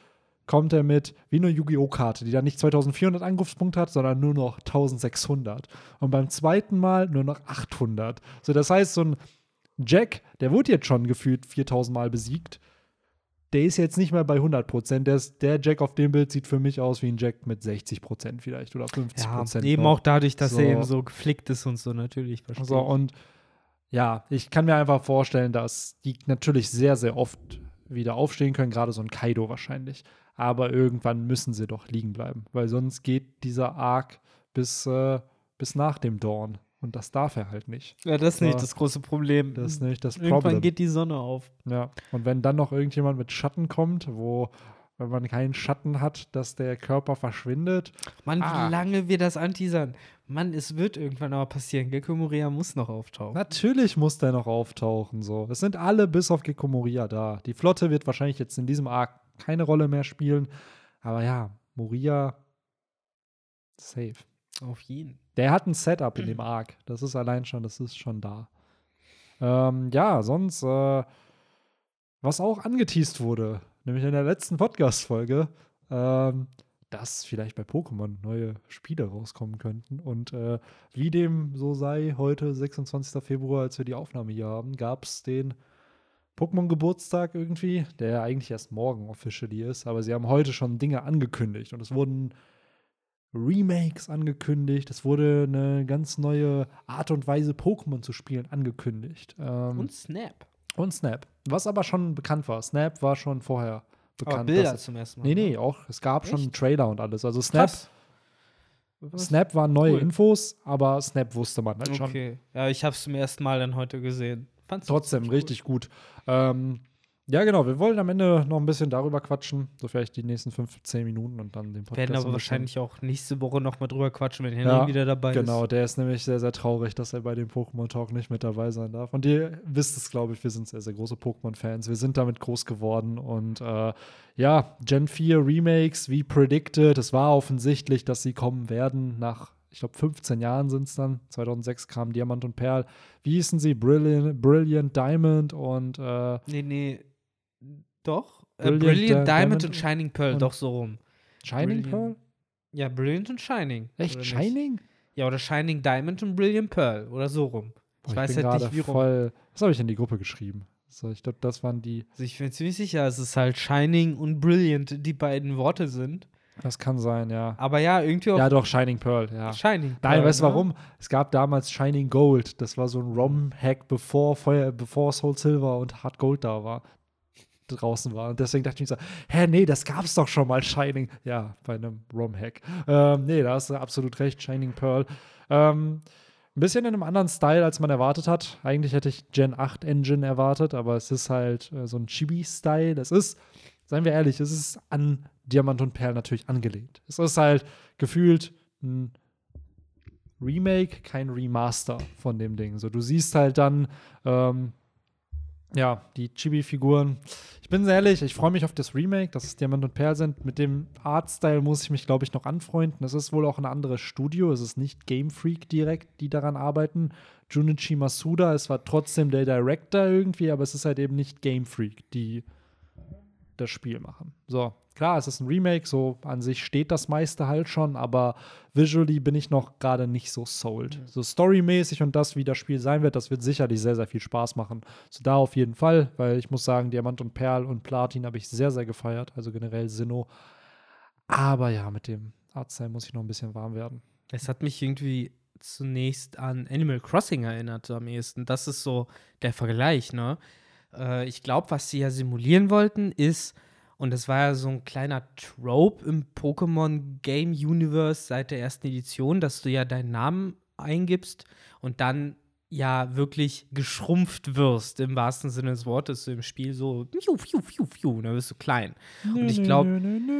kommt er mit, wie eine Yu-Gi-Oh! Karte, die dann nicht zweitausendvierhundert Angriffspunkte hat, sondern nur noch eintausendsechshundert. Und beim zweiten Mal nur noch achthundert. So, das heißt, so ein Jack, der wurde jetzt schon gefühlt viertausend Mal besiegt. Der ist jetzt nicht mehr bei hundert Prozent. Der, ist, der Jack auf dem Bild sieht für mich aus wie ein Jack mit sechzig Prozent vielleicht oder fünfzig Prozent. Ja, eben noch. auch dadurch, dass so. er eben so geflickt ist und so, natürlich. Verstehe So, und ja, ich kann mir einfach vorstellen, dass die natürlich sehr, sehr oft wieder aufstehen können, gerade so ein Kaido wahrscheinlich. Aber irgendwann müssen sie doch liegen bleiben, weil sonst geht dieser Arc bis, äh, bis nach dem Dawn. Und das darf er halt nicht. Ja, das ist so, nicht das große Problem. Das ist nicht das Problem. Irgendwann geht die Sonne auf. Ja, und wenn dann noch irgendjemand mit Schatten kommt, wo, wenn man keinen Schatten hat, dass der Körper verschwindet. Mann, ah. wie lange wir das anteasern. Mann, es wird irgendwann aber passieren. Gekko Moria muss noch auftauchen. Natürlich muss der noch auftauchen. So. Es sind alle bis auf Gekko Moria da. Die Flotte wird wahrscheinlich jetzt in diesem Arc keine Rolle mehr spielen. Aber ja, Moria safe. Auf jeden. Der hat ein Setup in dem Arc. Das ist allein schon, das ist schon da. Ähm, ja, sonst, äh, was auch angeteast wurde, nämlich in der letzten Podcast-Folge, ähm, dass vielleicht bei Pokémon neue Spiele rauskommen könnten. Und äh, wie dem so sei, heute, sechsundzwanzigster Februar, als wir die Aufnahme hier haben, gab es den Pokémon-Geburtstag irgendwie, der eigentlich erst morgen officially ist. Aber sie haben heute schon Dinge angekündigt. Und es wurden Remakes angekündigt. Es wurde eine ganz neue Art und Weise, Pokémon zu spielen, angekündigt. Ähm, und Snap. Und Snap. Was aber schon bekannt war. Snap war schon vorher bekannt. Aber Bilder dass, zum ersten Mal. Nee, nee, auch. Es gab Echt? schon einen Trailer und alles. Also Snap, Krass. Snap waren neue Cool. Infos, aber Snap wusste man halt schon. Okay. Ja, ich habe es zum ersten Mal dann heute gesehen. Fand's Trotzdem cool. richtig gut. Ähm, ja, genau. Wir wollen am Ende noch ein bisschen darüber quatschen. So vielleicht die nächsten fünfzehn Minuten und dann den Podcast. Wir werden aber ein bisschen- wahrscheinlich auch nächste Woche noch mal drüber quatschen, wenn Henry Ja, wieder dabei Genau, ist. der ist nämlich sehr, sehr traurig, dass er bei dem Pokémon Talk nicht mit dabei sein darf. Und ihr wisst es, glaube ich, wir sind sehr, sehr große Pokémon-Fans. Wir sind damit groß geworden. Und äh, ja, Gen vier Remakes, wie predicted. Es war offensichtlich, dass sie kommen werden. Nach, ich glaube, fünfzehn Jahren sind es dann. zweitausendsechs kam Diamant und Perl. Wie hießen sie? Brilliant, Brilliant Diamond und äh, Nee, nee. Doch. Äh, Brilliant Brilliant, Di- Diamond, Diamond und Shining Pearl, und- doch so rum. Shining Brilliant. Pearl? Ja, Brilliant und Shining. Echt? oder nicht? Shining? Ja, oder Shining Diamond und Brilliant Pearl. Oder so rum. Boah, Ich weiß bin halt nicht, gerade wie rum. voll. Was habe ich in die Gruppe geschrieben? So, ich glaube, das waren die. Also ich bin ziemlich sicher, dass es halt Shining und Brilliant die beiden Worte sind. Das kann sein, ja. Aber ja, irgendwie auch Ja, doch, Shining Pearl, ja. Shining Pearl. Nein, weißt du ne? warum? Es gab damals Shining Gold. Das war so ein ROM-Hack, bevor, Feuer, bevor Soul Silver und Hard Gold da war. Draußen war. Und deswegen dachte ich mir so, hä, nee, das gab's doch schon mal, Shining. Ja, bei einem ROM-Hack. Ähm, nee, da hast du absolut recht, Shining Pearl. Ähm, ein bisschen in einem anderen Style, als man erwartet hat. Eigentlich hätte ich Gen acht Engine erwartet, aber es ist halt äh, so ein Chibi-Style. Es ist, seien wir ehrlich, es ist an Diamant und Perl natürlich angelehnt. Es ist halt gefühlt ein Remake, kein Remaster von dem Ding. So, du siehst halt dann, ähm, ja, die Chibi-Figuren. Ich bin sehr ehrlich, ich freue mich auf das Remake, dass es Diamant und Perl sind. Mit dem Artstyle muss ich mich, glaube ich, noch anfreunden. Es ist wohl auch ein anderes Studio. Es ist nicht Game Freak direkt, die daran arbeiten. Junichi Masuda, es war trotzdem der Director irgendwie, aber es ist halt eben nicht Game Freak, die das Spiel machen. So, klar, es ist ein Remake, so an sich steht das meiste halt schon, aber visually bin ich noch gerade nicht so sold. Mhm. So storymäßig und das, wie das Spiel sein wird, das wird sicherlich sehr, sehr viel Spaß machen. So da auf jeden Fall, weil ich muss sagen, Diamant und Perl und Platin habe ich sehr, sehr gefeiert, also generell Sinnoh. Aber ja, mit dem Artstyle muss ich noch ein bisschen warm werden. Es hat mich irgendwie zunächst an Animal Crossing erinnert am ehesten. Das ist so der Vergleich, ne? Äh, ich glaube, was sie ja simulieren wollten, ist, und das war ja so ein kleiner Trope im Pokémon Game Universe seit der ersten Edition, dass du ja deinen Namen eingibst und dann ja wirklich geschrumpft wirst, im wahrsten Sinne des Wortes, so im Spiel so, fiu, fiu, fiu, fiu, und dann wirst du klein. Und ich glaube,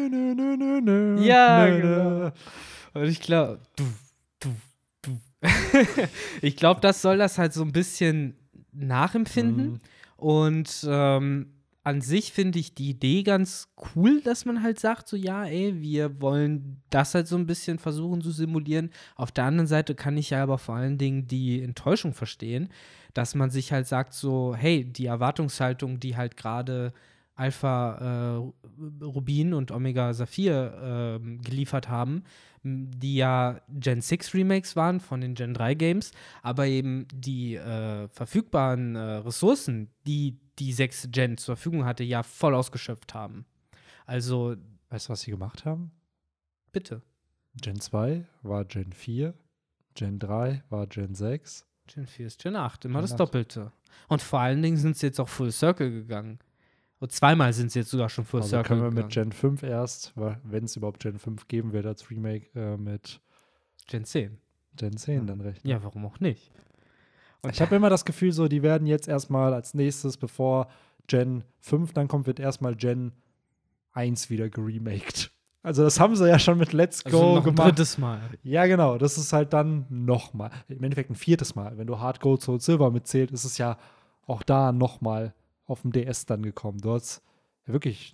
ja, genau. Und ich glaube, du, du, du. Ich glaube, das soll das halt so ein bisschen nachempfinden. Mhm. Und ähm, an sich finde ich die Idee ganz cool, dass man halt sagt, so ja, ey, wir wollen das halt so ein bisschen versuchen zu simulieren. Auf der anderen Seite kann ich ja aber vor allen Dingen die Enttäuschung verstehen, dass man sich halt sagt so, hey, die Erwartungshaltung, die halt gerade Alpha äh, Rubin und Omega Saphir äh, geliefert haben, die ja Gen sechs Remakes waren von den Gen drei Games, aber eben die äh, verfügbaren äh, Ressourcen, die die sechste Gen zur Verfügung hatte, ja voll ausgeschöpft haben. Also Weißt du, was sie gemacht haben? bitte. Gen zwei war Gen vier, Gen drei war Gen sechs. Gen vier ist Gen acht, immer Gen das acht. Doppelte. Und vor allen Dingen sind sie jetzt auch Full Circle gegangen. Und zweimal sind sie jetzt sogar schon Full Also Circle können wir gegangen. mit Gen fünf erst, wenn es überhaupt Gen fünf geben wird als Remake, äh, mit Gen zehn. Gen zehn dann rechnen. Ja, warum auch nicht? Und Ich habe immer das Gefühl, so, die werden jetzt erstmal als nächstes, bevor Gen fünf dann kommt, wird erstmal Gen eins wieder geremaked. Also das haben sie ja schon mit Let's Go also noch ein gemacht. drittes Mal. Ja, genau. Das ist halt dann nochmal. Im Endeffekt ein viertes Mal. Wenn du Hard Gold, Soul Silver mitzählt, ist es ja auch da nochmal auf dem D S dann gekommen. Du hast ja wirklich,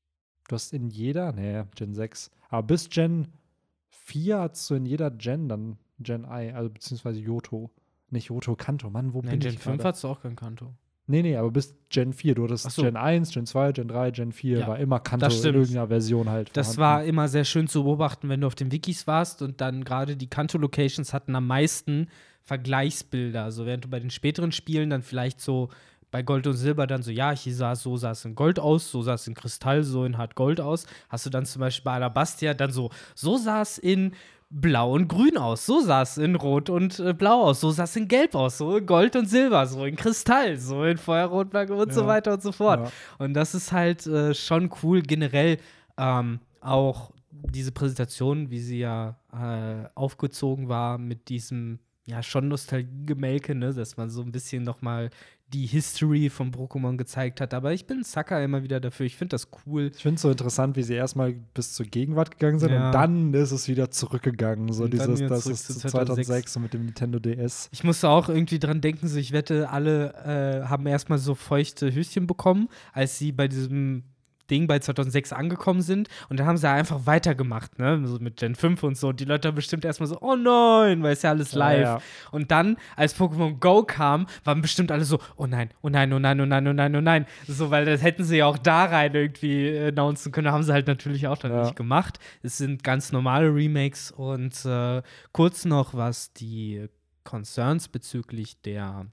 du hast in jeder, nee, Gen sechs, aber bis Gen vier hast du in jeder Gen dann Gen I, also beziehungsweise Johto. Nicht Johto, Kanto. Mann, wo Nein, bin Gen ich fünf gerade? hattest du auch kein Kanto. Nee, nee, aber bis Gen vier. Du hattest Ach so. Gen eins, Gen zwei, Gen drei, Gen vier, Ja, war immer Kanto das in stimmt. irgendeiner Version halt. Das vorhanden. war immer sehr schön zu beobachten, wenn du auf den Wikis warst und dann gerade die Kanto-Locations hatten am meisten Vergleichsbilder. Also während du bei den späteren Spielen dann vielleicht so bei Gold und Silber dann so, ja, hier sah es, so sah es in Gold aus, so sah es in Kristall, so in Hard Gold aus. Hast du dann zum Beispiel bei Alabastia dann so, so sah es in Blau und Grün aus, so sah es in Rot und äh, Blau aus, so sah es in Gelb aus, so in Gold und Silber, so in Kristall, so in Feuerrot und Ja. so weiter und so fort. Ja. Und das ist halt äh, schon cool, generell ähm, auch diese Präsentation, wie sie ja äh, aufgezogen war mit diesem, ja, schon Nostalgie-Gemelke, ne, dass man so ein bisschen noch mal die History von Pokémon gezeigt hat. Aber ich bin ein Sucker immer wieder dafür. Ich finde das cool. Ich finde es so interessant, wie sie erstmal bis zur Gegenwart gegangen sind Ja. und dann ist es wieder zurückgegangen. So Und dann dieses, wieder das zurück ist zu zu zweitausendsechs zweitausendsechs. so mit dem Nintendo D S. Ich musste auch irgendwie dran denken, so ich wette, alle äh, haben erstmal so feuchte Höschen bekommen, als sie bei diesem Ding bei zweitausendsechs angekommen sind. Und dann haben sie einfach weitergemacht, ne? So mit Gen fünf und so. Und die Leute haben bestimmt erstmal so, oh nein, weil es ja alles live. Ja, ja. Und dann, als Pokémon Go kam, waren bestimmt alle so, oh nein, oh nein, oh nein, oh nein, oh nein, oh nein. So, weil das hätten sie ja auch da rein irgendwie äh, announcen können. Haben sie halt natürlich auch dann Ja. nicht gemacht. Es sind ganz normale Remakes. Und äh, kurz noch, was die Concerns bezüglich der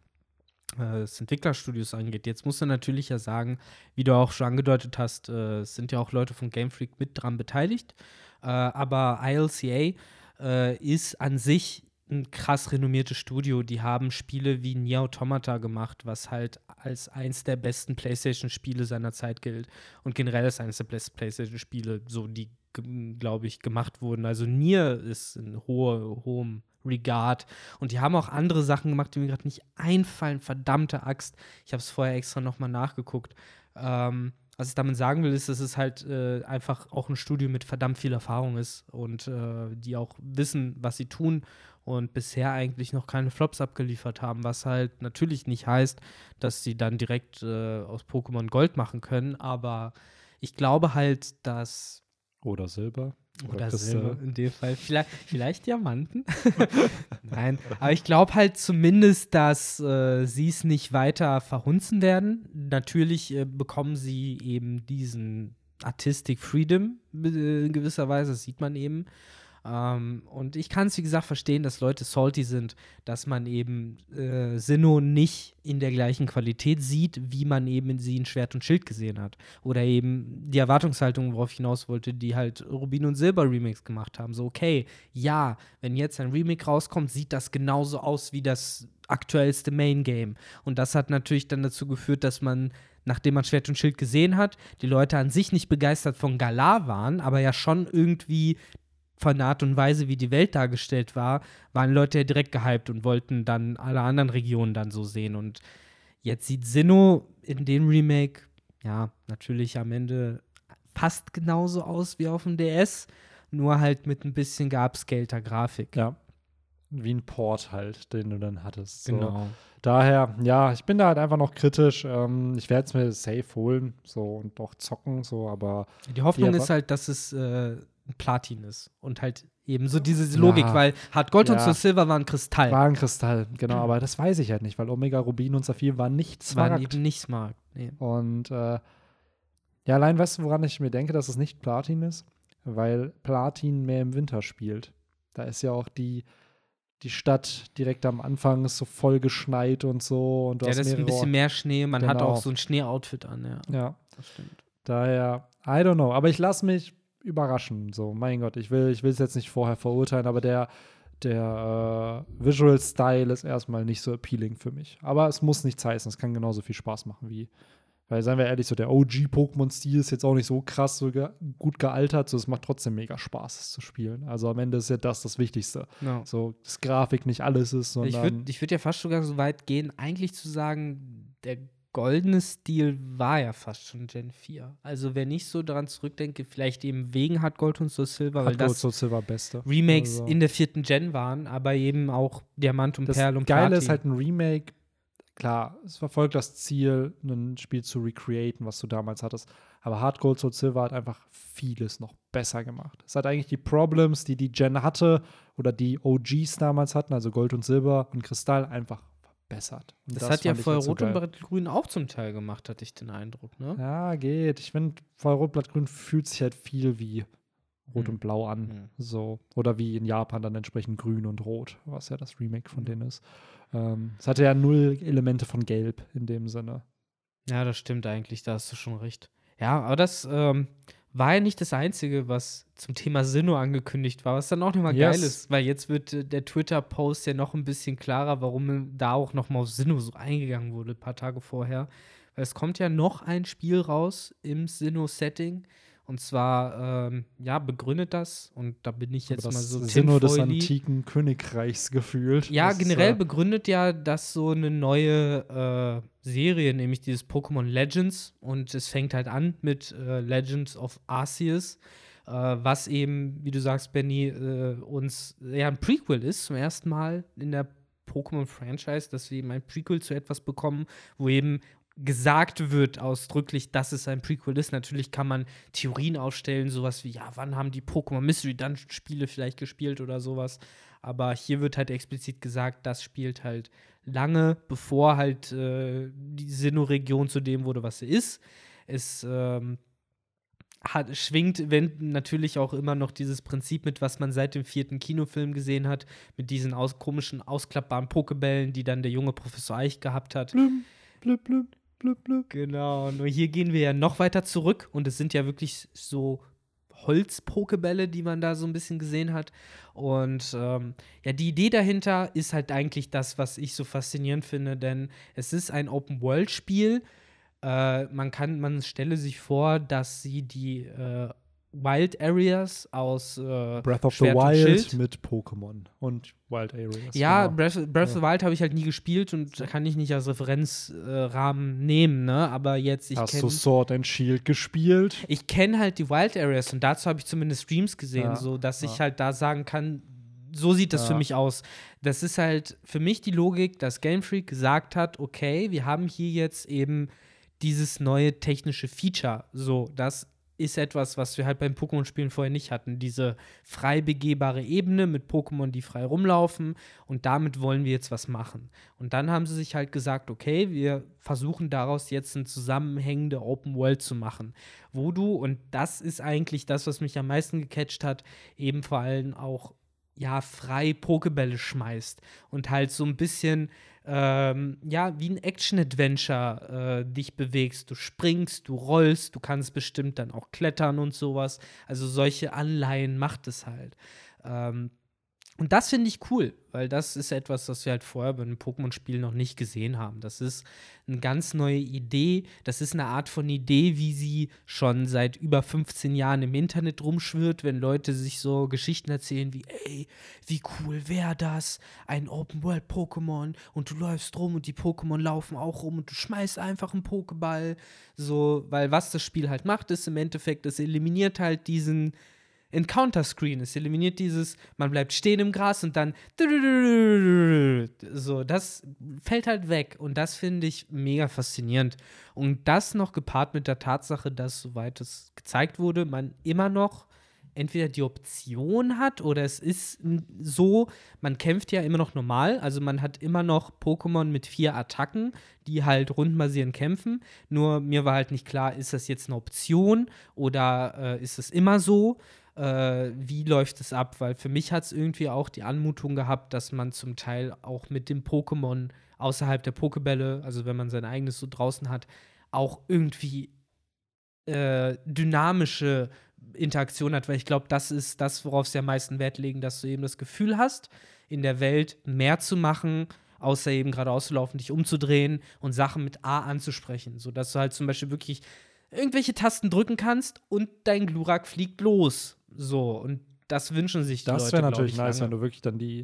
äh, des Entwicklerstudios angeht. Jetzt musst du natürlich ja sagen, wie du auch schon angedeutet hast, äh, es sind ja auch Leute von Game Freak mit dran beteiligt. Äh, aber I L C A äh, ist an sich ein krass renommiertes Studio. Die haben Spiele wie Nier Automata gemacht, was halt als eins der besten PlayStation-Spiele seiner Zeit gilt. Und generell ist eines der besten PlayStation-Spiele, so die, glaube ich, gemacht wurden. Also Nier ist in hohe, hohem Regard. Und die haben auch andere Sachen gemacht, die mir gerade nicht einfallen. Verdammte Axt. Ich habe es vorher extra nochmal nachgeguckt. Ähm, was ich damit sagen will, ist, dass es halt äh, einfach auch ein Studio mit verdammt viel Erfahrung ist und äh, die auch wissen, was sie tun und bisher eigentlich noch keine Flops abgeliefert haben, was halt natürlich nicht heißt, dass sie dann direkt äh, aus Pokémon Gold machen können, aber ich glaube halt, dass Oder Silber. oder Kristall. Silber in dem Fall. Vielleicht, vielleicht Diamanten. Nein, aber ich glaube halt zumindest, dass äh, sie es nicht weiter verhunzen werden. Natürlich äh, bekommen sie eben diesen Artistic Freedom äh, in gewisser Weise, das sieht man eben. Ähm, und ich kann es, wie gesagt, verstehen, dass Leute salty sind, dass man eben äh, Sinnoh nicht in der gleichen Qualität sieht, wie man eben sie in Schwert und Schild gesehen hat. Oder eben die Erwartungshaltung, worauf ich hinaus wollte, die halt Rubin und Silber Remakes gemacht haben. So, okay, ja, wenn jetzt ein Remake rauskommt, sieht das genauso aus wie das aktuellste Main Game. Und das hat natürlich dann dazu geführt, dass man, nachdem man Schwert und Schild gesehen hat, die Leute an sich nicht begeistert von Galar waren, aber ja schon irgendwie von der Art und Weise, wie die Welt dargestellt war, waren Leute ja direkt gehypt und wollten dann alle anderen Regionen dann so sehen. Und jetzt sieht Sinnoh in dem Remake, ja, natürlich am Ende fast genauso aus wie auf dem D S, nur halt mit ein bisschen geupscalter Grafik. Ja. Wie ein Port halt, den du dann hattest. So. Genau. Daher, ja, ich bin da halt einfach noch kritisch. Ähm, ich werde es mir safe holen so und auch zocken, so, aber Die Hoffnung Ja, ist wa- halt, dass es äh, ein Platin ist und halt eben so diese Logik, Ja. weil Hard Gold und Ja. Soul Silver waren Kristall. war ein Kristall, genau, aber das weiß ich halt nicht, weil Omega, Rubin und Saphir waren nicht waren Smaragd. eben nicht smart. Nee. Und äh, Ja, allein weißt du, woran ich mir denke, dass es nicht Platin ist? Weil Platin mehr im Winter spielt. Da ist ja auch die, die Stadt direkt am Anfang ist so voll geschneit und so. Und du Ja, hast das ist ein mehrere bisschen mehr Schnee. Man hat Genau. auch so ein Schneeoutfit an, ja. Ja, Das stimmt. daher, I don't know. Aber ich lasse mich überraschen. So, mein Gott, ich will ich will es jetzt nicht vorher verurteilen, aber der, der äh, Visual Style ist erstmal nicht so appealing für mich. Aber es muss nichts heißen. Es kann genauso viel Spaß machen wie, weil, seien wir ehrlich, so der O G-Pokémon-Stil ist jetzt auch nicht so krass so ge gut gealtert. So, es macht trotzdem mega Spaß, es zu spielen. Also am Ende ist ja das das Wichtigste. No. So, dass Grafik nicht alles ist, sondern Ich würde ich würd ja fast sogar so weit gehen, eigentlich zu sagen, der goldene Stil war ja fast schon Gen vier. Also wenn ich so daran zurückdenke, vielleicht eben wegen Hard Gold und Soul Silver, weil Hard Gold, das Soul Silver beste. Remakes Also, in der vierten Gen waren, aber eben auch Diamant und das Perl und Geile Platin. ist halt ein Remake. Klar, es verfolgt das Ziel, ein Spiel zu recreaten, was du damals hattest. Aber Hard Gold, Soul Silver hat einfach vieles noch besser gemacht. Es hat eigentlich die Problems, die die Gen hatte oder die O Gs damals hatten, also Gold und Silber und Kristall, einfach verbessert. Und das, hat ja fand ich vorher halt so Rot und geil. Grün auch zum Teil gemacht, hatte ich den Eindruck, ne? Ja, geht. Ich finde, Feuer, Blatt, Grün fühlt sich halt viel wie Rot Hm. und Blau an. Hm. So. Oder wie in Japan dann entsprechend Grün und Rot, was ja das Remake von Mhm. denen ist. Ähm, es hatte ja null Elemente von Gelb in dem Sinne. Ja, das stimmt eigentlich, da hast du schon recht. Ja, aber das ähm, war ja nicht das Einzige, was zum Thema Sinnoh angekündigt war, was dann auch nochmal Yes. geil ist, weil jetzt wird äh, der Twitter-Post ja noch ein bisschen klarer, warum da auch nochmal auf Sinnoh so eingegangen wurde, ein paar Tage vorher. Weil es kommt ja noch ein Spiel raus im Sinnoh-Setting. Und zwar, ähm, ja, begründet das, und da bin ich jetzt Aber mal das so Sinnoh des tinfoily. antiken Königreichs gefühlt. Ja, das, generell äh, begründet ja das so eine neue äh, Serie, nämlich dieses Pokémon Legends. Und es fängt halt an mit äh, Legends of Arceus, äh, was eben, wie du sagst, Benny, äh, uns ja ein Prequel ist, zum ersten Mal in der Pokémon-Franchise, dass wir eben ein Prequel zu etwas bekommen, wo eben gesagt wird ausdrücklich, dass es ein Prequel ist. Natürlich kann man Theorien aufstellen, sowas wie, ja, wann haben die Pokémon Mystery Dungeon Spiele vielleicht gespielt oder sowas. Aber hier wird halt explizit gesagt, das spielt halt lange, bevor halt äh, die Sinnoh-Region zu dem wurde, was sie ist. Es ähm, hat, schwingt wenn, natürlich auch immer noch dieses Prinzip mit, was man seit dem vierten Kinofilm gesehen hat, mit diesen aus, komischen, ausklappbaren Pokebällen, die dann der junge Professor Eich gehabt hat. blüm, blüm, blüm, blüm, blüm. Genau, nur hier gehen wir ja noch weiter zurück, und es sind ja wirklich so Holz-Pokebälle, die man da so ein bisschen gesehen hat. Und ähm, ja, die Idee dahinter ist halt eigentlich das, was ich so faszinierend finde, denn es ist ein Open-World-Spiel. Äh, man kann, man stelle sich vor, dass sie die äh, Wild Areas aus äh, Breath of Schwert the und Wild Schild. mit Pokémon und Wild Areas. Ja, genau. Breath, Breath of Ja. the Wild habe ich halt nie gespielt und kann ich nicht als Referenzrahmen nehmen, ne? Aber jetzt, ich Hast du kenne Sword and Shield gespielt? ich kenn halt die Wild Areas, und dazu habe ich zumindest Streams gesehen, Ja, so dass ich ja. halt da sagen kann, so sieht das Ja. für mich aus. Das ist halt für mich die Logik, dass Game Freak gesagt hat, okay, wir haben hier jetzt eben dieses neue technische Feature. So, das ist etwas, was wir halt beim Pokémon-Spielen vorher nicht hatten. Diese frei begehbare Ebene mit Pokémon, die frei rumlaufen, und damit wollen wir jetzt was machen. Und dann haben sie sich halt gesagt, okay, wir versuchen daraus jetzt eine zusammenhängende Open World zu machen, wo du, und das ist eigentlich das, was mich am meisten gecatcht hat, eben vor allem auch ja, frei Pokebälle schmeißt und halt so ein bisschen, ähm, ja, wie ein Action-Adventure äh, dich bewegst. Du springst, du rollst, du kannst bestimmt dann auch klettern und sowas. Also solche Anleihen macht es halt. Ähm, und das finde ich cool, weil das ist etwas, was wir halt vorher bei einem Pokémon-Spiel noch nicht gesehen haben. Das ist eine ganz neue Idee. Das ist eine Art von Idee, wie sie schon seit über fünfzehn Jahren im Internet rumschwirrt, wenn Leute sich so Geschichten erzählen wie, ey, wie cool wäre das? Ein Open-World-Pokémon, und du läufst rum und die Pokémon laufen auch rum und du schmeißt einfach einen Pokéball. So, weil was das Spiel halt macht, ist im Endeffekt, es eliminiert halt diesen Encounter-Screen. Es eliminiert dieses, man bleibt stehen im Gras und dann so, das fällt halt weg, und das finde ich mega faszinierend. Und das noch gepaart mit der Tatsache, dass, soweit es gezeigt wurde, man immer noch entweder die Option hat oder es ist n- so, man kämpft ja immer noch normal, also man hat immer noch Pokémon mit vier Attacken, die halt rundenbasierend kämpfen. Nur mir war halt nicht klar, ist das jetzt eine Option oder äh, ist es immer so? Äh, wie läuft es ab? Weil für mich hat es irgendwie auch die Anmutung gehabt, dass man zum Teil auch mit dem Pokémon außerhalb der Pokebälle, also wenn man sein eigenes so draußen hat, auch irgendwie äh, dynamische Interaktion hat, weil ich glaube, das ist das, worauf sie am meisten Wert legen, dass du eben das Gefühl hast, in der Welt mehr zu machen, außer eben geradeaus zu laufen, dich umzudrehen und Sachen mit A anzusprechen, sodass du halt zum Beispiel wirklich irgendwelche Tasten drücken kannst und dein Glurak fliegt los. So, und das wünschen sich die Das Leute, wäre glaub natürlich ich, nice, lange. wenn du wirklich dann die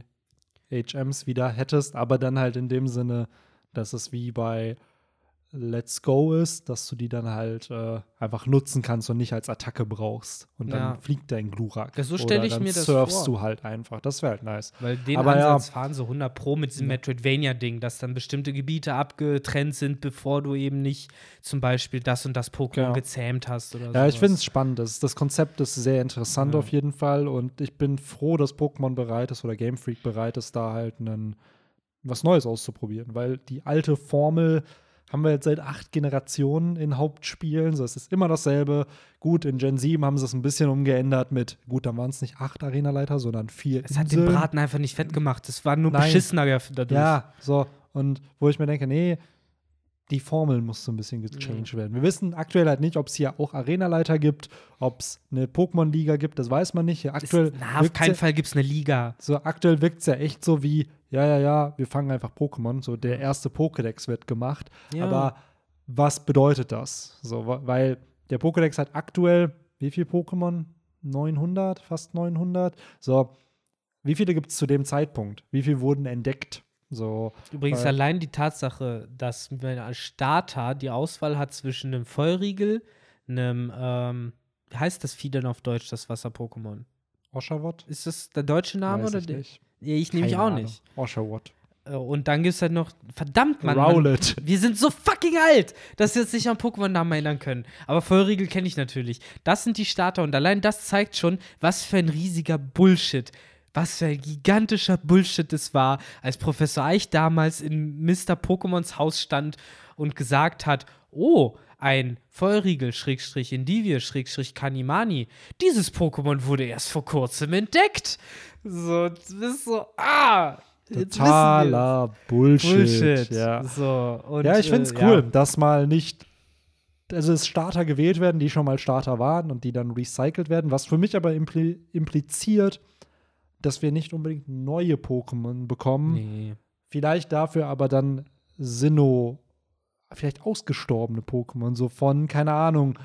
H Ms wieder hättest, aber dann halt in dem Sinne, dass es wie bei Let's Go ist, dass du die dann halt äh, einfach nutzen kannst und nicht als Attacke brauchst. Und dann Ja. fliegt dein Glurak. Ja, so stell Oder ich dann mir das surfst vor. du halt einfach. Das wäre halt nice. Weil den Aber ja. Ansatz fahren so hundert Pro mit diesem Metroidvania-Ding, dass dann bestimmte Gebiete abgetrennt sind, bevor du eben nicht zum Beispiel das und das Pokémon Genau. gezähmt hast oder so. Ja, ich finde es spannend. Das, das Konzept ist sehr interessant Ja. auf jeden Fall. Und ich bin froh, dass Pokémon bereit ist oder Game Freak bereit ist, da halt einen, was Neues auszuprobieren. Weil die alte Formel haben wir jetzt seit acht Generationen in Hauptspielen. So, es ist immer dasselbe. Gut, in Gen sieben haben sie es ein bisschen umgeändert mit, gut, dann waren es nicht acht Arenaleiter, sondern vier Es hat den Inseln. Braten einfach nicht fett gemacht. Es war nur Nein. beschissener dadurch. Ja, so. Und wo ich mir denke, nee, die Formel muss so ein bisschen gechanged werden. Wir wissen aktuell halt nicht, ob es hier auch Arenaleiter gibt, ob es eine Pokémon-Liga gibt, das weiß man nicht. Aktuell Es, na, auf wirkt's keinen ja, Fall gibt es eine Liga. so aktuell wirkt es ja echt so wie, ja, ja, ja, wir fangen einfach Pokémon. So, der erste Pokédex wird gemacht. Ja. Aber was bedeutet das? So, wa- weil der Pokédex hat aktuell, wie viel Pokémon? neunhundert, fast neunhundert. So, wie viele gibt es zu dem Zeitpunkt? Wie viele wurden entdeckt? So, Übrigens weil- allein die Tatsache, dass man als Starter die Auswahl hat zwischen einem Feuerriegel, einem, ähm, wie heißt das Vieh denn auf Deutsch, das Wasser-Pokémon? Oshawott? Ist das der deutsche Name Weiß oder ich der? nicht. Ja, ich nehme mich Keine auch Ahnung. nicht. Oshawott. Äh, Und dann gibt es halt noch, verdammt, Mann, Mann, Rowlet. wir sind so fucking alt, dass wir uns nicht an Pokémon-Namen erinnern können. Aber Feuerriegel kenne ich natürlich. Das sind die Starter und allein das zeigt schon, was für ein riesiger Bullshit, was für ein gigantischer Bullshit es war, als Professor Eich damals in Mister Pokémons Haus stand und gesagt hat, oh, ein Feuerriegel, Schrägstrich Indivir, Schrägstrich Kanimani. Dieses Pokémon wurde erst vor kurzem entdeckt. So, das ist so, ah, jetzt wissen wir's. Totaler Bullshit. Bullshit. Ja, So, und, ja ich finde es äh, cool, ja. dass mal nicht, also es Starter gewählt werden, die schon mal Starter waren und die dann recycelt werden, was für mich aber impli impliziert, dass wir nicht unbedingt neue Pokémon bekommen. Nee. Vielleicht dafür aber dann Sinnoh, vielleicht ausgestorbene Pokémon, so von, keine Ahnung,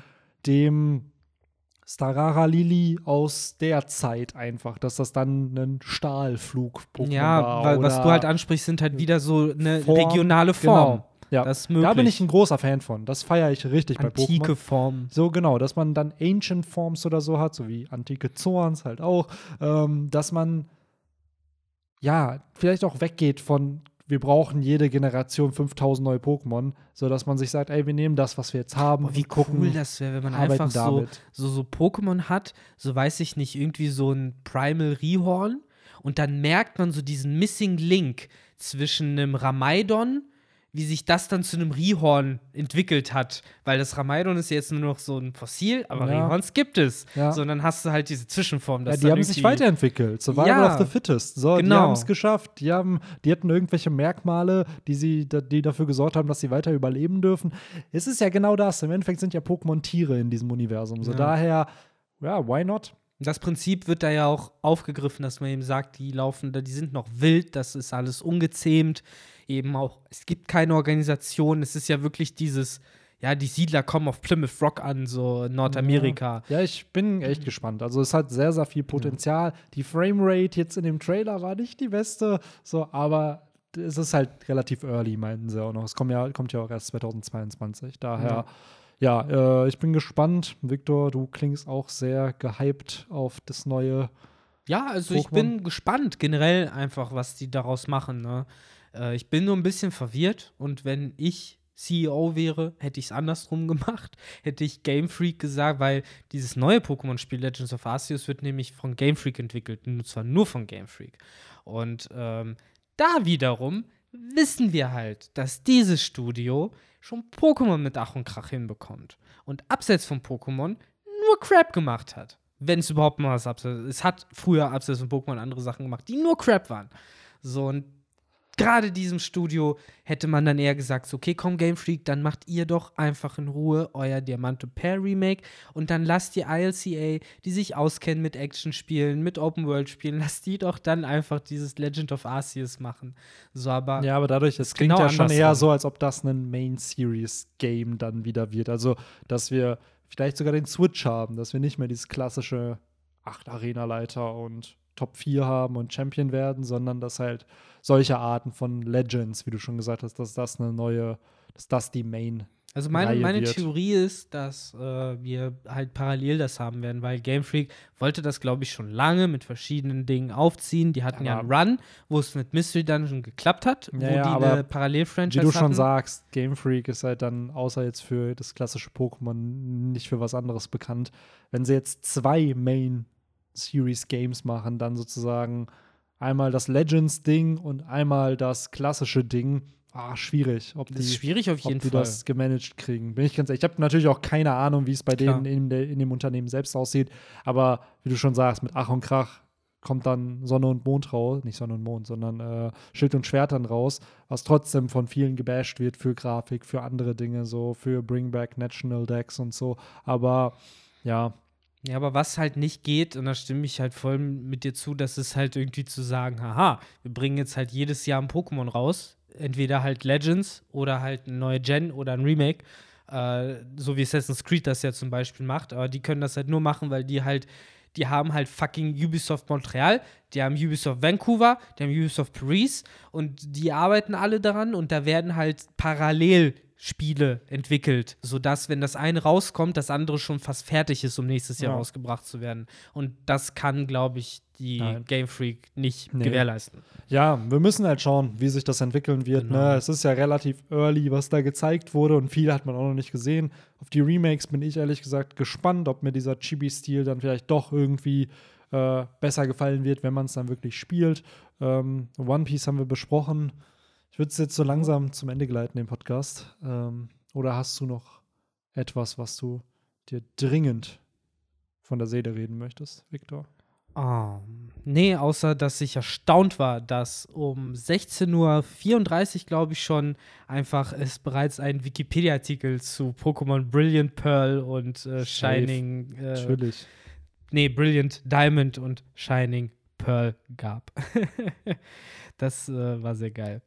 dem Starara Lili aus der Zeit einfach, dass das dann ein Stahlflug-Pokémon Ja, war. weil, was oder du halt ansprichst, sind halt wieder so eine Form, regionale Form. Genau. Ja. Das ist möglich. Da bin ich ein großer Fan von. Das feiere ich richtig bei Antike Pokémon. Form. So genau, dass man dann Ancient Forms oder so hat, so wie antike Zorns halt auch, ähm, dass man ja vielleicht auch weggeht von wir brauchen jede Generation fünftausend neue Pokémon, sodass man sich sagt, ey, wir nehmen das, was wir jetzt haben. Oh, wie und gucken, cool das wäre, wenn man arbeiten einfach so, damit. so, so Pokémon hat, so weiß ich nicht, irgendwie so ein Primal Rihorn und dann merkt man so diesen Missing Link zwischen einem Ramaidon, wie sich das dann zu einem Rihorn entwickelt hat, weil das Ramaidon ist ja jetzt nur noch so ein Fossil, aber Ja. Rihorns gibt es. Ja. So, und dann hast du halt diese Zwischenform. Ja, dass die dann haben sich irgendwie- weiterentwickelt. Survival Ja, of the Fittest. So, die genau. haben es geschafft. Die, haben, die hatten irgendwelche Merkmale, die, sie, die dafür gesorgt haben, dass sie weiter überleben dürfen. Es ist ja genau das. Im Endeffekt sind ja Pokémon Tiere in diesem Universum. So Ja. daher, ja, why not? Das Prinzip wird da ja auch aufgegriffen, dass man eben sagt, die laufen da, die sind noch wild, das ist alles ungezähmt. Eben auch, es gibt keine Organisation, es ist ja wirklich dieses, ja, die Siedler kommen auf Plymouth Rock an, so in Nordamerika. Ja, ich bin echt gespannt. Also es hat sehr, sehr viel Potenzial. Die Framerate jetzt in dem Trailer war nicht die beste, so, aber es ist halt relativ early, meinten sie auch noch. Es kommt ja, kommt ja auch erst zweitausendzweiundzwanzig. Daher, ja, äh, ich bin gespannt. Victor, du klingst auch sehr gehypt auf das neue. Ja, also ich Pokémon. bin gespannt generell einfach, was die daraus machen. Ne? Äh, ich bin nur ein bisschen verwirrt und wenn ich C E O wäre, hätte ich es andersrum gemacht. Hätte ich Game Freak gesagt, weil dieses neue Pokémon-Spiel Legends of Arceus wird nämlich von Game Freak entwickelt. Und zwar nur von Game Freak. Und ähm, da wiederum wissen wir halt, dass dieses Studio schon Pokémon mit Ach und Krach hinbekommt. Und abseits von Pokémon nur Crap gemacht hat. Wenn es überhaupt mal was abseits. Es hat früher abseits von Pokémon andere Sachen gemacht, die nur Crap waren. So, und gerade diesem Studio hätte man dann eher gesagt, so, okay, komm, Game Freak, dann macht ihr doch einfach in Ruhe euer Diamante Pearl Remake und dann lasst die I L C A, die sich auskennen mit Action-Spielen, mit Open-World-Spielen, lasst die doch dann einfach dieses Legend of Arceus machen. So, aber ja, aber dadurch, es klingt genau ja schon andersrum. eher so, als ob das ein Main-Series-Game dann wieder wird. Also, dass wir vielleicht sogar den Switch haben, dass wir nicht mehr dieses klassische acht Arena-Leiter und Top vier haben und Champion werden, sondern dass halt solche Arten von Legends, wie du schon gesagt hast, dass das eine neue, dass das die Main Also meine, Reihe meine wird. Theorie ist, dass äh, wir halt parallel das haben werden, weil Game Freak wollte das, glaube ich, schon lange mit verschiedenen Dingen aufziehen. Die hatten ja, Aber- einen Run, wo es mit Mystery Dungeon geklappt hat, Ja, wo ja, die aber eine Parallel-Franchise Wie du schon hatten. sagst, Game Freak ist halt dann, außer jetzt für das klassische Pokémon, nicht für was anderes bekannt. Wenn sie jetzt zwei Main-Series-Games machen, dann sozusagen einmal das Legends-Ding und einmal das klassische Ding, ah, schwierig, ob Das die, ist schwierig auf ob jeden die Fall. das gemanagt kriegen. Bin ich ganz ehrlich. Ich habe natürlich auch keine Ahnung, wie es bei Klar. denen in, der, in dem Unternehmen selbst aussieht. Aber wie du schon sagst, mit Ach und Krach kommt dann Sonne und Mond raus. Nicht Sonne und Mond, sondern äh, Schild und Schwert dann raus, was trotzdem von vielen gebasht wird für Grafik, für andere Dinge, so für Bring Back National Decks und so. Aber ja, Ja, aber was halt nicht geht, und da stimme ich halt voll mit dir zu, das ist halt irgendwie zu sagen, haha, wir bringen jetzt halt jedes Jahr ein Pokémon raus, entweder halt Legends oder halt eine neue Gen oder ein Remake, äh, so wie Assassin's Creed das ja zum Beispiel macht, aber die können das halt nur machen, weil die halt, die haben halt fucking Ubisoft Montreal, die haben Ubisoft Vancouver, die haben Ubisoft Paris und die arbeiten alle daran und da werden halt parallel Spiele entwickelt, sodass, wenn das eine rauskommt, das andere schon fast fertig ist, um nächstes Jahr Ja. rausgebracht zu werden. Und das kann, glaube ich, die Nein. Game Freak nicht Nee. gewährleisten. Ja, wir müssen halt schauen, wie sich das entwickeln wird. Genau. Ne? Es ist ja relativ early, was da gezeigt wurde und viel hat man auch noch nicht gesehen. Auf die Remakes bin ich ehrlich gesagt gespannt, ob mir dieser Chibi-Stil dann vielleicht doch irgendwie äh, besser gefallen wird, wenn man es dann wirklich spielt. Ähm, One Piece haben wir besprochen. Ich würde es jetzt so langsam zum Ende geleiten, den Podcast. Ähm, oder hast du noch etwas, was du dir dringend von der Seele reden möchtest, Victor? Oh, nee, außer dass ich erstaunt war, dass um sechzehn Uhr vierunddreißig, glaube ich schon, einfach es bereits einen Wikipedia-Artikel zu Pokémon Brilliant Pearl und äh, Shining äh, Natürlich. nee, Brilliant Diamond und Shining Pearl gab. Das äh, war sehr geil.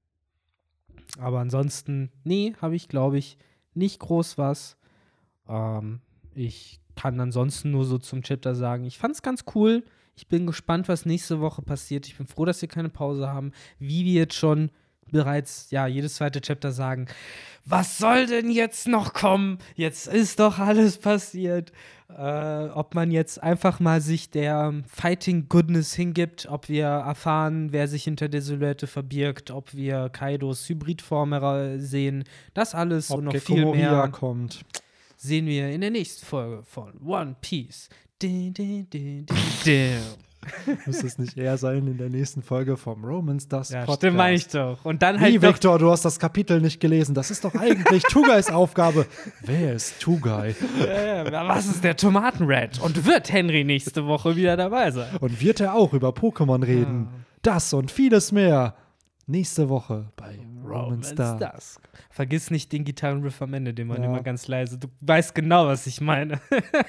Aber ansonsten, nee, habe ich, glaube ich, nicht groß was. Ähm, ich kann ansonsten nur so zum Chapter sagen, ich fand es ganz cool. Ich bin gespannt, was nächste Woche passiert. Ich bin froh, dass wir keine Pause haben. Wie wir jetzt schon bereits, ja, jedes zweite Chapter sagen, was soll denn jetzt noch kommen? Jetzt ist doch alles passiert. Äh, ob man jetzt einfach mal sich der Fighting Goodness hingibt, ob wir erfahren, wer sich hinter der Silhouette verbirgt, ob wir Kaidos Hybridform hera- sehen, das alles Ob und noch Gecko viel Moria mehr kommt. sehen wir in der nächsten Folge von One Piece. Din, din, din, din, din. Müsste es nicht eher sein in der nächsten Folge vom Romans das Ja, Podcast? stimmt, meine ich doch. Und dann Wie, halt doch, Victor, du hast das Kapitel nicht gelesen. Das ist doch eigentlich Tugays Aufgabe. Wer ist Tugay? äh, was ist der Tomatenred? Und wird Henry nächste Woche wieder dabei sein? Und wird er auch über Pokémon reden? Ja. Das und vieles mehr. Nächste Woche bei Romans Dusk. Dusk. Vergiss nicht den Gitarrenriff am Ende, den man Ja. immer ganz leise. Du weißt genau, was ich meine.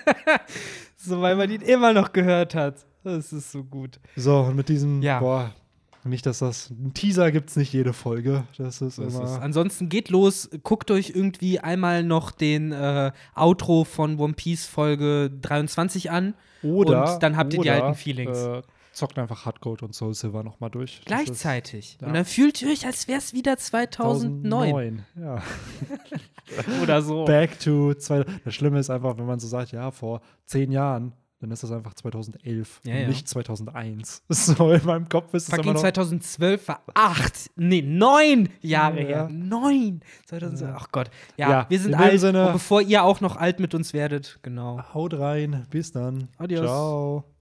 So, weil man ihn immer noch gehört hat. Das ist so gut. So, und mit diesem, Ja. boah, nicht, dass das, ein Teaser gibt's nicht jede Folge. Das ist Das ist, immer, ansonsten geht los, guckt euch irgendwie einmal noch den äh, Outro von One Piece Folge dreiundzwanzig an. oder, und dann habt ihr die oder, alten Feelings. Äh, zockt einfach Hardgold und Soul Silver nochmal durch. Das Gleichzeitig. ja. Und dann fühlt ihr euch, als wäre es wieder ist zweitausendneun Ja. oder so. Back to zwei. Das Schlimme ist einfach, wenn man so sagt, ja, vor zehn Jahren dann ist das einfach zweitausendelf Ja, und ja. nicht zweitausendeins. So in meinem Kopf ist es immer Fucking noch. zweitausendzwölf war acht, nee, neun Jahre Ja. her. Neun. zweitausendzwölf. Ach Gott. Ja, Ja, wir sind in dem alt. Sinne- Und bevor ihr auch noch alt mit uns werdet, genau. Haut rein, bis dann. Adios. Ciao.